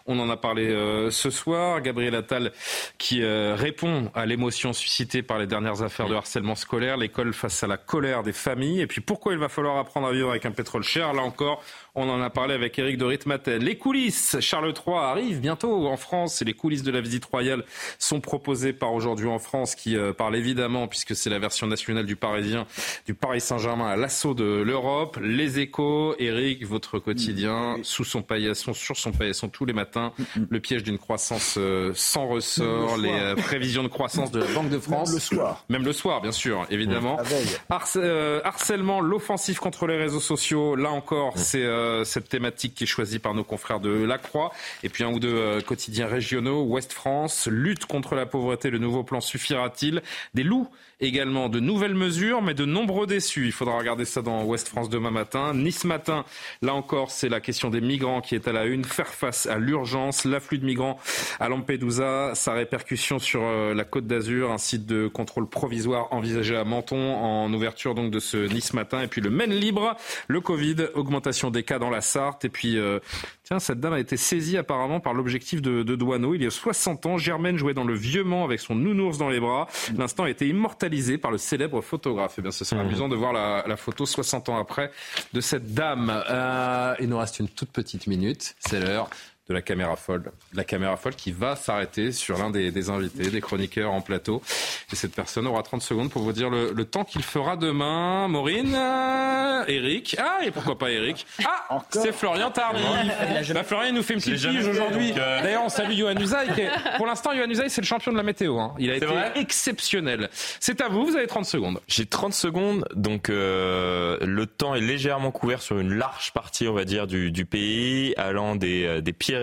On en a parlé euh, ce soir. Gabriel Attal qui euh, répond à l'émotion suscitée par les dernières affaires de harcèlement scolaire, l'école face à la colère des familles. Et puis pourquoi il va falloir apprendre à vivre avec un pétrole cher? Là encore, on en a parlé avec Éric de Ritmaten. Les coulisses, Charles trois arrive bientôt en France et les coulisses de la visite royale sont proposées par Aujourd'hui en France qui euh, parle évidemment, puisque c'est la version nationale du Parisien, du Paris Saint-Germain à l'assaut de l'Europe. Les Échos, Éric, votre quotidien, mmh. sous son paillasson, sur son paillasson tous les matins, mmh. le piège d'une croissance euh, sans ressort, les euh, prévisions de croissance de la Banque de France. Même le soir. Même le soir, bien sûr, évidemment. Mmh. Harce- euh, harcèlement, l'offensive contre les réseaux sociaux, là encore, mmh. c'est... Euh, cette thématique qui est choisie par nos confrères de La Croix et puis un ou deux euh, quotidiens régionaux. Ouest France, lutte contre la pauvreté, le nouveau plan suffira-t-il? Des loups également, de nouvelles mesures mais de nombreux déçus. Il faudra regarder ça dans Ouest France demain matin. Nice matin, là encore c'est la question des migrants qui est à la une. Faire face à l'urgence, l'afflux de migrants à Lampedusa, sa répercussion sur euh, la Côte d'Azur, un site de contrôle provisoire envisagé à Menton en ouverture donc de ce Nice matin. Et puis le Maine libre, le Covid, augmentation des cas dans la Sarthe. Et puis, euh, tiens, cette dame a été saisie apparemment par l'objectif de, de Douaneau. Il y a soixante ans, Germaine jouait dans le vieux Mans avec son nounours dans les bras. L'instant a été immortalisé par le célèbre photographe. Eh bien, ce sera mmh. amusant de voir la, la photo soixante ans après de cette dame. Euh, il nous reste une toute petite minute. C'est l'heure de la caméra folle. La caméra folle qui va s'arrêter sur l'un des, des invités, des chroniqueurs en plateau. Et cette personne aura trente secondes pour vous dire le, le temps qu'il fera demain. Maureen, euh, Eric. Ah, et pourquoi pas Eric? Ah, encore c'est Florian Tardif. Bah, Florian, il nous fait une petite pige aujourd'hui. Donc, euh... D'ailleurs, on salue Yohann Usaï. Qui est... Pour l'instant, Yohann Usaï, c'est le champion de la météo. Hein. Il a c'est été vrai exceptionnel. C'est à vous, vous avez trente secondes. J'ai trente secondes, donc euh, le temps est légèrement couvert sur une large partie, on va dire, du, du pays, allant des, des Pyrénées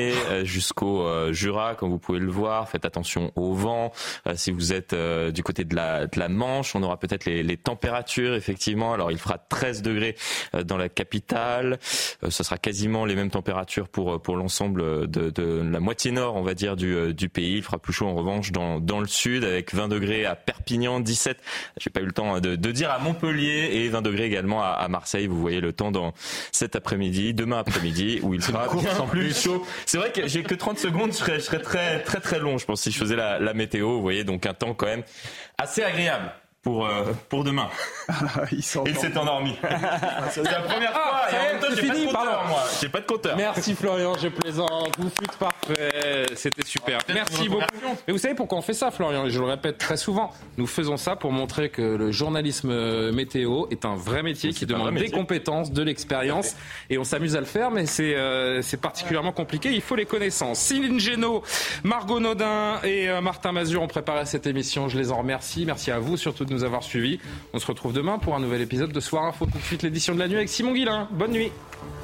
jusqu'au euh, Jura, comme vous pouvez le voir. Faites attention au vent. Euh, si vous êtes euh, du côté de la, de la Manche, on aura peut-être les, les températures, effectivement. Alors, il fera treize degrés euh, dans la capitale. Euh, ce sera quasiment les mêmes températures pour, pour l'ensemble de, de la moitié nord, on va dire, du, du pays. Il fera plus chaud, en revanche, dans, dans le sud, avec vingt degrés à Perpignan, dix-sept, j'ai pas eu le temps de, de dire, à Montpellier, et vingt degrés également à, à Marseille. Vous voyez le temps dans cet après-midi, demain après-midi, où il sera bien plus chaud. C'est vrai que j'ai que trente secondes, je serais, je serais très très très long, je pense, si je faisais la, la météo. Vous voyez, donc un temps quand même assez agréable pour, euh, pour demain. Il s'est endormi. C'est la première fois. Ah, et en même temps, j'ai fini, pas de compteur, moi. J'ai pas de compteur. Merci Florian, je plaisante. Vous fûtes parfait. C'était super. Ah, merci beaucoup. Mais vous savez pourquoi on fait ça, Florian? Et je le répète très souvent. Nous faisons ça pour montrer que le journalisme météo est un vrai métier qui demande des compétences, de l'expérience. Et on s'amuse à le faire, mais c'est, euh, c'est particulièrement compliqué. Il faut les connaissances. Céline Génaud, Margot Naudin et euh, Martin Mazur ont préparé cette émission. Je les en remercie. Merci à vous surtout de nous avoir suivis. On se retrouve demain pour un nouvel épisode de Soir Info. Tout de suite l'édition de la nuit avec Simon Guillain. Bonne nuit.